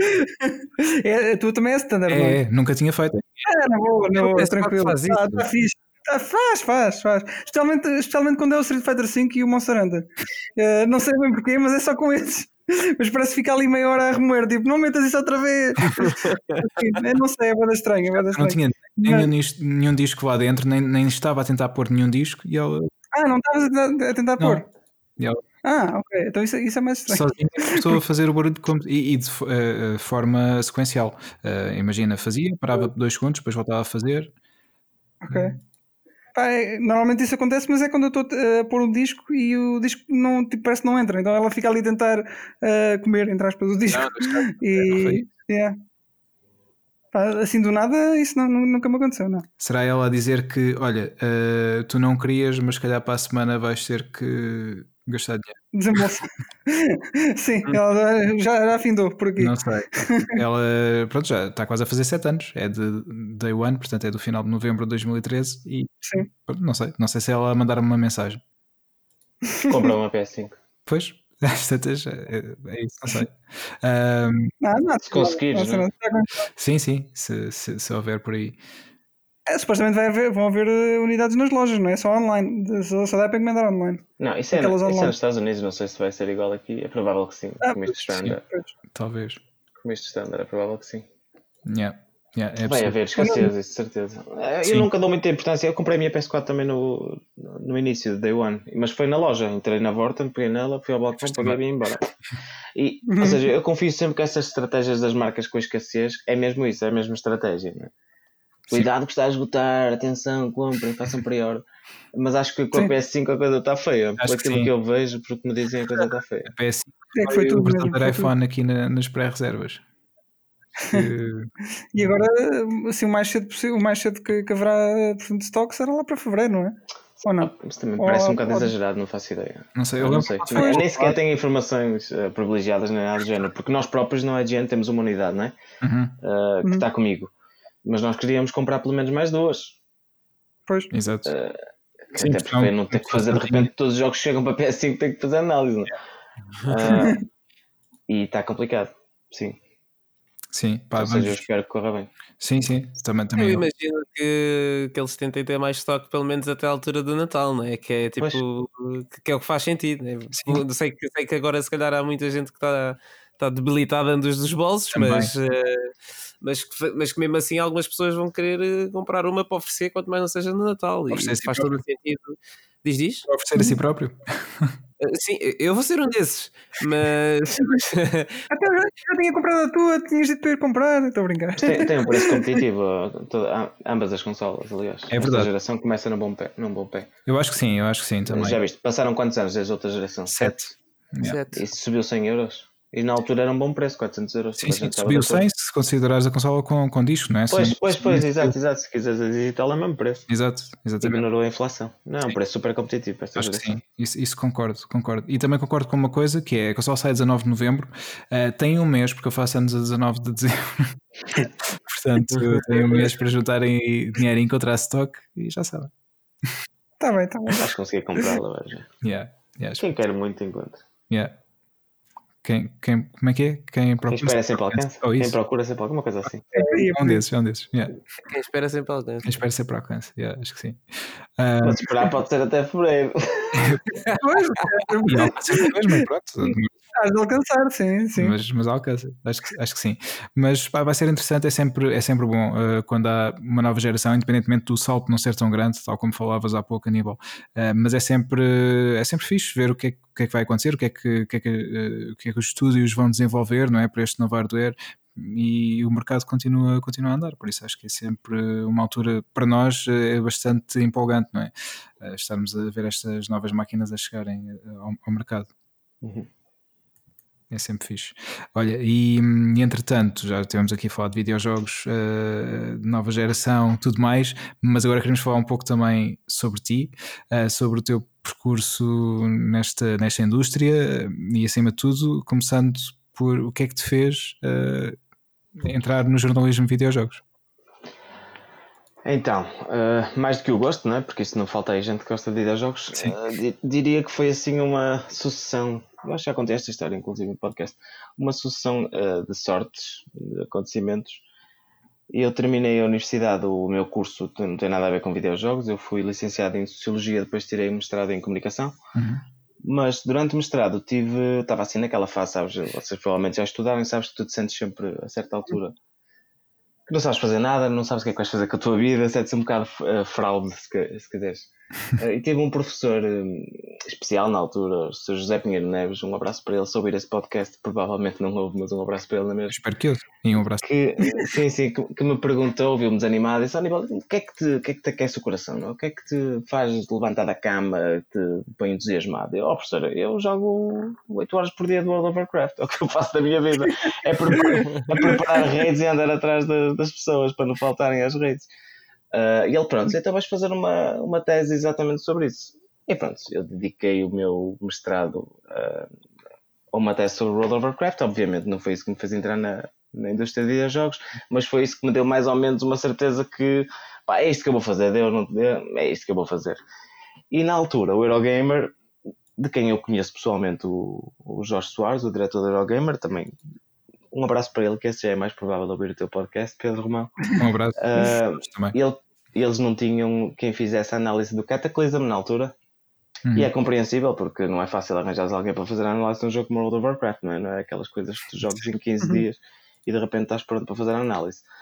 Speaker 3: Tu também é standard, não é?
Speaker 1: Nunca tinha feito.
Speaker 3: Na boa, tranquilo. Está fixe. Faz. Especialmente quando é o Street Fighter V e o Monster Hunter. Não sei bem porquê, mas é só com esses. Mas parece que fica ali meia hora a remoer. Tipo, não metas isso outra vez. Não sei, é bada estranha.
Speaker 1: Não tinha nenhum disco lá dentro, nem estava a tentar pôr nenhum disco. E ela...
Speaker 3: não estavas a tentar pôr? Ok. Então isso é mais estranho.
Speaker 1: Sozinha começou a fazer o barulho de forma sequencial. Imagina, parava 2 segundos, depois voltava a fazer.
Speaker 3: Ok. Normalmente isso acontece, mas é quando eu estou a pôr um disco e o disco não, tipo, parece que não entra. Então ela fica ali a tentar comer, entre aspas, o disco. Assim do nada, isso nunca me aconteceu, não.
Speaker 1: Será ela a dizer que, olha, tu não querias, mas se calhar para a semana vais ter que gastar dinheiro?
Speaker 3: Desembolso. Sim, ela já afindou por aqui.
Speaker 1: Não sei. Ela, pronto, já está quase a fazer 7 anos. É de Day One, portanto é do final de novembro de 2013. E
Speaker 3: sim.
Speaker 1: Não sei se ela mandar-me uma mensagem.
Speaker 4: Compra uma PS5.
Speaker 1: Pois, às tantas, é isso, não sei.
Speaker 4: Se conseguires, não é?
Speaker 1: Sim, se houver por aí.
Speaker 3: Supostamente vão haver unidades nas lojas, não é? Só online. Só dá para encomendar online.
Speaker 4: Não, isso é nos Estados Unidos, não sei se vai ser igual aqui. É provável que sim. Como isto standard.
Speaker 1: Talvez.
Speaker 4: Como isto standard, é provável que sim. Vai haver escassez, isso de certeza. Eu nunca dou muita importância. Eu comprei a minha PS4 também no início de Day One, mas foi na loja. Entrei na Vorten, peguei nela, fui ao balcão, paguei e vim embora. Ou seja, eu confio sempre que essas estratégias das marcas com escassez é mesmo isso, é a mesma estratégia. Não é? Cuidado que está a esgotar, atenção, comprem, façam prior. Mas acho que com a PS5 a coisa está feia. Por aquilo que eu vejo, porque me dizem a coisa está feia.
Speaker 1: A PS5 foi o verdadeiro iPhone aqui nas pré-reservas.
Speaker 3: E agora, assim, o mais cedo possível, o mais cedo que haverá de stock será lá para fevereiro, não é? Ou não?
Speaker 4: Mas também parece um bocado exagerado, não faço ideia.
Speaker 1: Não sei,
Speaker 4: não sei. Nem sequer tenho informações privilegiadas nem nada do género, porque nós próprios não é de gente, temos uma unidade, não é? Que está comigo. Mas nós queríamos comprar pelo menos mais 2.
Speaker 3: Pois.
Speaker 1: Exato.
Speaker 4: Até porque não ter que fazer de repente todos os jogos que chegam para PS5 tem que fazer análise, não é? E está complicado, sim.
Speaker 1: Sim, pá,
Speaker 4: ou seja, eu espero que corra bem.
Speaker 1: Sim, também.
Speaker 2: Eu imagino que eles tentem ter mais estoque pelo menos até a altura do Natal, não é? Que é tipo, que é o que faz sentido, né? Sei que agora se calhar há muita gente que está debilitada dos bolsos, mas que mesmo assim algumas pessoas vão querer comprar uma para oferecer, quanto mais não seja no Natal, e faz todo o sentido. Diz?
Speaker 1: Para oferecer a si próprio?
Speaker 2: Sim, eu vou ser um desses, mas
Speaker 3: Até já tinha comprado a tua, tinhas dito para ir comprar, estou a brincar.
Speaker 4: Tem um preço competitivo, ambas as consolas, aliás.
Speaker 1: É verdade.
Speaker 4: Esta geração começa num bom pé.
Speaker 1: Eu acho que sim também.
Speaker 4: Já viste, passaram quantos anos desde a outra geração?
Speaker 1: 7.
Speaker 4: E subiu 100 euros. E na altura era um bom preço, 400 euros.
Speaker 1: Sim, subiu 100 se considerares a consola com disco, não é?
Speaker 4: Pois, exato. Se quiseres a digital é o mesmo preço.
Speaker 1: Exatamente.
Speaker 4: Ignorou a inflação. Não, é um preço super competitivo para esta geração.
Speaker 1: Sim, isso concordo. E também concordo com uma coisa, que é a consola sai a 19 de novembro, tem um mês, porque eu faço anos a 19 de dezembro. Portanto, tem um mês para juntarem dinheiro e encontrar stock e já sabem.
Speaker 3: Está bem.
Speaker 4: Acho que consegui comprá-la hoje. Quem quer muito encontra.
Speaker 1: Como é que é? Quem
Speaker 4: espera sempre alcance. Quem procura sempre alguma coisa assim.
Speaker 1: É um desses.
Speaker 2: Quem espera sempre alcance.
Speaker 1: Quem espera sempre alcance. Acho que sim.
Speaker 4: Mas esperar pode ser até fevereiro.
Speaker 1: Mas pronto.
Speaker 3: Hás de alcançar, sim.
Speaker 1: Mas alcança, acho que sim. Mas vai ser interessante, é sempre bom quando há uma nova geração, independentemente do salto não ser tão grande, tal como falavas há pouco, Aníbal. Mas é sempre fixe ver o que é que vai acontecer, o que é que os estúdios vão desenvolver, não é, para este novo hardware, e o mercado continua a andar, por isso acho que é sempre uma altura, para nós, é bastante empolgante, não é? Estarmos a ver estas novas máquinas a chegarem ao mercado. É sempre fixe. Olha, e entretanto, já estivemos aqui a falar de videojogos de nova geração, tudo mais, mas agora queremos falar um pouco também sobre ti, sobre o teu percurso nesta indústria e, acima de tudo, começando por o que é que te fez entrar no jornalismo de videojogos.
Speaker 4: Então, mais do que eu gosto, não é? Porque isso não falta aí gente que gosta de videojogos. Diria que foi assim uma sucessão, eu acho que já contei esta história inclusive no podcast, uma sucessão de sortes, de acontecimentos. Eu terminei a universidade, o meu curso não tem nada a ver com videojogos, eu fui licenciado em Sociologia, depois tirei mestrado em Comunicação. Mas durante o mestrado estava assim naquela fase, sabes, vocês provavelmente já estudaram, sabes que tu te sentes sempre a certa altura que não sabes fazer nada, não sabes o que é que vais fazer com a tua vida, sentes um bocado fraude, se quiseres. E tive um professor especial na altura, o Sr. José Pinheiro Neves, um abraço para ele, se ouvir esse podcast, provavelmente não ouve, mas um abraço para ele na mesma.
Speaker 1: Espero que eu e um abraço.
Speaker 4: Que me perguntou, viu-me desanimado, e disse: Aníbal, o que é que te aquece o coração? Não? O que é que te faz levantar da cama, te põe entusiasmado? Eu, professor, eu jogo 8 horas por dia de World of Warcraft, é o que eu faço da minha vida, é preparar redes e andar atrás das pessoas para não faltarem às redes. E ele, pronto, então vais fazer uma tese exatamente sobre isso. E pronto, eu dediquei o meu mestrado a uma tese sobre World of Warcraft. Obviamente não foi isso que me fez entrar na indústria de videojogos, mas foi isso que me deu mais ou menos uma certeza que é isto que eu vou fazer, deu ou não deu, é isto que eu vou fazer. E na altura o Eurogamer, de quem eu conheço pessoalmente o Jorge Soares, o diretor do Eurogamer, também um abraço para ele, que esse já é mais provável de ouvir o teu podcast, Pedro Romão.
Speaker 1: Um abraço.
Speaker 4: Eles não tinham quem fizesse a análise do Cataclysm na altura. E é compreensível, porque não é fácil arranjar alguém para fazer a análise de um jogo como World of Warcraft, não é? Não é aquelas coisas que tu jogas em 15 dias e de repente estás pronto para fazer a análise.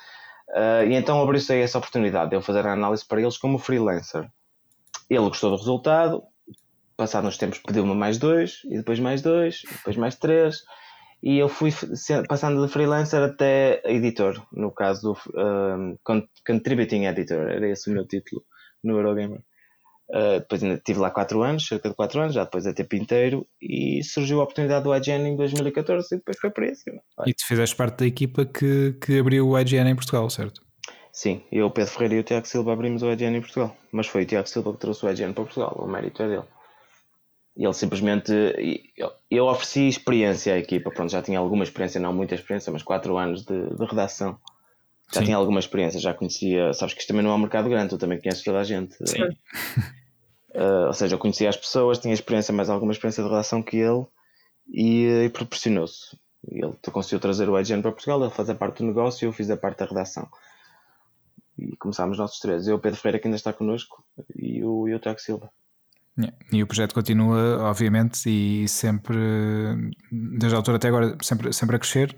Speaker 4: E então abriu-se essa oportunidade de eu fazer a análise para eles como freelancer. Ele gostou do resultado, passado uns tempos pediu-me mais 2, e depois mais 2, e depois mais 3, e eu fui passando de freelancer até editor, no caso do Contributing Editor, era esse o meu título no Eurogamer. Depois ainda estive lá 4 anos, cerca de 4 anos, já depois a tempo inteiro, e surgiu a oportunidade do IGN em 2014 e depois foi para isso.
Speaker 1: E tu fizeste parte da equipa que abriu o IGN em Portugal, certo?
Speaker 4: Sim, eu, o Pedro Ferreira e o Tiago Silva abrimos o IGN em Portugal, mas foi o Tiago Silva que trouxe o IGN para Portugal, o mérito é dele. E ele simplesmente, eu ofereci experiência à equipa, pronto, já tinha alguma experiência, não muita experiência, mas 4 anos de redação. Já tinha alguma experiência, já conhecia, sabes que isto também não é um mercado grande, tu também conheces toda a gente.
Speaker 1: Sim.
Speaker 4: Ou seja, eu conhecia as pessoas, tinha experiência, mais alguma experiência de redação que ele, e proporcionou-se. Ele conseguiu trazer o IGN para Portugal, ele faz a parte do negócio e eu fiz a parte da redação. E começámos nós os 3, eu, o Pedro Ferreira, que ainda está connosco, e o Tiago Silva.
Speaker 1: E o projeto continua, obviamente, e sempre, desde a altura até agora, sempre a crescer,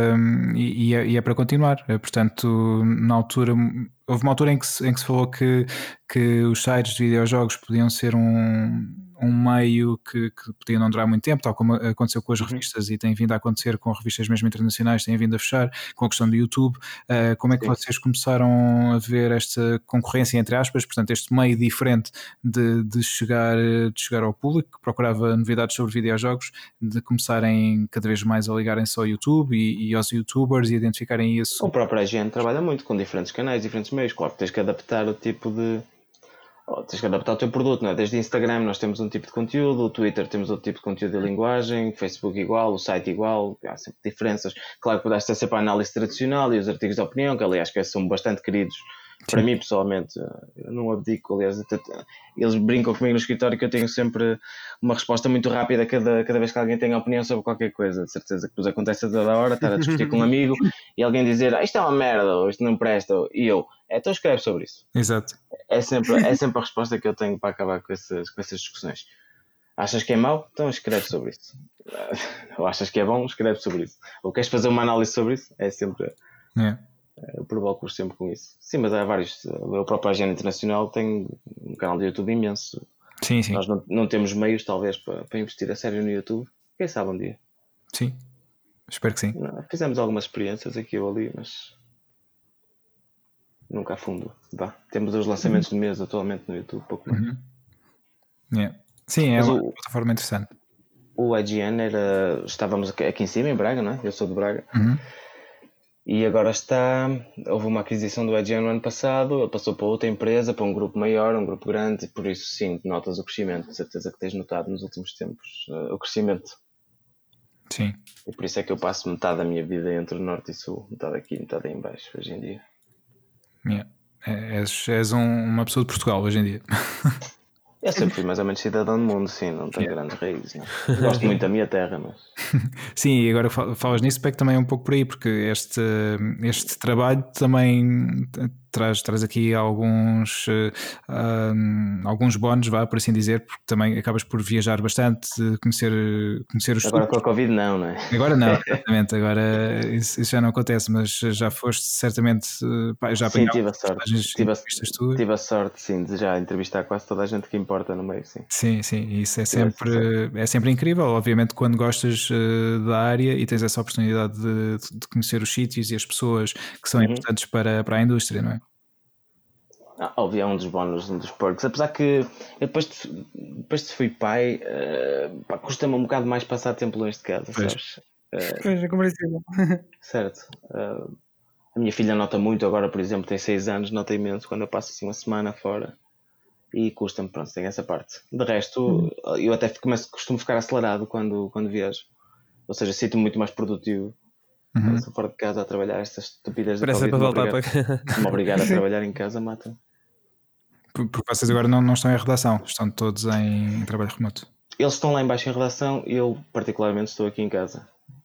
Speaker 1: e é para continuar. Portanto, na altura, houve uma altura em que se falou que os sites de videojogos podiam ser um meio que podia não durar muito tempo, tal como aconteceu com as revistas e tem vindo a acontecer com revistas mesmo internacionais, têm vindo a fechar, com a questão do YouTube. Como é que vocês começaram a ver esta concorrência, entre aspas, portanto este meio diferente de chegar ao público, que procurava novidades sobre videojogos, de começarem cada vez mais a ligarem-se ao YouTube e aos YouTubers e identificarem isso?
Speaker 4: O próprio IGN trabalha muito com diferentes canais, diferentes meios, claro que tens que adaptar o tipo de... tens que adaptar o teu produto, não é? Desde Instagram nós temos um tipo de conteúdo, o Twitter temos outro tipo de conteúdo de linguagem, o Facebook igual, o site igual, há sempre diferenças. Claro que pudeste ter sempre a análise tradicional e os artigos de opinião, que aliás que são bastante queridos para mim pessoalmente. Eu não abdico, aliás, eles brincam comigo no escritório que eu tenho sempre uma resposta muito rápida cada vez que alguém tem opinião sobre ququalquer coisa. De certeza que depois acontece a toda hora, estar a discutir com um amigo e alguém dizer isto é uma merda, ou isto não presta, e eu, então escreve sobre isso.
Speaker 1: Exato.
Speaker 4: É sempre a resposta que eu tenho para acabar com essas discussões. Achas que é mau? Então escreve sobre isso. Ou achas que é bom? Escreve sobre isso. Ou queres fazer uma análise sobre isso? É sempre... Eu provoco sempre com isso. Sim, mas há vários. O próprio IGN Internacional tem um canal de YouTube imenso.
Speaker 1: Sim.
Speaker 4: Nós não temos meios, talvez, para investir a sério no YouTube. Quem sabe um dia?
Speaker 1: Sim, espero que sim.
Speaker 4: Fizemos algumas experiências aqui ou ali, mas nunca a fundo. Temos os lançamentos do mês atualmente no YouTube, pouco mais.
Speaker 1: Sim, é uma plataforma interessante.
Speaker 4: O IGN estávamos aqui em cima, em Braga, não é? Eu sou de Braga. E agora houve uma aquisição do IGN no ano passado, ele passou para outra empresa, para um grupo maior, um grupo grande, e por isso sim, notas o crescimento, de certeza que tens notado nos últimos tempos o crescimento.
Speaker 1: Sim.
Speaker 4: E por isso é que eu passo metade da minha vida entre o norte e sul, metade aqui, metade aí em baixo, hoje em dia.
Speaker 1: És uma pessoa de Portugal hoje em dia.
Speaker 4: Eu sempre fui mais ou menos cidadão do mundo, sim, não tenho grandes raízes. Não. Gosto muito da minha terra, mas...
Speaker 1: Sim, e agora falas nisso, porque também é um pouco por aí, porque este trabalho também traz aqui alguns bónus, por assim dizer, porque também acabas por viajar bastante, conhecer os
Speaker 4: Agora com a Covid não é?
Speaker 1: Agora não, exatamente, agora isso já não acontece, mas já foste certamente, já apanhaste.
Speaker 4: Sim, tive a sorte, sim, de já entrevistar quase toda a gente que importa no meio, sim.
Speaker 1: Sim, isso é sempre incrível, obviamente quando gostas da área e tens essa oportunidade de conhecer os sítios e as pessoas que são importantes para a indústria, não é?
Speaker 4: Óbvio, é um dos bónus, um dos perks. Apesar que eu depois de fui pai, custa-me um bocado mais passar tempo longe de casa, sabes?
Speaker 3: Pois, é compreensível.
Speaker 4: Certo. A minha filha nota muito, agora por exemplo tem 6 anos, nota imenso quando eu passo assim uma semana fora e custa-me, pronto, tem essa parte. De resto, eu até costumo ficar acelerado quando viajo. Ou seja, sinto-me muito mais produtivo. Sou fora de casa a trabalhar estas estupidez
Speaker 2: Parece
Speaker 4: de
Speaker 2: para voltar
Speaker 4: me obrigar a trabalhar em casa, mata.
Speaker 1: Porque vocês agora não estão em redação, estão todos em trabalho remoto.
Speaker 4: Eles estão lá em baixo em redação, eu particularmente estou aqui em casa.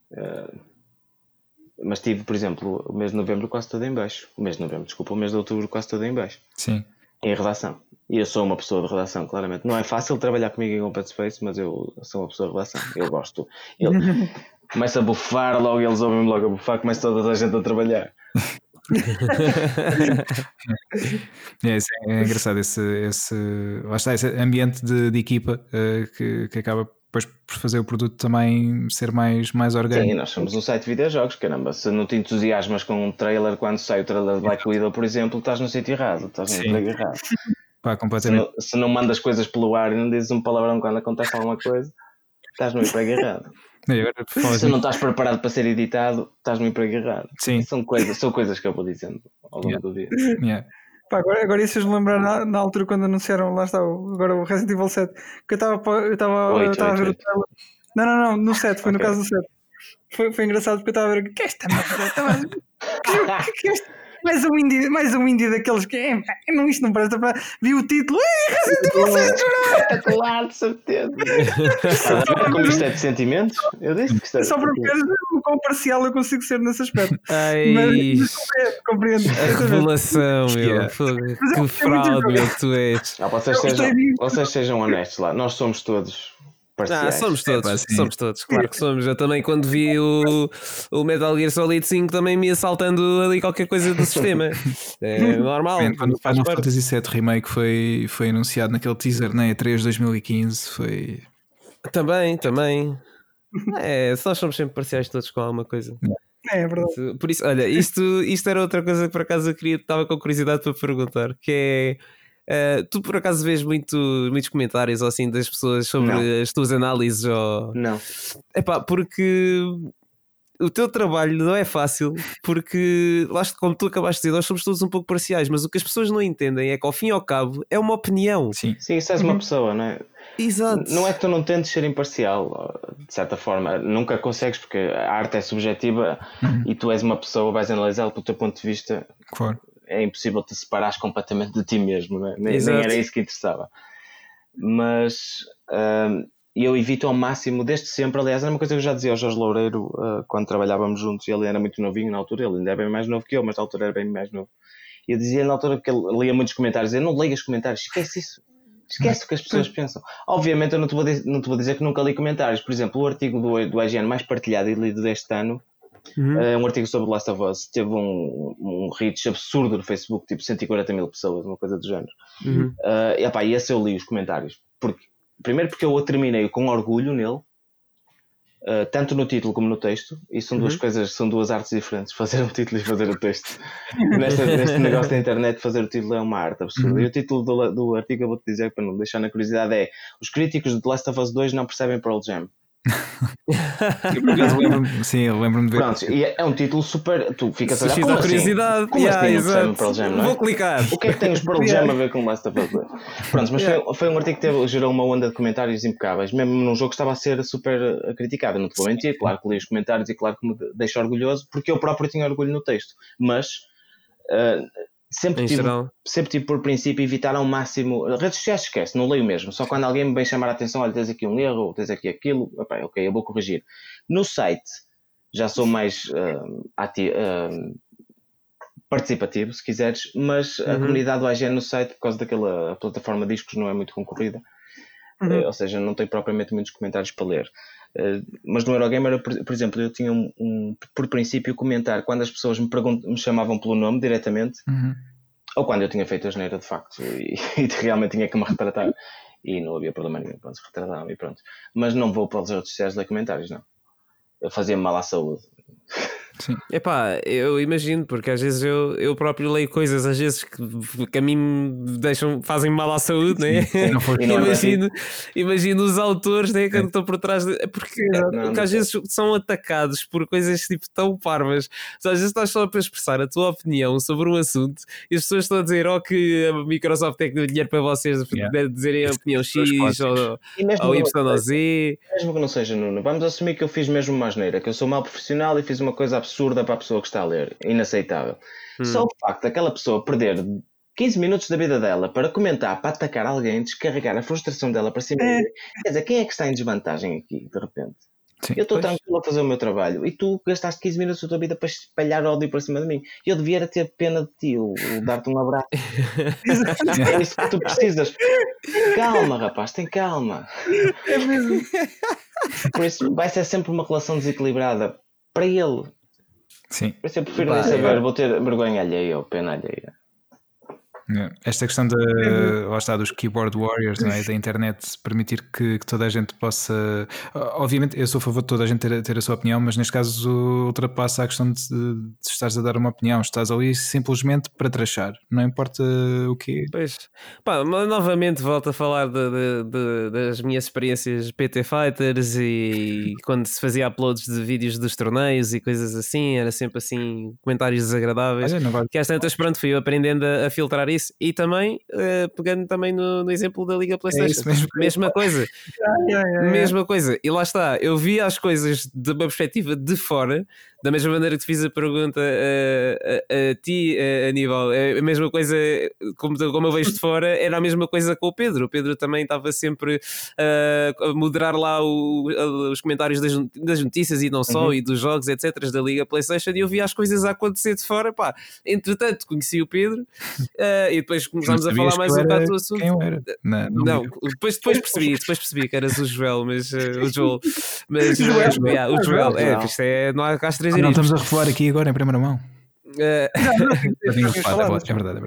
Speaker 4: Mas tive, por exemplo, o mês de novembro quase todo em baixo. O mês de outubro quase todo em baixo.
Speaker 1: Sim.
Speaker 4: Em redação. E eu sou uma pessoa de redação, claramente. Não é fácil trabalhar comigo em Open Space, mas eu sou uma pessoa de redação. Eu gosto. Ele começa a bufar, logo eles ouvem-me logo a bufar, começa toda a gente a trabalhar.
Speaker 1: É engraçado lá está, esse ambiente de equipa que acaba depois por fazer o produto também ser mais orgânico.
Speaker 4: Sim, nós somos um site de videojogos, caramba. Se não te entusiasmas com um trailer quando sai o trailer de Black Widow, por exemplo, estás no sítio errado, estás no emprego errado.
Speaker 1: Pá, completamente.
Speaker 4: Se não mandas coisas pelo ar e não dizes um palavrão quando acontece alguma coisa, estás no emprego errado. Se não estás preparado para ser editado, estás no emprego errado.
Speaker 1: Sim.
Speaker 4: São coisas que eu vou dizendo ao longo do dia.
Speaker 3: Pá, agora isso me lembrar na altura quando anunciaram, lá está, agora o Resident Evil 7, que eu estava a ver o trailer. Não, no 7, foi no caso do 7. Foi engraçado porque eu estava a ver que esta merda, mais um indie daqueles que isto não parece para. Vi o título, Resident Evil 7,
Speaker 4: espetacular, de certeza. Como isto é de sentimentos? Eu disse que isto é
Speaker 3: só para ver o quão parcial eu consigo ser nesse aspecto. Mas compreendo.
Speaker 2: A revelação, meu. Que fraude, meu, tu és.
Speaker 4: Vocês sejam honestos lá, nós somos todos.
Speaker 2: Somos todos, claro que somos. Eu também, quando vi o Metal Gear Solid 5, também me ia saltando ali qualquer coisa do sistema. É normal.
Speaker 1: Quando o Final Fantasy VII Remake foi anunciado naquele teaser na E3 2015, foi.
Speaker 2: Também. Nós somos sempre parciais todos com alguma coisa.
Speaker 3: É verdade.
Speaker 2: Por isso, olha, isto era outra coisa que por acaso eu estava com curiosidade para perguntar, que é. Tu por acaso vês muitos comentários ou assim das pessoas sobre as tuas análises?
Speaker 4: Não.
Speaker 2: Epá, porque o teu trabalho não é fácil, porque lá, como tu acabaste de dizer, nós somos todos um pouco parciais, mas o que as pessoas não entendem é que ao fim e ao cabo é uma opinião.
Speaker 4: Sim, isso és uma pessoa, não é?
Speaker 2: Exato.
Speaker 4: Não é que tu não tentes ser imparcial, de certa forma, nunca consegues, porque a arte é subjetiva e tu és uma pessoa, vais analisá-la pelo teu ponto de vista.
Speaker 1: Claro.
Speaker 4: É impossível te separares completamente de ti mesmo, não é? Nem era isso que interessava. Mas eu evito ao máximo, desde sempre. Aliás, era uma coisa que eu já dizia ao Jorge Loureiro quando trabalhávamos juntos. Ele era muito novinho na altura, ele ainda é bem mais novo que eu, mas na altura era bem mais novo. E eu dizia na altura que ele lia muitos comentários. Eu não leio os comentários, esquece isso. Esquece o que as pessoas pensam. Obviamente, eu não te vou dizer que nunca li comentários. Por exemplo, o artigo do IGN mais partilhado e lido deste ano. Um artigo sobre Last of Us teve um reach absurdo no Facebook, tipo 140 mil pessoas, uma coisa do género. E esse eu li os comentários primeiro porque eu o terminei com orgulho nele, tanto no título como no texto, e são duas coisas, são duas artes diferentes, fazer um título e fazer o texto. Neste negócio da internet, fazer o título é uma arte absurda. E o título do artigo, eu vou-te dizer, para não deixar na curiosidade, é: os críticos de The Last of Us 2 não percebem Pearl Jam.
Speaker 1: Eu lembro-me de ver.
Speaker 4: Pronto, e é um título super. Tu ficas a olhar
Speaker 2: como curiosidade.
Speaker 4: Como assim não percebem Pearl Jam, não é?
Speaker 2: Vou clicar.
Speaker 4: O que é que tem os Pearl Jam a ver com Last of Us 2? Pronto, mas foi um artigo que gerou uma onda de comentários impecáveis, mesmo num jogo que estava a ser super criticado. Não te vou mentir, claro que li os comentários e claro que me deixa orgulhoso, porque eu próprio tinha orgulho no texto, mas sempre tive por princípio evitar ao máximo. Redes sociais esquece, não leio mesmo. Só quando alguém me vem chamar a atenção: olha, tens aqui um erro, ou tens aqui aquilo, ok, eu vou corrigir. No site já sou mais participativo, se quiseres, mas a comunidade do IGN no site, por causa daquela plataforma de discos, não é muito concorrida. Ou seja, não tenho propriamente muitos comentários para ler. Mas no Eurogamer, por exemplo, eu tinha por princípio comentar quando as pessoas me chamavam pelo nome diretamente, ou quando eu tinha feito a asneira de facto e realmente tinha que me retratar, e não havia problema nenhum, pronto, se retrataram e pronto. Mas não vou para os redes sociais ler comentários, não. Eu fazia-me mal à saúde.
Speaker 2: Sim. Epá, eu imagino, porque às vezes eu próprio leio coisas às vezes que a mim me fazem mal à saúde, né? Imagino os autores, né, que estão por trás porque às vezes são atacados por coisas tipo tão parvas. Às vezes estás só para expressar a tua opinião sobre um assunto e as pessoas estão a dizer que a Microsoft tem que dar dinheiro para vocês dizerem a opinião X ou Y ou Z.
Speaker 4: Mesmo que não seja, Nuno, vamos assumir que eu fiz mesmo uma asneira, que eu sou mal profissional e fiz uma coisa absurda para a pessoa que está a ler, inaceitável. Só o facto daquela pessoa perder 15 minutos da vida dela para comentar, para atacar alguém, descarregar a frustração dela para cima, quer dizer, quem é que está em desvantagem aqui, de repente? Sim, eu estou tranquilo a fazer o meu trabalho e tu gastaste 15 minutos da tua vida para espalhar ódio para cima de mim. Eu devia ter pena de ti, ou dar-te um abraço. É isso que tu precisas. Calma, rapaz, tem calma.
Speaker 3: É mesmo.
Speaker 4: Por isso vai ser sempre uma relação desequilibrada para ele.
Speaker 1: Sim.
Speaker 4: Eu sempre prefiro nem saber, vou ter vergonha alheia ou pena alheia.
Speaker 1: Esta questão lá está, dos keyboard warriors, não é? Da internet permitir que toda a gente possa. Obviamente, eu sou a favor de toda a gente ter a sua opinião, mas neste caso ultrapassa a questão de estares a dar uma opinião, estás ali simplesmente para trachar, não importa o quê.
Speaker 2: Pois, pá, mas novamente volto a falar das minhas experiências PT Fighters e quando se fazia uploads de vídeos dos torneios e coisas assim, era sempre assim comentários desagradáveis.
Speaker 1: Olha,
Speaker 2: que às tantas, pronto, fui aprendendo a filtrar isso e também pegando também no exemplo da Liga PlayStation.
Speaker 1: isso mesmo.
Speaker 2: Mesma coisa. Mesma coisa. E lá está, eu vi as coisas de uma perspectiva de fora, da mesma maneira que te fiz a pergunta a ti, Aníbal, a mesma coisa como eu vejo de fora, era a mesma coisa com o Pedro. O Pedro também estava sempre a moderar lá os comentários das notícias e não só, e dos jogos, etc., da Liga PlayStation, e eu vi as coisas a acontecer de fora, pá. Entretanto, conheci o Pedro e depois começámos a falar mais um bocado do assunto.
Speaker 1: Quem eu era?
Speaker 2: Não, depois percebi que eras o Joel, mas o Joel, mas o Joel, isto não há cá as três
Speaker 1: não estamos a revelar aqui agora em primeira mão.
Speaker 2: É
Speaker 1: verdade.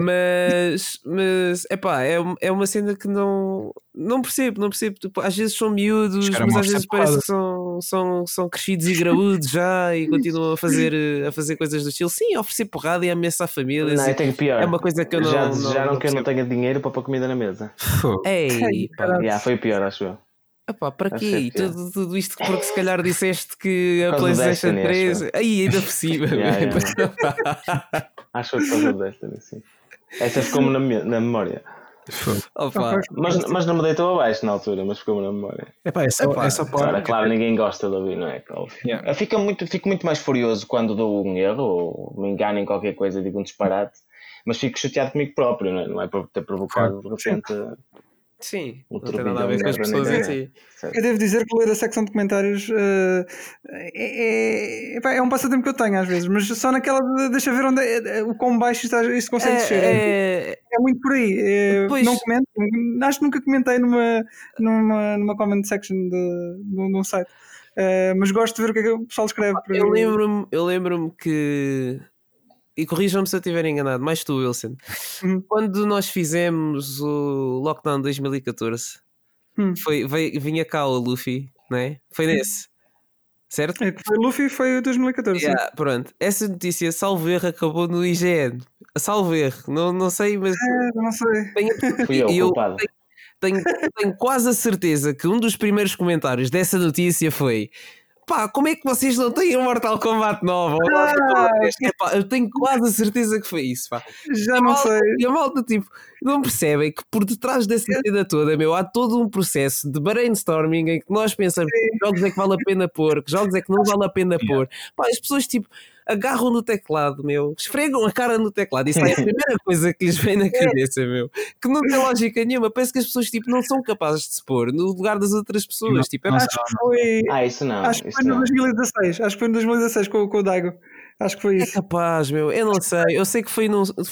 Speaker 2: Mas epá, é uma cena que não percebo. Tipo, às vezes são miúdos, mas às vezes parece que são crescidos e graúdos já e continuam a fazer coisas do estilo. Sim, oferecer porrada e ameaçar famílias.
Speaker 4: Não, eu tenho pior.
Speaker 2: É uma coisa que eu não.
Speaker 4: Já desejaram que eu não tenha dinheiro para pôr comida na mesa.
Speaker 2: Ei, pá.
Speaker 4: Foi pior, acho eu.
Speaker 2: Epá, para quê? E tudo isto porque se calhar disseste que a PlayStation 3 aí ainda por cima.
Speaker 4: Acho que foi por causa desta, sim. Essa ficou-me na memória. Mas não me deitou abaixo na altura, mas ficou-me na memória. Claro, ninguém gosta de ouvir, não é? Eu fico muito mais furioso quando dou um erro ou me engano em qualquer coisa, digo um disparate, mas fico chateado comigo próprio, não é por ter provocado de repente.
Speaker 2: Sim, não tem nada a ver com as pessoas em si.
Speaker 3: Eu devo dizer que ler a secção de comentários é um passatempo que eu tenho às vezes, mas só naquela deixa ver onde o quão baixo isto consegue descer. É muito por aí. Não comento, acho que nunca comentei numa comment section num site, mas gosto de ver o que é que o pessoal escreve.
Speaker 2: Eu lembro-me que. E corrijam-me se eu estiver enganado, mais tu, Wilson. Quando nós fizemos o Lockdown 2014, vinha cá o Luffy, não é? Foi nesse, certo?
Speaker 3: Foi o Luffy, foi o 2014.
Speaker 2: Pronto, essa notícia, salvo erro, acabou no IGN. Salvo erro, não sei, mas.
Speaker 3: Não sei.
Speaker 4: Fui eu culpado.
Speaker 2: Tenho quase a certeza que um dos primeiros comentários dessa notícia foi: pá, como é que vocês não têm o Mortal Kombat 9? Eu tenho quase a certeza que foi isso, pá.
Speaker 3: Já não sei.
Speaker 2: E a malta, tipo, não percebem que por detrás dessa cena toda, há todo um processo de brainstorming em que nós pensamos que jogos é que vale a pena pôr, que jogos é que não vale a pena pôr. Pá, as pessoas, tipo, agarram no teclado, esfregam a cara no teclado. Isso é a primeira coisa que lhes vem na cabeça, que não tem lógica nenhuma. Parece que as pessoas, tipo, não são capazes de se pôr no lugar das outras pessoas.
Speaker 3: Acho que foi.
Speaker 4: Isso não.
Speaker 3: Acho que foi no 2016. Acho que foi em 2016 com o Daigo. Acho que foi isso.
Speaker 2: É capaz, eu não sei. Eu sei que foi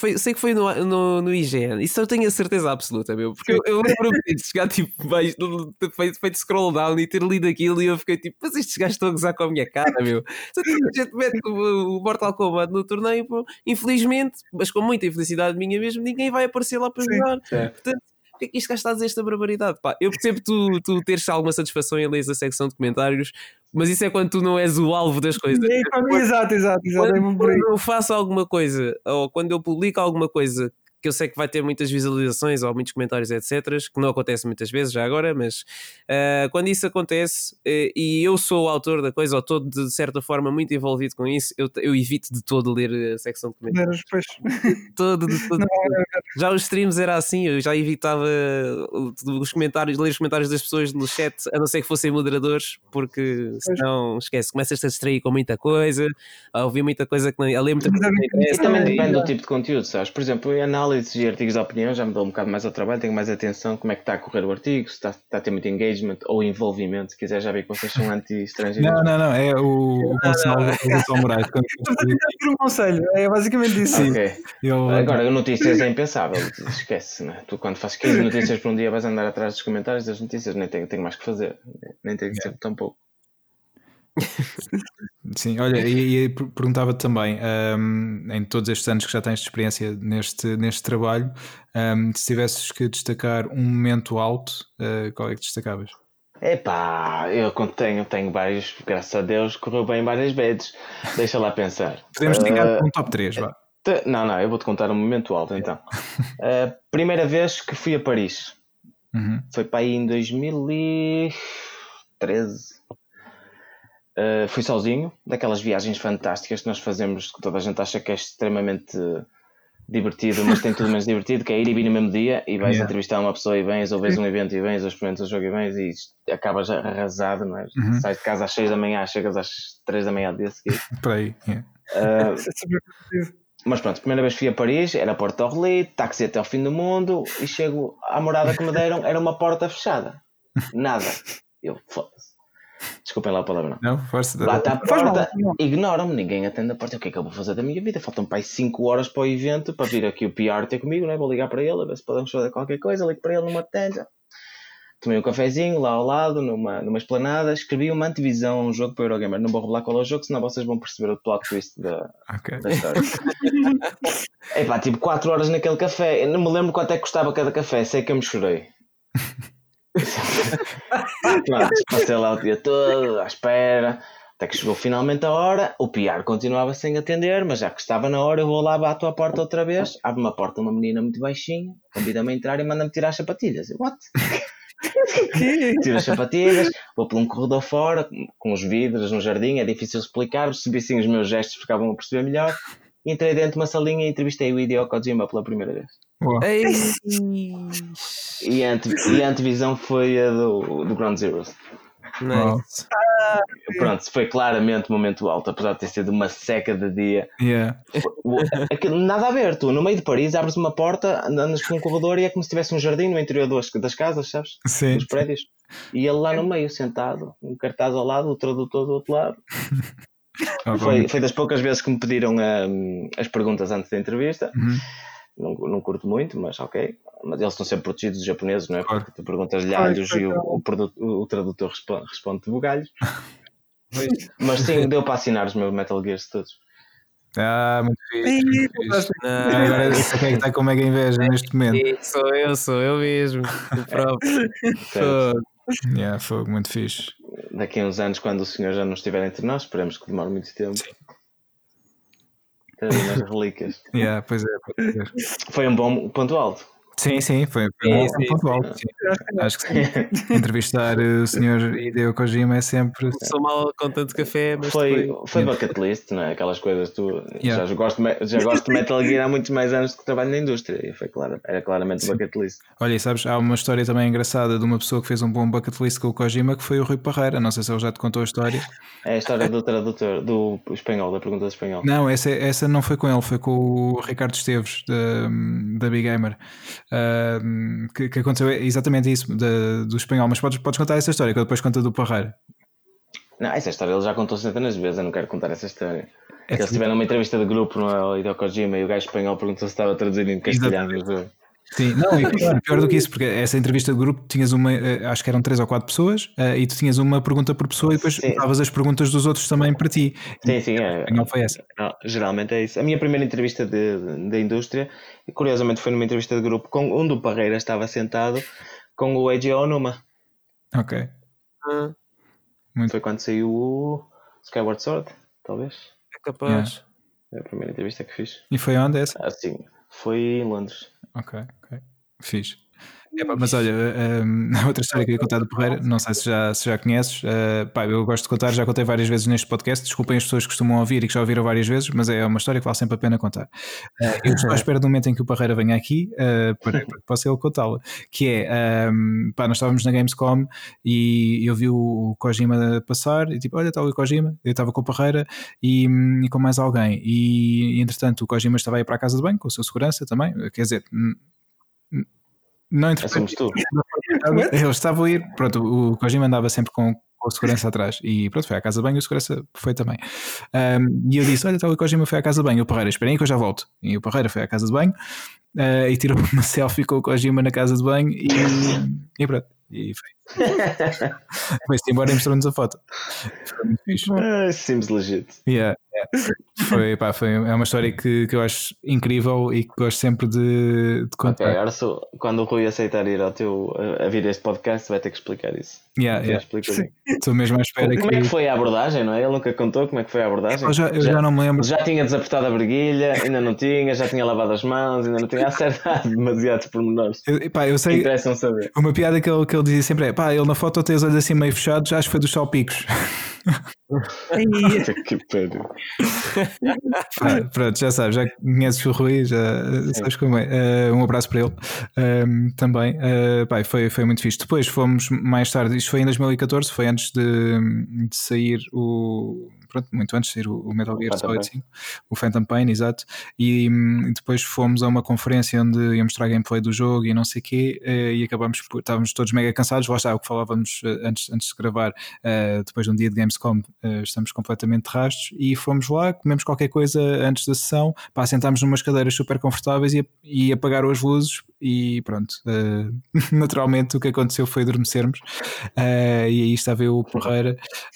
Speaker 2: no IGN. Isso eu tenho a certeza absoluta, porque eu lembro-me de chegar tipo, ter feito scroll down e ter lido aquilo e eu fiquei tipo, mas estes gajos estão a gozar com a minha cara, Se a gente mete o Mortal Kombat no torneio, infelizmente, mas com muita infelicidade minha mesmo, ninguém vai aparecer lá para jogar. Portanto, o que é que isto está a dizer esta barbaridade? Pá, eu percebo tu teres alguma satisfação em ler a secção de comentários, mas isso é quando tu não és o alvo das coisas.
Speaker 3: Exato.
Speaker 2: Quando eu faço alguma coisa ou quando eu publico alguma coisa que eu sei que vai ter muitas visualizações ou muitos comentários, etc., que não acontece muitas vezes já agora, mas quando isso acontece e eu sou o autor da coisa ou estou de certa forma muito envolvido com isso, eu evito de todo ler a secção de comentários. De todo. Já os streams era assim, eu já evitava os comentários, ler os comentários das pessoas no chat, a não ser que fossem moderadores, porque senão esquece, começas-te a distrair com muita coisa, a ouvir muita coisa que a ler muita coisa que não interessa.
Speaker 4: E também depende do tipo de conteúdo, sabes? Por exemplo, em análises e artigos de opinião já me dou um bocado mais ao trabalho, tenho mais atenção como é que está a correr o artigo, se está a ter muito engagement ou envolvimento. Se quiser, já vi que vocês são anti-estrangeiros.
Speaker 1: Não, é o Gonçalo Moraes.
Speaker 3: Estou a tentar pedir um conselho, é basicamente isso.
Speaker 4: Ok. Agora, notícias é impensável, esquece, né? Tu quando fazes 15 notícias por um dia vais andar atrás dos comentários das notícias, nem tenho mais que fazer, nem tenho que ser tão pouco.
Speaker 1: Sim, olha, e perguntava-te também, em todos estes anos que já tens de experiência neste trabalho, se tivesses que destacar um momento alto, qual é que destacavas?
Speaker 4: Epá, eu tenho vários, graças a Deus, correu bem várias vezes. Deixa lá pensar.
Speaker 1: Podemos destacar um top 3, vá.
Speaker 4: Não, eu vou-te contar um momento alto então. Primeira vez que fui a Paris. Foi para aí em 2013. Fui sozinho, daquelas viagens fantásticas que nós fazemos, que toda a gente acha que é extremamente divertido, mas tem tudo menos divertido, que é ir e vir no mesmo dia e vais entrevistar uma pessoa e vens, ou vês um evento e vens, ou experimentas o jogo e vens e acabas arrasado, não é? Sais de casa às 6 da manhã, chegas às 3 da manhã do dia seguinte.
Speaker 1: Por aí,
Speaker 4: mas pronto, primeira vez fui a Paris, era Porto Orly, táxi até ao fim do mundo e chego à morada que me deram, era uma porta fechada. Nada. Eu, foda-se. Desculpem lá a palavra, não.
Speaker 1: Não, força.
Speaker 4: Lá está a porta, ignoram-me, ninguém atende a porta. O que é que eu vou fazer da minha vida? Faltam para aí 5 horas para o evento, para vir aqui o PR ter comigo, não é? Vou ligar para ele, a ver se podemos fazer qualquer coisa. Ligo para ele numa tenda. Tomei um cafezinho lá ao lado, numa esplanada. Escrevi uma antevisão a um jogo para o Eurogamer. Não vou revelar qual é o jogo, senão vocês vão perceber o plot twist da história. Epá, tipo 4 horas naquele café. Eu não me lembro quanto é que custava cada café, sei que eu me chorei. Pronto, passei lá o dia todo à espera, até que chegou finalmente a hora. O PR continuava sem atender, mas já que estava na hora, eu vou lá, bato à porta outra vez. Abre-me a porta uma menina muito baixinha, convida-me a entrar e manda-me tirar as sapatilhas. Eu, what? Tiro as sapatilhas, vou por um corredor fora, com os vidros no jardim, é difícil explicar. Se vissem os meus gestos, ficavam a perceber melhor. Entrei dentro de uma salinha e entrevistei o Hideo Kojima pela primeira vez. E a antevisão foi a do Ground Zeroes.
Speaker 2: Nice.
Speaker 4: Pronto, foi claramente um momento alto, apesar de ter sido uma seca de dia. Nada a ver, tu no meio de Paris abres uma porta, andas por um corredor e é como se tivesse um jardim no interior das casas, sabes?
Speaker 1: Sim.
Speaker 4: Dos prédios. E ele lá no meio, sentado, um cartaz ao lado, o tradutor do outro lado. Foi das poucas vezes que me pediram as perguntas antes da entrevista. Não curto muito, mas ok. Mas eles estão sempre protegidos, os japoneses, não é? Porque tu perguntas-lhe alhos e o tradutor responde-te bugalhos. Mas sim, deu para assinar os meus Metal Gears todos.
Speaker 1: Muito fixe. Agora eu sei quem é que está com mega inveja neste momento.
Speaker 2: Sou eu mesmo. O próprio.
Speaker 1: Foi muito fixe.
Speaker 4: Daqui a uns anos, quando o senhor já não estiver entre nós, esperemos que demore muito tempo.
Speaker 1: Sim.
Speaker 4: Nas relíquias.
Speaker 1: Pois é.
Speaker 4: Foi um bom ponto alto.
Speaker 1: Sim, foi um ponto alto. Acho que sim. Entrevistar o Sr. Hideo Kojima é sempre.
Speaker 2: Sou mal com tanto café, mas
Speaker 4: foi bucket list, não é? Aquelas coisas já gosto de Metal Gear há muitos mais anos que trabalho na indústria e era claramente bucket list.
Speaker 1: Olha, e sabes, há uma história também engraçada de uma pessoa que fez um bom bucket list com o Kojima, que foi o Rui Parreira. Não sei se ele já te contou a história.
Speaker 4: É a história do tradutor, do espanhol, da pergunta do espanhol.
Speaker 1: Não, essa não foi com ele, foi com o Ricardo Esteves da Big Gamer. Que aconteceu exatamente isso do espanhol, mas podes contar essa história que eu depois conto do Parreira.
Speaker 4: Não, essa história ele já contou centenas de vezes, eu não quero contar essa história. Eles tiveram uma entrevista de grupo no Hideo Kojima e o gajo espanhol perguntou se estava traduzindo em castelhano.
Speaker 1: Sim, não, e pior do que isso, porque essa entrevista de grupo tinhas acho que eram 3 ou 4 pessoas, e tu tinhas uma pergunta por pessoa e depois davas as perguntas dos outros também para ti.
Speaker 4: Sim,
Speaker 1: não foi essa.
Speaker 4: Não, geralmente é isso. A minha primeira entrevista da indústria, e curiosamente foi numa entrevista de grupo com onde o Parreira estava sentado com o Eiji Onuma.
Speaker 1: Ok.
Speaker 4: Foi quando saiu o Skyward Sword, talvez.
Speaker 2: É capaz.
Speaker 4: É a primeira entrevista que fiz.
Speaker 1: E foi onde essa?
Speaker 4: Sim, foi em Londres.
Speaker 1: Ok. Fixe. Mas olha, outra história que eu ia contar do Parreira, não sei se já conheces. Eu gosto de contar, já contei várias vezes neste podcast. Desculpem as pessoas que costumam ouvir e que já ouviram várias vezes, mas é uma história que vale sempre a pena contar. Eu estou à espera do momento em que o Parreira venha aqui para que possa ele contá-la. Que é, nós estávamos na Gamescom e eu vi o Kojima passar e tipo, olha, está o Kojima. Eu estava com o Parreira e com mais alguém. E entretanto o Kojima estava aí para a casa de banho com o seu segurança também. Quer dizer, não
Speaker 4: somos tu.
Speaker 1: Eles estavam a ir, pronto, o Kojima andava sempre com a segurança atrás e pronto, foi à casa de banho e o segurança foi também. E eu disse, olha, o Kojima foi à casa de banho, o Parreira, esperem que eu já volto. E o Parreira foi à casa de banho e tirou uma selfie com o Kojima na casa de banho e pronto. E foi. Foi-se embora e mostrou-nos a foto. Foi muito fixe.
Speaker 4: Seems legit.
Speaker 1: Yeah. É uma história que eu acho incrível e que gosto sempre de contar.
Speaker 4: Ok, agora quando o Rui aceitar ir a vir este podcast, vai ter que explicar isso.
Speaker 1: Estou mesmo à espera.
Speaker 4: Como é que foi a abordagem, não é? Ele nunca contou como é que foi a abordagem.
Speaker 1: Eu já não me lembro.
Speaker 4: Já tinha desapertado a briguilha, ainda não tinha, já tinha lavado as mãos, ainda não tinha acertado demasiados pormenores.
Speaker 1: Eu sei.
Speaker 4: Interessam saber.
Speaker 1: Uma piada que ele dizia sempre é: ele na foto tem os olhos assim meio fechados, acho que foi dos salpicos.
Speaker 4: Que pariu.
Speaker 1: Pronto, já sabes, já conheces o Rui, já sabes como é. Um abraço para ele também. Foi muito fixe. Depois fomos mais tarde, isto foi em 2014, foi antes de sair muito antes de sair o Metal Gear Solid 5, o Phantom Pain, exato. E depois fomos a uma conferência onde ia mostrar gameplay do jogo e não sei o quê, e estávamos todos mega cansados. Lá está o que falávamos antes de gravar. Depois de um dia de Gamescom, estamos completamente rastos e fomos lá, comemos qualquer coisa antes da sessão, sentámos numas cadeiras super confortáveis e apagaram as luzes e pronto. Naturalmente o que aconteceu foi adormecermos, e aí estava eu, o Porreira,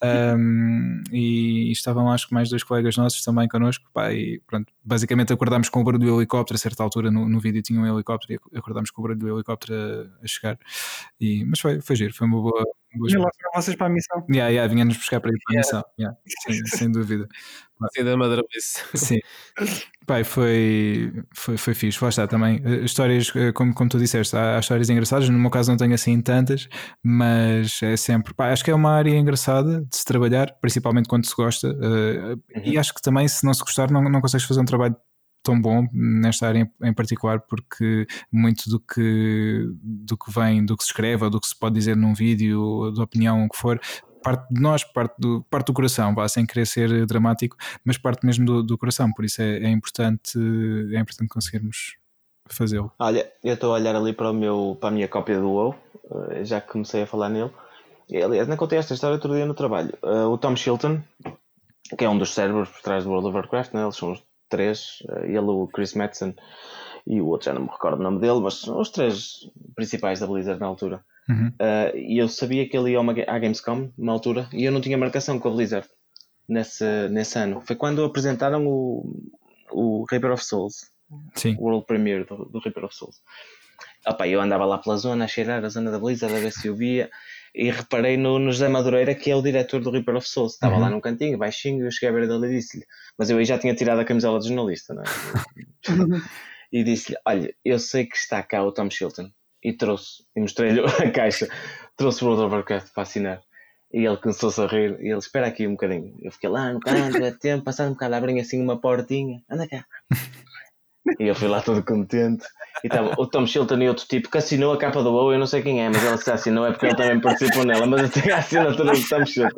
Speaker 1: e estavam acho que mais 2 colegas nossos também connosco, e pronto, basicamente acordámos com o barulho do helicóptero. A certa altura no vídeo tinha um helicóptero e acordámos com o barulho do helicóptero a chegar, mas foi giro, foi uma boa.
Speaker 3: Vinha lá para vocês para a missão.
Speaker 1: Vinha-nos buscar para ir para a missão. Sem dúvida.
Speaker 2: Sim, da Madrabice.
Speaker 1: Sim. Foi fixe. Lá está também. Histórias, como tu disseste, há histórias engraçadas. No meu caso não tenho assim tantas, mas é sempre. Acho que é uma área engraçada de se trabalhar, principalmente quando se gosta. E acho que também, se não se gostar, não consegues fazer um trabalho tão bom nesta área em particular, porque muito do que vem, do que se escreve ou do que se pode dizer num vídeo, da opinião, o que for, parte de nós, parte do coração, sem querer ser dramático, mas parte mesmo do coração. Por isso é importante conseguirmos fazê-lo.
Speaker 4: Olha, eu estou a olhar ali para a minha cópia do WoW, já que comecei a falar nele. Aliás, não contei esta história outro dia no trabalho. O Tom Shilton, que é um dos cérebros por trás do World of Warcraft, né? Eles são os 3, ele, o Chris Metzen e o outro, já não me recordo o nome dele, mas são os 3 principais da Blizzard na altura. E eu sabia que ele ia à Gamescom na altura e eu não tinha marcação com a Blizzard nesse ano. Foi quando apresentaram o Reaper of Souls.
Speaker 1: Sim.
Speaker 4: O World Premiere do Reaper of Souls. Eu andava lá pela zona a cheirar a zona da Blizzard a ver se eu via, e reparei no José Madureira, que é o diretor do Reaper of Souls. Estava lá num cantinho, baixinho, e eu cheguei a ver dele e disse-lhe, mas eu aí já tinha tirado a camisola de jornalista, não é? E disse-lhe, olha, eu sei que está cá o Tom Shilton, e mostrei-lhe a caixa, trouxe o World of Warcraft para assinar. E ele começou-se a rir, e ele, espera aqui um bocadinho. Eu fiquei lá no canto, é tempo, passar um bocado, abrem assim uma portinha, anda cá. E eu fui lá todo contente. E estava o Tom Shilton e outro tipo que assinou a capa do WoW. Eu não sei quem é, mas ele se assinou é porque ele também participou nela. Mas eu tenho a assinatura do Tom Shilton.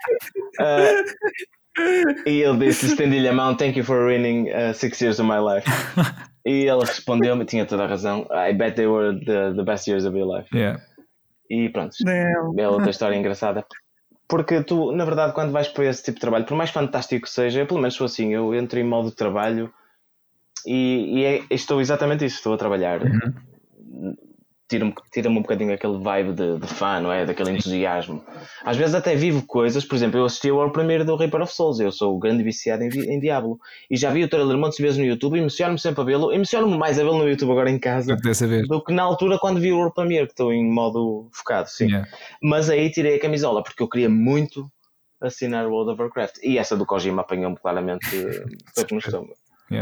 Speaker 4: E ele disse, estendi-lhe a mão, thank you for ruining 6 years of my life. E ele respondeu-me, tinha toda a razão, I bet they were the best years of your life. E pronto, é outra história engraçada. Porque tu, na verdade, quando vais para esse tipo de trabalho, por mais fantástico que seja, eu pelo menos sou assim, eu entro em modo de trabalho e estou exatamente isso, estou a trabalhar. Tira-me um bocadinho aquele vibe de fã, não é? Daquele entusiasmo. Às vezes até vivo coisas, por exemplo, eu assisti ao primeiro do Reaper of Souls, eu sou o grande viciado em Diablo, e já vi o trailer montes de vezes no YouTube, e emociono-me sempre a vê-lo, emociono-me mais a vê-lo no YouTube agora em casa do que na altura quando vi o World Premiere, que estou em modo focado, sim. Mas aí tirei a camisola, porque eu queria muito assinar o World of Warcraft, e essa do Kojima apanhou-me claramente no estômago.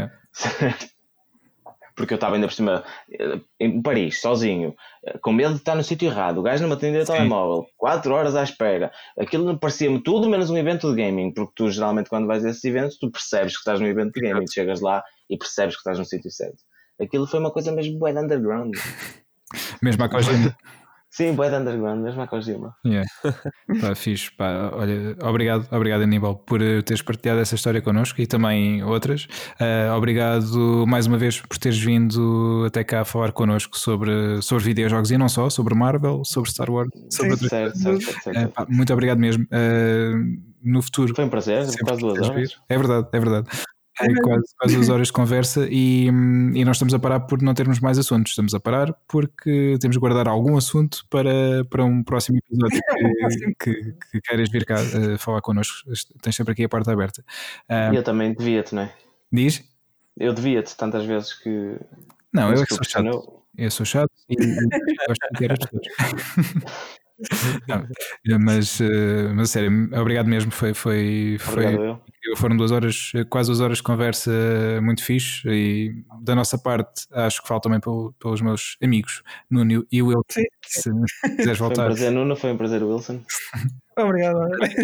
Speaker 4: Porque eu estava ainda por cima em Paris, sozinho, com medo de estar no sítio errado, o gajo não me atendia o telemóvel, 4 horas à espera, aquilo parecia-me tudo menos um evento de gaming, porque tu geralmente quando vais a esses eventos tu percebes que estás num evento de gaming, chegas lá e percebes que estás no sítio certo. Aquilo foi uma coisa mesmo bué de underground.
Speaker 1: Mesmo a Kojima.
Speaker 4: Sim, bué de underground, mesmo a Kojima.
Speaker 1: Fixe. Olha, obrigado Aníbal por teres partilhado essa história connosco e também outras. Obrigado mais uma vez por teres vindo até cá a falar connosco sobre videojogos e não só, sobre Marvel, sobre Star Wars, sobre outras coisas. Muito obrigado mesmo. No futuro
Speaker 4: foi um prazer, quase 2 horas.
Speaker 1: É verdade. quase 2 horas de conversa e não estamos a parar por não termos mais assuntos. Estamos a parar porque temos de guardar algum assunto para um próximo episódio que queiras vir cá falar connosco. Tens sempre aqui a porta aberta.
Speaker 4: E eu também devia-te, não é?
Speaker 1: Diz?
Speaker 4: Eu devia-te tantas vezes que...
Speaker 1: Não, eu é que sou chato. Eu sou chato e gosto de ter as pessoas. Não, mas sério, obrigado mesmo. Foram 2 horas, quase 2 horas de conversa muito fixe. E da nossa parte, acho que falo também pelos meus amigos Nuno e Will. Se quiseres voltar.
Speaker 4: Foi um prazer, Nuno. Foi um prazer, Wilson.
Speaker 3: Obrigado.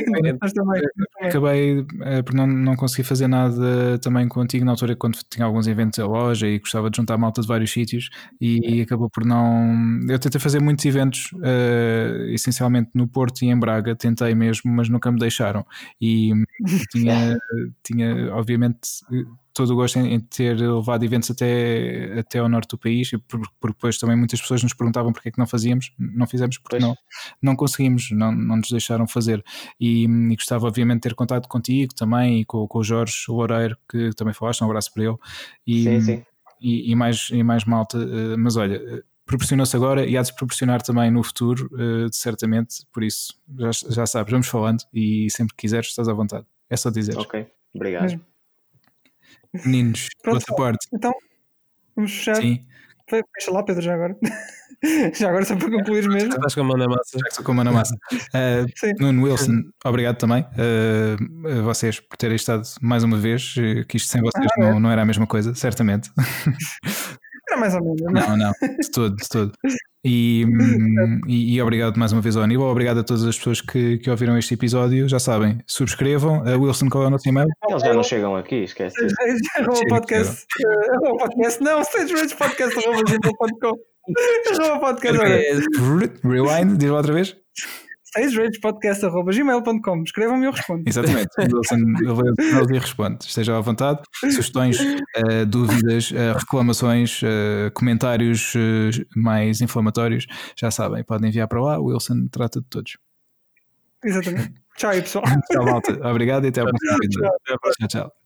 Speaker 1: Acabei por não conseguir fazer nada também contigo na altura, quando tinha alguns eventos à loja e gostava de juntar malta de vários sítios, e acabou por não. Eu tentei fazer muitos eventos, essencialmente no Porto e em Braga, tentei mesmo, mas nunca me deixaram. E tinha obviamente todo o gosto em ter levado eventos até ao norte do país, porque depois também muitas pessoas nos perguntavam porque é que não fizemos porque não conseguimos, não nos deixaram fazer. E gostava obviamente de ter contato contigo também e com o Jorge Loureiro, que também falaste, um abraço para ele,
Speaker 4: sim.
Speaker 1: E mais malta, mas olha, proporcionou-se agora e há-de se proporcionar também no futuro, certamente, por isso já sabes, vamos falando e sempre que quiseres estás à vontade, é só dizer.
Speaker 4: Ok, obrigado.
Speaker 1: Meninos, vossa parte.
Speaker 3: Então, vamos fechar.
Speaker 1: Sim.
Speaker 3: Fecha lá, Pedro, já agora. Já agora, só para concluir mesmo.
Speaker 2: Estás com a mão na massa.
Speaker 1: Estou com a mão na massa. Nuno, Wilson, obrigado também a vocês por terem estado mais uma vez, que isto sem vocês não era a mesma coisa, certamente.
Speaker 3: Era mais ou menos.
Speaker 1: Não, de todo. E obrigado mais uma vez ao Aníbal, obrigado a todas as pessoas que ouviram este episódio. Já sabem, subscrevam. Wilson, qual é o nosso e-mail?
Speaker 4: Eles já não chegam aqui, esquece.
Speaker 3: Podcast. Não, stageragepodcast.com.
Speaker 1: Rewind, diz lá outra vez.
Speaker 3: stageragepodcast.gmail.com. Escrevam-me e eu respondo.
Speaker 1: Exatamente. Wilson e responde. Estejam à vontade. Sugestões, dúvidas, reclamações, comentários mais inflamatórios, já sabem, podem enviar para lá. O Wilson trata de todos.
Speaker 3: Exatamente. Tchau, pessoal.
Speaker 1: Tchau, malta. Obrigado e até a próxima. Tchau.